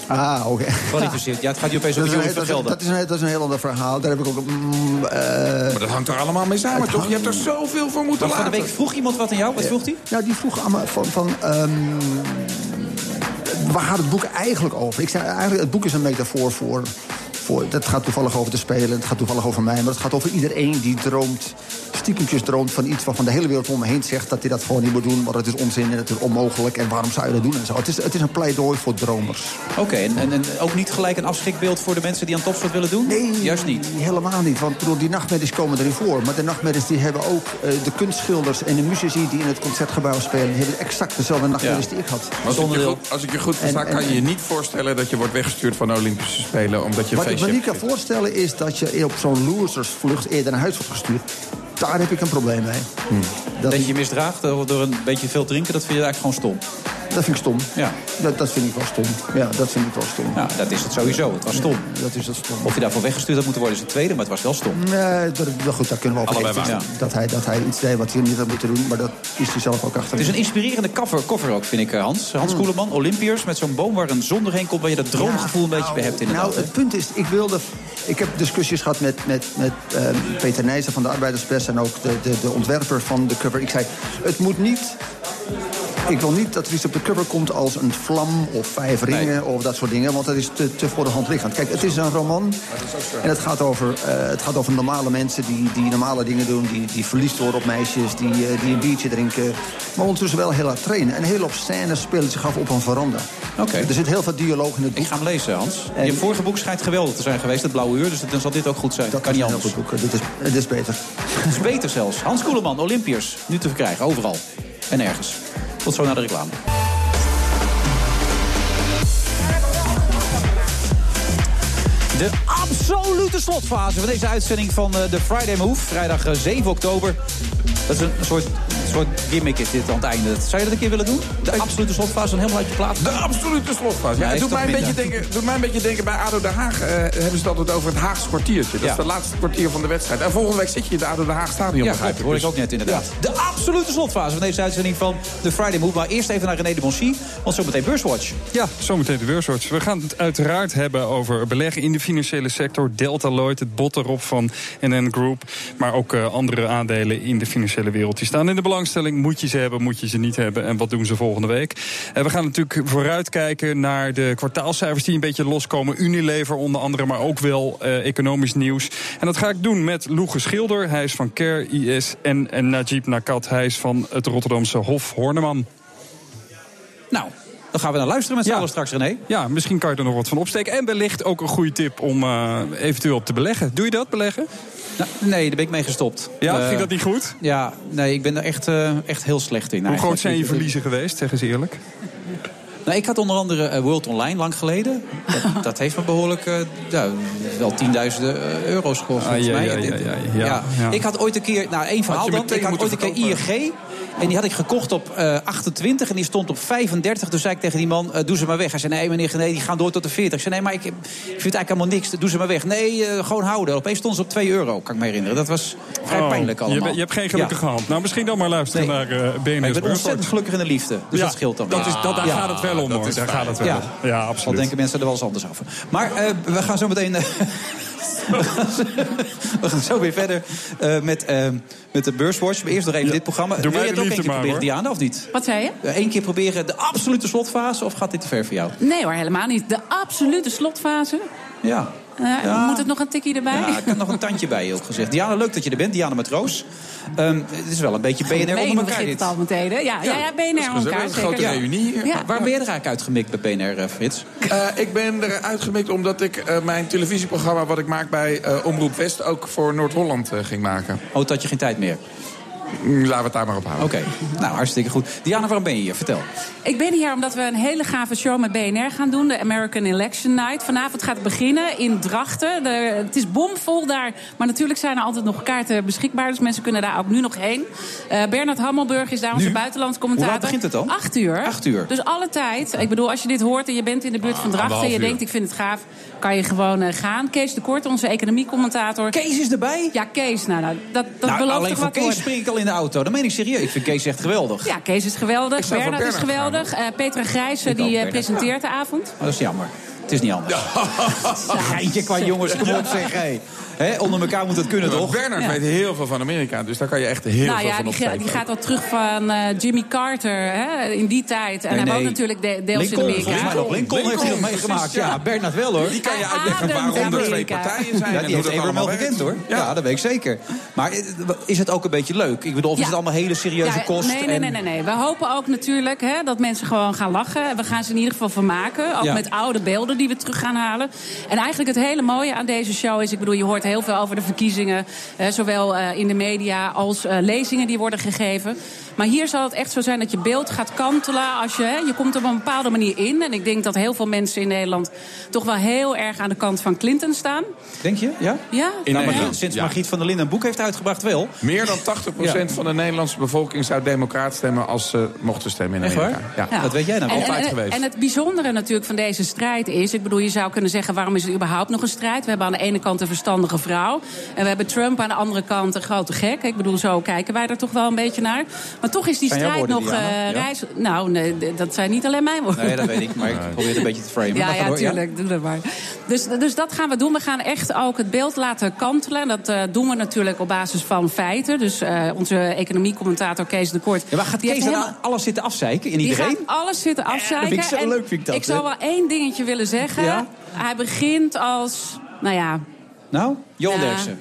Ah, oké. Okay. Gekwalificeerd. Ja, het gaat je opeens over Joris van Gelder. Dat is, een, dat is een heel ander verhaal. Daar heb ik ook... Mm, uh, maar dat hangt er allemaal mee samen, toch? Je hebt er zoveel voor moeten laten. Van de week vroeg iemand wat aan jou. Wat vroeg hij? Nou, die vroeg allemaal van... van um, waar gaat het boek eigenlijk over? Ik zei eigenlijk, het boek is een metafoor voor... voor dat gaat toevallig over te spelen, het gaat toevallig over mij... maar het gaat over iedereen die droomt, stiekempjes droomt van iets... waarvan de hele wereld om me heen zegt dat hij dat gewoon niet moet doen... want het is onzin en het is onmogelijk en waarom zou je dat doen en zo. Het is, het is een pleidooi voor dromers. Oké, okay, en, en ook niet gelijk een afschrikbeeld voor de mensen die aan topsport willen doen? Nee, juist niet. Helemaal niet, want bedoel, die nachtmerries komen erin voor. Maar de nachtmerries die hebben ook uh, de kunstschilders en de muzici... die in het Concertgebouw spelen, die hebben exact dezelfde nachtmerries ja. die ik had. Als ik je goed, als ik je goed versta, kan je je niet voorstellen... dat je wordt weggestuurd van de Olympische Spelen omdat je... Wat ik me niet kan voorstellen is dat je op zo'n losersvlucht eerder naar huis wordt gestuurd. Daar heb ik een probleem mee. Hmm. Dat, dat je je misdraagt door een beetje veel drinken, dat vind je eigenlijk gewoon stom? Dat vind ik stom. Ja. Dat, dat vind ik wel stom. Ja, dat vind ik wel stom. Ja, dat is het sowieso. Het was stom. Ja, dat is het stom. Of je daarvoor weggestuurd had moeten worden is het tweede, maar het was wel stom. Nee, dat, dat, goed, daar kunnen we over allebei ja. dat, hij, dat hij iets deed wat hij niet had moeten doen, maar dat is hij zelf ook achter. Het is een inspirerende cover, cover ook, vind ik, Hans. Hans hmm. Koeleman, Olympiërs, met zo'n boom waar een zon doorheen komt... waar je dat droomgevoel een ja, beetje bij hebt inderdaad. Nou, het punt is, ik wilde... Ik heb discussies gehad met, met, met uh, Peter Nijssen van de Arbeiderspers... en ook de, de, de ontwerper van de cover. Ik zei, het moet niet... Ik wil niet dat er iets op de cover komt als een vlam of vijf ringen nee. of dat soort dingen. Want dat is te, te voor de hand liggend. Kijk, het is een roman. En het gaat over, uh, het gaat over normale mensen die, die normale dingen doen. Die, die verliefd worden op meisjes. Die, uh, die een biertje drinken. Maar ondertussen wel heel hard trainen. En heel op scènes spelen zich af op een veranda. Okay. Er zit heel veel dialoog in het boek. Ik ga hem lezen, Hans. En je vorige boek schijnt geweldig te zijn geweest, Het Blauwe Uur. Dus dan zal dit ook goed zijn. Dat kan is niet een anders. heel goed boek. Dit is, dit is beter. Het is beter zelfs. Hans Koeleman, Olympiërs. Nu te verkrijgen, overal. En ergens. Tot zo naar de reclame. De absolute slotfase van deze uitzending van de Friday Move. Vrijdag zeven oktober. Dat is een soort, een soort gimmick is dit aan het einde. Zou je dat een keer willen doen? De absolute slotfase, dan helemaal uit je plaats. De absolute slotfase. Ja, ja, het doet mij, een beetje denken, doet mij een beetje denken bij A D O Den Haag. Uh, hebben ze het altijd over het Haagse kwartiertje. Dat ja. is het laatste kwartier van de wedstrijd. En volgende week zit je in het A D O Den Haag stadion. Ja, dat hoor ik ook net inderdaad. Ja. De absolute slotfase van deze uitzending van de Friday Move. Maar eerst even naar René de Monchy, want zometeen Beurswatch. Ja, zometeen de Beurswatch. We gaan het uiteraard hebben over beleggen in de financiële sector. Delta Lloyd, het bod erop van N N Group. Maar ook uh, andere aandelen in de financiële wereld. Die staan in de belangstelling. Moet je ze hebben, moet je ze niet hebben? En wat doen ze volgende week? Uh, we gaan natuurlijk vooruitkijken naar de kwartaalcijfers die een beetje loskomen. Unilever onder andere, maar ook wel uh, economisch nieuws. En dat ga ik doen met Loege Schilder. Hij is van Care I S. En, en Najib Nakat. Hij is van het Rotterdamse Hof Horneman. Nou, dan gaan we naar luisteren met z'n ja. allen straks, René. Ja, misschien kan je er nog wat van opsteken. En wellicht ook een goede tip om uh, eventueel op te beleggen. Doe je dat, beleggen? Nou, nee, daar ben ik mee gestopt. Ja, uh, ging dat niet goed? Ja, nee, ik ben er echt, uh, echt heel slecht in. Hoe groot zijn je verliezen geweest, zeg eens eerlijk? Nou, ik had onder andere uh, World Online lang geleden. Dat, dat heeft me behoorlijk uh, ja, wel tienduizenden uh, euro's gekost, volgens ah, ja, mij. Ja, ja, ja, ja, ja. Ja. Ik had ooit een keer, nou één verhaal dan. Ik had ooit een keer I N G. En die had ik gekocht op uh, achtentwintig en die stond op vijfendertig. Toen zei ik tegen die man, uh, doe ze maar weg. Hij zei, nee meneer, nee, die gaan door tot de veertig. Ik zei, nee, maar ik, ik vind eigenlijk helemaal niks. Doe ze maar weg. Nee, uh, gewoon houden. Opeens stond ze op twee euro, kan ik me herinneren. Dat was vrij oh, pijnlijk allemaal. Je, je hebt geen gelukkige ja. hand. Nou, misschien dan maar luisteren nee. naar uh, B N S Beurswatch. Ik ben ontzettend gelukkig in de liefde. Dus ja, dat scheelt dan. Dat is, dat, daar ja. gaat het wel om, hoor. Daar gaat het wel ja. om. Ja, absoluut. Al denken mensen er wel eens anders over. Maar uh, we gaan zo meteen... Uh, we, gaan zo, we gaan zo weer verder uh, met, uh, met de Beurswatch. Maar eerst nog even ja. dit programma. Doe Wil je het ook één keer maar, proberen, hoor. Diana, of niet? Wat zei je? Eén uh, keer proberen de absolute slotfase, of gaat dit te ver voor jou? Nee hoor, helemaal niet. De absolute slotfase? Ja. Uh, ja. Moet het nog een tikkie erbij? Ja, ik heb nog een tandje bij je ook gezegd. Diana, leuk dat je er bent. Diana Matroos. Um, het is wel een beetje B N R onder elkaar begint dit. het al meteen, hè? Ja, ja, ja, B N R onder elkaar. Een grote ja. reunie. Ja. Ja. Waar ben je er eigenlijk uitgemikt bij B N R, uh, Frits? Uh, ik ben er uitgemikt omdat ik uh, mijn televisieprogramma... wat ik maak bij uh, Omroep West ook voor Noord-Holland uh, ging maken. Oh, dat had je geen tijd meer? Laten we het daar maar op houden. Oké, okay. Nou, hartstikke goed. Diana, waarom ben je hier? Vertel. Ik ben hier omdat we een hele gave show met B N R gaan doen. De American Election Night. Vanavond gaat het beginnen in Drachten. De, het is bomvol daar. Maar natuurlijk zijn er altijd nog kaarten beschikbaar. Dus mensen kunnen daar ook nu nog heen. Uh, Bernard Hammelburg is daar onze buitenlands commentator. Hoe laat begint het dan? Acht uur. Acht uur. Dus alle tijd. Ik bedoel, als je dit hoort en je bent in de buurt van Drachten... en je denkt, ik vind het gaaf, kan je gewoon uh, gaan. Kees de Kort, onze economiecommentator. Kees is erbij? Ja, Kees. Nou, nou dat, dat nou, belooft alleen toch van wat Kees worden. spring ik al in de auto. Dan meen ik serieus. Ik vind Kees echt geweldig. Ja, Kees is geweldig. Bernard is geweldig. Uh, Petra Grijs, die uh, presenteert de avond. Oh, dat is jammer. Het is niet anders. Geintje qua jongens, kom op zeg. Hey. He, onder elkaar moet dat kunnen, toch? Bernard ja. weet heel veel van Amerika, dus daar kan je echt heel nou, veel ja, van die, opsteken. die gaat al terug van uh, Jimmy Carter, hè, in die tijd. En nee, hij nee. woont natuurlijk de, deels Lincoln, in Amerika. Lincoln, Lincoln, Lincoln heeft hij nog meegemaakt. Ja. ja, Bernard wel, hoor. Die kan je uitleggen waarom er twee partijen zijn. Ja, die heeft Abraham wel gekend, hoor. Ja. ja, dat weet ik zeker. Maar is het ook een beetje leuk? Ik bedoel, of ja. is het allemaal hele serieuze ja, kost? Nee, nee, nee, nee, nee. We hopen ook natuurlijk hè, dat mensen gewoon gaan lachen. We gaan ze in ieder geval vermaken. Ook ja. met oude beelden die we terug gaan halen. En eigenlijk het hele mooie aan deze show is... ik bedoel, je hoort heel veel over de verkiezingen... Uh, zowel uh, in de media als uh, lezingen die worden gegeven. Maar hier zal het echt zo zijn dat je beeld gaat kantelen. Als je, hè, je komt op een bepaalde manier in. En ik denk dat heel veel mensen in Nederland... toch wel heel erg aan de kant van Clinton staan. Denk je? Ja? Ja. In nou, ja. Sinds ja. Margriet van der Linden een boek heeft uitgebracht wel. Meer dan tachtig procent ja. van de Nederlandse bevolking zou democraat stemmen... als ze mochten stemmen in Amerika. Ja. Ja. Dat weet jij nou en, altijd en, geweest. En het bijzondere natuurlijk van deze strijd is... ik bedoel, je zou kunnen zeggen, waarom is er überhaupt nog een strijd? We hebben aan de ene kant een verstandige vrouw. En we hebben Trump aan de andere kant een grote gek. Ik bedoel, zo kijken wij er toch wel een beetje naar. Maar toch is die zijn strijd nog uh, ja? reis... Nou, nee, dat zijn niet alleen mijn woorden. Nee, dat weet ik. Maar ik probeer het een beetje te framen. Ja, ja, tuurlijk. Ja? Doe dat maar. Dus, dus dat gaan we doen. We gaan echt ook het beeld laten kantelen. En dat uh, doen we natuurlijk op basis van feiten. Dus uh, onze economiecommentator Kees de Kort... Ja, maar gaat Kees helemaal... dan alles zitten afzeiken in iedereen? Die gaat alles zitten afzeiken. Ja, dat vind ik zo en leuk, vind ik dat. Ik zou wel één dingetje willen zeggen. Ja? Hij begint als... Nou ja... Nou, Johan ja. Derksen.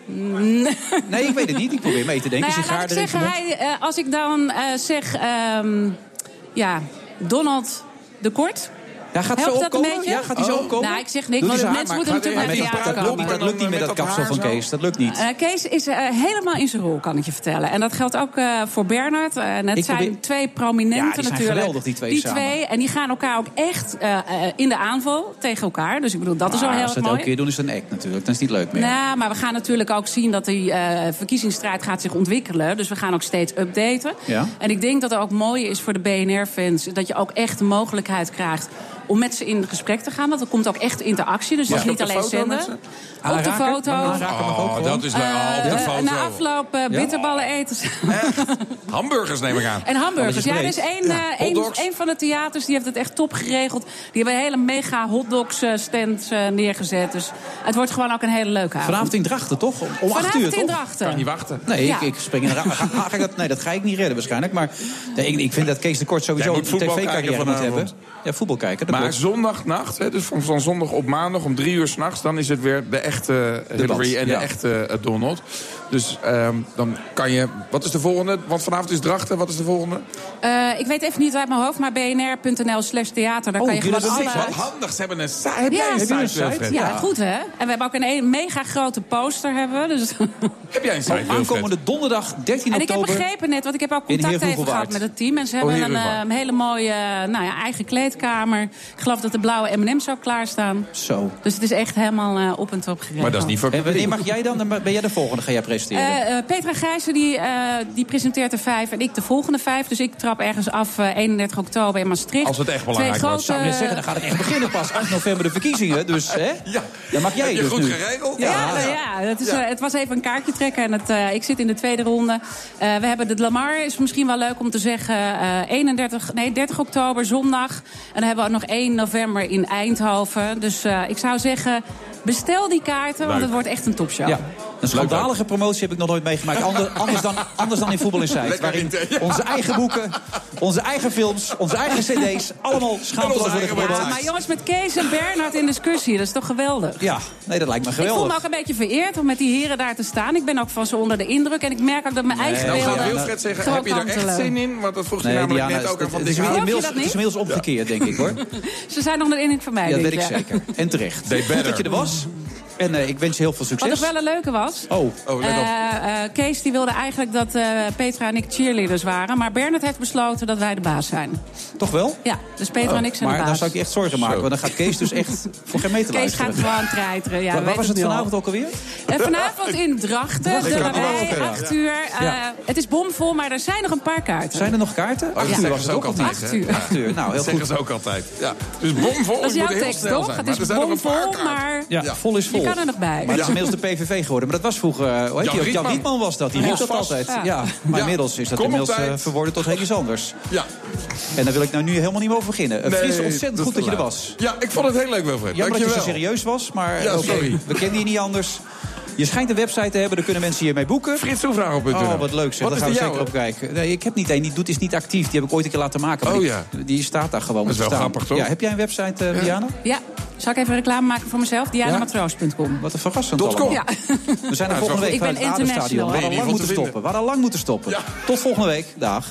Nee, ik weet het niet. Ik probeer mee te denken. Nou ja, laat ik zeggen, hij, uh, als ik dan uh, zeg... Um, ja, Donald de Kort... Ja, gaat Helpt zo dat opkomen? een beetje? Ja, gaat hij zo opkomen? Nou, ik zeg niks, want de mensen moeten natuurlijk naar het theater komen. Dat lukt niet met dat kapsel van Kees. Dat lukt niet. Uh, Kees is uh, helemaal in zijn rol, kan ik je vertellen. En dat geldt ook uh, voor Bernard. Uh, en het ik zijn probeer... twee prominenten ja, die zijn natuurlijk. Geweldig, die twee die samen. twee. En die gaan elkaar ook echt uh, uh, in de aanval tegen elkaar. Dus ik bedoel, dat maar is al heel erg mooi. Als ze het elke keer doen, is het een act natuurlijk. Dan is het niet leuk meer. Nou, maar we gaan natuurlijk ook zien dat die uh, verkiezingsstrijd gaat zich ontwikkelen. Dus we gaan ook steeds updaten. Ja. En ik denk dat het ook mooi is voor de B N R-fans... dat je ook echt de mogelijkheid krijgt... om met ze in gesprek te gaan. Want er komt ook echt interactie. Dus ja. het is niet alleen zenden. Op de foto. Oh, dat is leuk. Oh, op de foto. Na afloop uh, bitterballen ja? eten. Hamburgers neem ik aan. En hamburgers. Ja, er is één ja. uh, een van de theaters die heeft het echt top geregeld. Die hebben een hele mega hotdogs stand uh, neergezet. Dus het wordt gewoon ook een hele leuke avond. Vanavond in Drachten, toch? Om Vanavond acht uur, in toch? Drachten. Kan niet wachten. Nee, ja. ik, ik spring in de ra- ga, ga ik dat, Nee, dat ga ik niet redden waarschijnlijk. Maar nee, ik, ik vind dat Kees de Kort sowieso een tv-carrière moet hebben. Ja, voetbal kijken. Maar klopt. zondagnacht, hè, dus van, van zondag op maandag om drie uur 's nachts... dan is het weer de echte uh, Hillary en ja. de echte uh, Donald. Dus um, dan kan je... Wat is de volgende? Want vanavond is Drachten. Wat is de volgende? Uh, ik weet even niet uit mijn hoofd, maar b n r punt n l slash theater. Daar oh, kan je gewoon alle... Wat handig. Ze hebben een site. Heb ja, jij een site, site? site? Ja, ja, goed hè. En we hebben ook een, een mega grote poster. Hebben we, dus... Heb jij een site? Oh, aankomende donderdag dertien en oktober. En ik heb begrepen net, want ik heb ook contact even gehad met het team. En ze hebben oh, een, uh, een hele mooie nou ja, eigen kleedkamer. Ik geloof dat de blauwe M en M's ook klaarstaan. Zo. Dus het is echt helemaal uh, op en top geregeld. Maar dat is niet voor... En wanneer mag jij dan? Ben jij de volgende? Ga jij presenteren? Uh, uh, Petra Gijzen die, uh, die presenteert de vijf en ik de volgende vijf. Dus ik trap ergens af uh, eenendertig oktober in Maastricht. Als het echt belangrijk Twee wordt. grote... Zou je zeggen, dan gaat het echt beginnen pas. acht november de verkiezingen. Dus hè? Ja. Dan mag jij Heb je dus goed nu. geregeld? Ja, ja. Nou, ja, het, is, ja. Uh, het was even een kaartje trekken. En het, uh, ik zit in de tweede ronde. Uh, we hebben de Lamar, is misschien wel leuk om te zeggen. Uh, eenendertig, nee, dertig oktober, zondag. En dan hebben we ook nog één november in Eindhoven. Dus uh, ik zou zeggen, bestel die kaarten, leuk. Want het wordt echt een topshow. Ja. Een schandalige promotie heb ik nog nooit meegemaakt. Ander, anders, dan, anders dan in Voetbal Inside. Waarin onze eigen boeken, onze eigen films, onze eigen cd's... allemaal schaamteloos worden gepromoot. Maar jongens, met Kees en Bernard in discussie, dat is toch geweldig? Ja, nee, dat lijkt me geweldig. Ik voel me ook een beetje vereerd om met die heren daar te staan. Ik ben ook van ze onder de indruk. En ik merk ook dat mijn eigen nee, beelden... Nou, Wilfred zeggen, heb je er echt zin in? Want dat vroeg nee, je namelijk Diana, net ook aan van Dick Haan. Het is inmiddels omgekeerd, denk ik, hoor. Ze zijn nog de indruk van mij, ja, dat weet ik ja. zeker. En terecht. Goed dat je er was. En uh, ik wens je heel veel succes. Wat nog wel een leuke was. Oh, oh let op. Uh, uh, Kees die wilde eigenlijk dat uh, Petra en ik cheerleaders waren. Maar Bernard heeft besloten dat wij de baas zijn. Toch wel? Ja, dus Petra oh, en ik zijn maar de baas. Maar dan zou ik je echt zorgen maken. Zo. Want dan gaat Kees dus echt voor geen meter Kees luisteren. gaat gewoon treiteren. Ja, waar waar was het vanavond ook alweer? Uh, vanavond in Drachten. Drachten. De Drachten. acht uur. Uh, ja. Het is bomvol, maar er zijn nog een paar kaarten. Zijn er nog kaarten? acht ja. uur was het ook altijd. acht uur. acht uur. Nou, heel dat zeggen goed. ze ook altijd. Ja. Dus bomvol. Dat is jouw tekst, toch? Het is bomvol, maar... Ja, vol is vol. kan er nog bij. Maar dat is inmiddels de P V V geworden. Maar dat was vroeger... Uh, hoe heet Jan, Jan Rietman was dat. Die riep dat altijd. Ja. Ja. Maar ja. inmiddels is dat Kom inmiddels uh, verworden tot heel iets anders. Ja. En daar wil ik nou nu helemaal niet meer over beginnen. Uh, nee, Frits, ontzettend goed dat je er was. Ja, ik vond het heel leuk, Wilfred. Jammer dat je zo serieus was, maar ja, okay, sorry. we kennen je niet anders. Je schijnt een website te hebben, daar kunnen mensen hiermee boeken. Frits Hoefnagel punt n l. Oh, wat leuk zeg, daar gaan we zeker op kijken. Nee, ik heb niet één, die doet is niet actief. Die heb ik ooit een keer laten maken. Maar oh die, ja. Die staat daar gewoon. Dat is wel grappig, toch? Ja, heb jij een website, uh, Diana? Ja. Zal ik even reclame maken voor mezelf? diana matroos punt com. Wat een verrassend allemaal. Ja. We zijn er ja, volgende week ik ben het Adenstadion. We hadden lang moeten stoppen. We hadden lang moeten stoppen. Ja. Tot volgende week. Dag.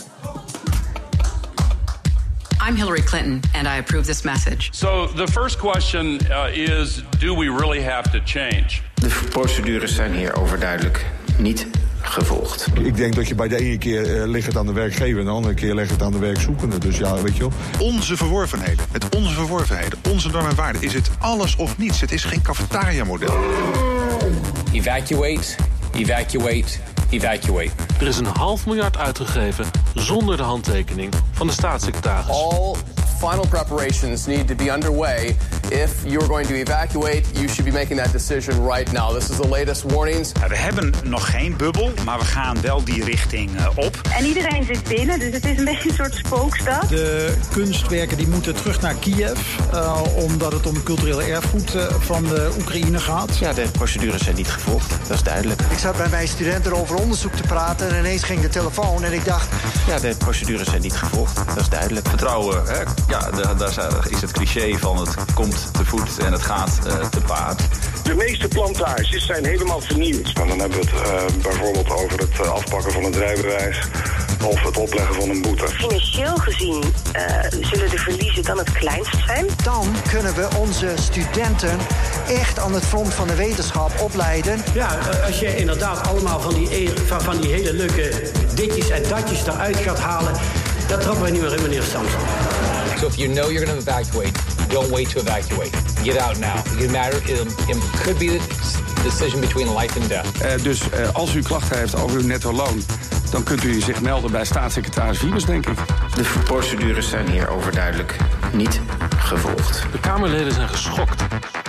I'm Hillary Clinton, and I approve this message. So the first question uh, is, do we really have to change? De procedures zijn hier overduidelijk niet gevolgd. Ik denk dat je bij de ene keer uh, ligt het aan de werkgever en de andere keer ligt het aan de werkzoekende. Dus ja, weet je wel. Onze verworvenheden, met onze verworvenheden, onze normen en waarden, is het alles of niets. Het is geen cafetaria-model. Evacuate, evacuate, evacuate. Er is een half miljard uitgegeven zonder de handtekening van de staatssecretaris. All final preparations need to be underway. If you're going to evacuate, you should be making that decision right now. This is the latest warnings. We hebben nog geen bubbel, maar we gaan wel die richting uh, op. En iedereen zit binnen, dus het is een beetje een soort spookstad. De kunstwerken die moeten terug naar Kiev, uh, omdat het om cultureel erfgoed uh, van de Oekraïne gaat. Ja, de procedures zijn niet gevolgd, dat is duidelijk. Ik zat bij mijn studenten over onderzoek te praten en ineens ging de telefoon en ik dacht... Ja, de procedures zijn niet gevolgd, dat is duidelijk. Vertrouwen, hè? Ja, daar is het cliché van het komt te voet en het gaat uh, te paard. De meeste plantages zijn helemaal vernieuwd. Maar dan hebben we het uh, bijvoorbeeld over het uh, afpakken van het rijbewijs of het opleggen van een boete. Financieel gezien uh, zullen de verliezen dan het kleinst zijn. Dan kunnen we onze studenten echt aan het front van de wetenschap opleiden. Ja, als je inderdaad allemaal van die, van, van die hele leuke ditjes en datjes eruit gaat halen, dat trappen we niet meer in, meneer Samson. So if you know you're going to evacuate, don't wait to evacuate. Get out now. It matter. It, it could be the decision between life and death. Uh, dus uh, als u klachten heeft over uw netto loon, dan kunt u zich melden bij staatssecretaris Wiebes, denk ik. De procedures zijn hier overduidelijk niet gevolgd. De Kamerleden zijn geschokt.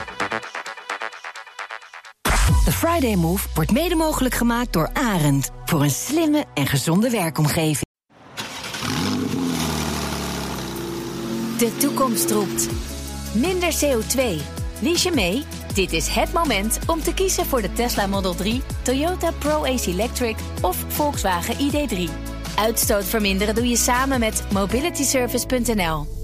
The Friday Move wordt mede mogelijk gemaakt door Arend. Voor een slimme en gezonde werkomgeving. De toekomst roept. Minder C O twee. Lies je mee? Dit is het moment om te kiezen voor de Tesla Model drie, Toyota Pro-Ace Electric of Volkswagen I D drie. Uitstoot verminderen doe je samen met mobilityservice punt n l.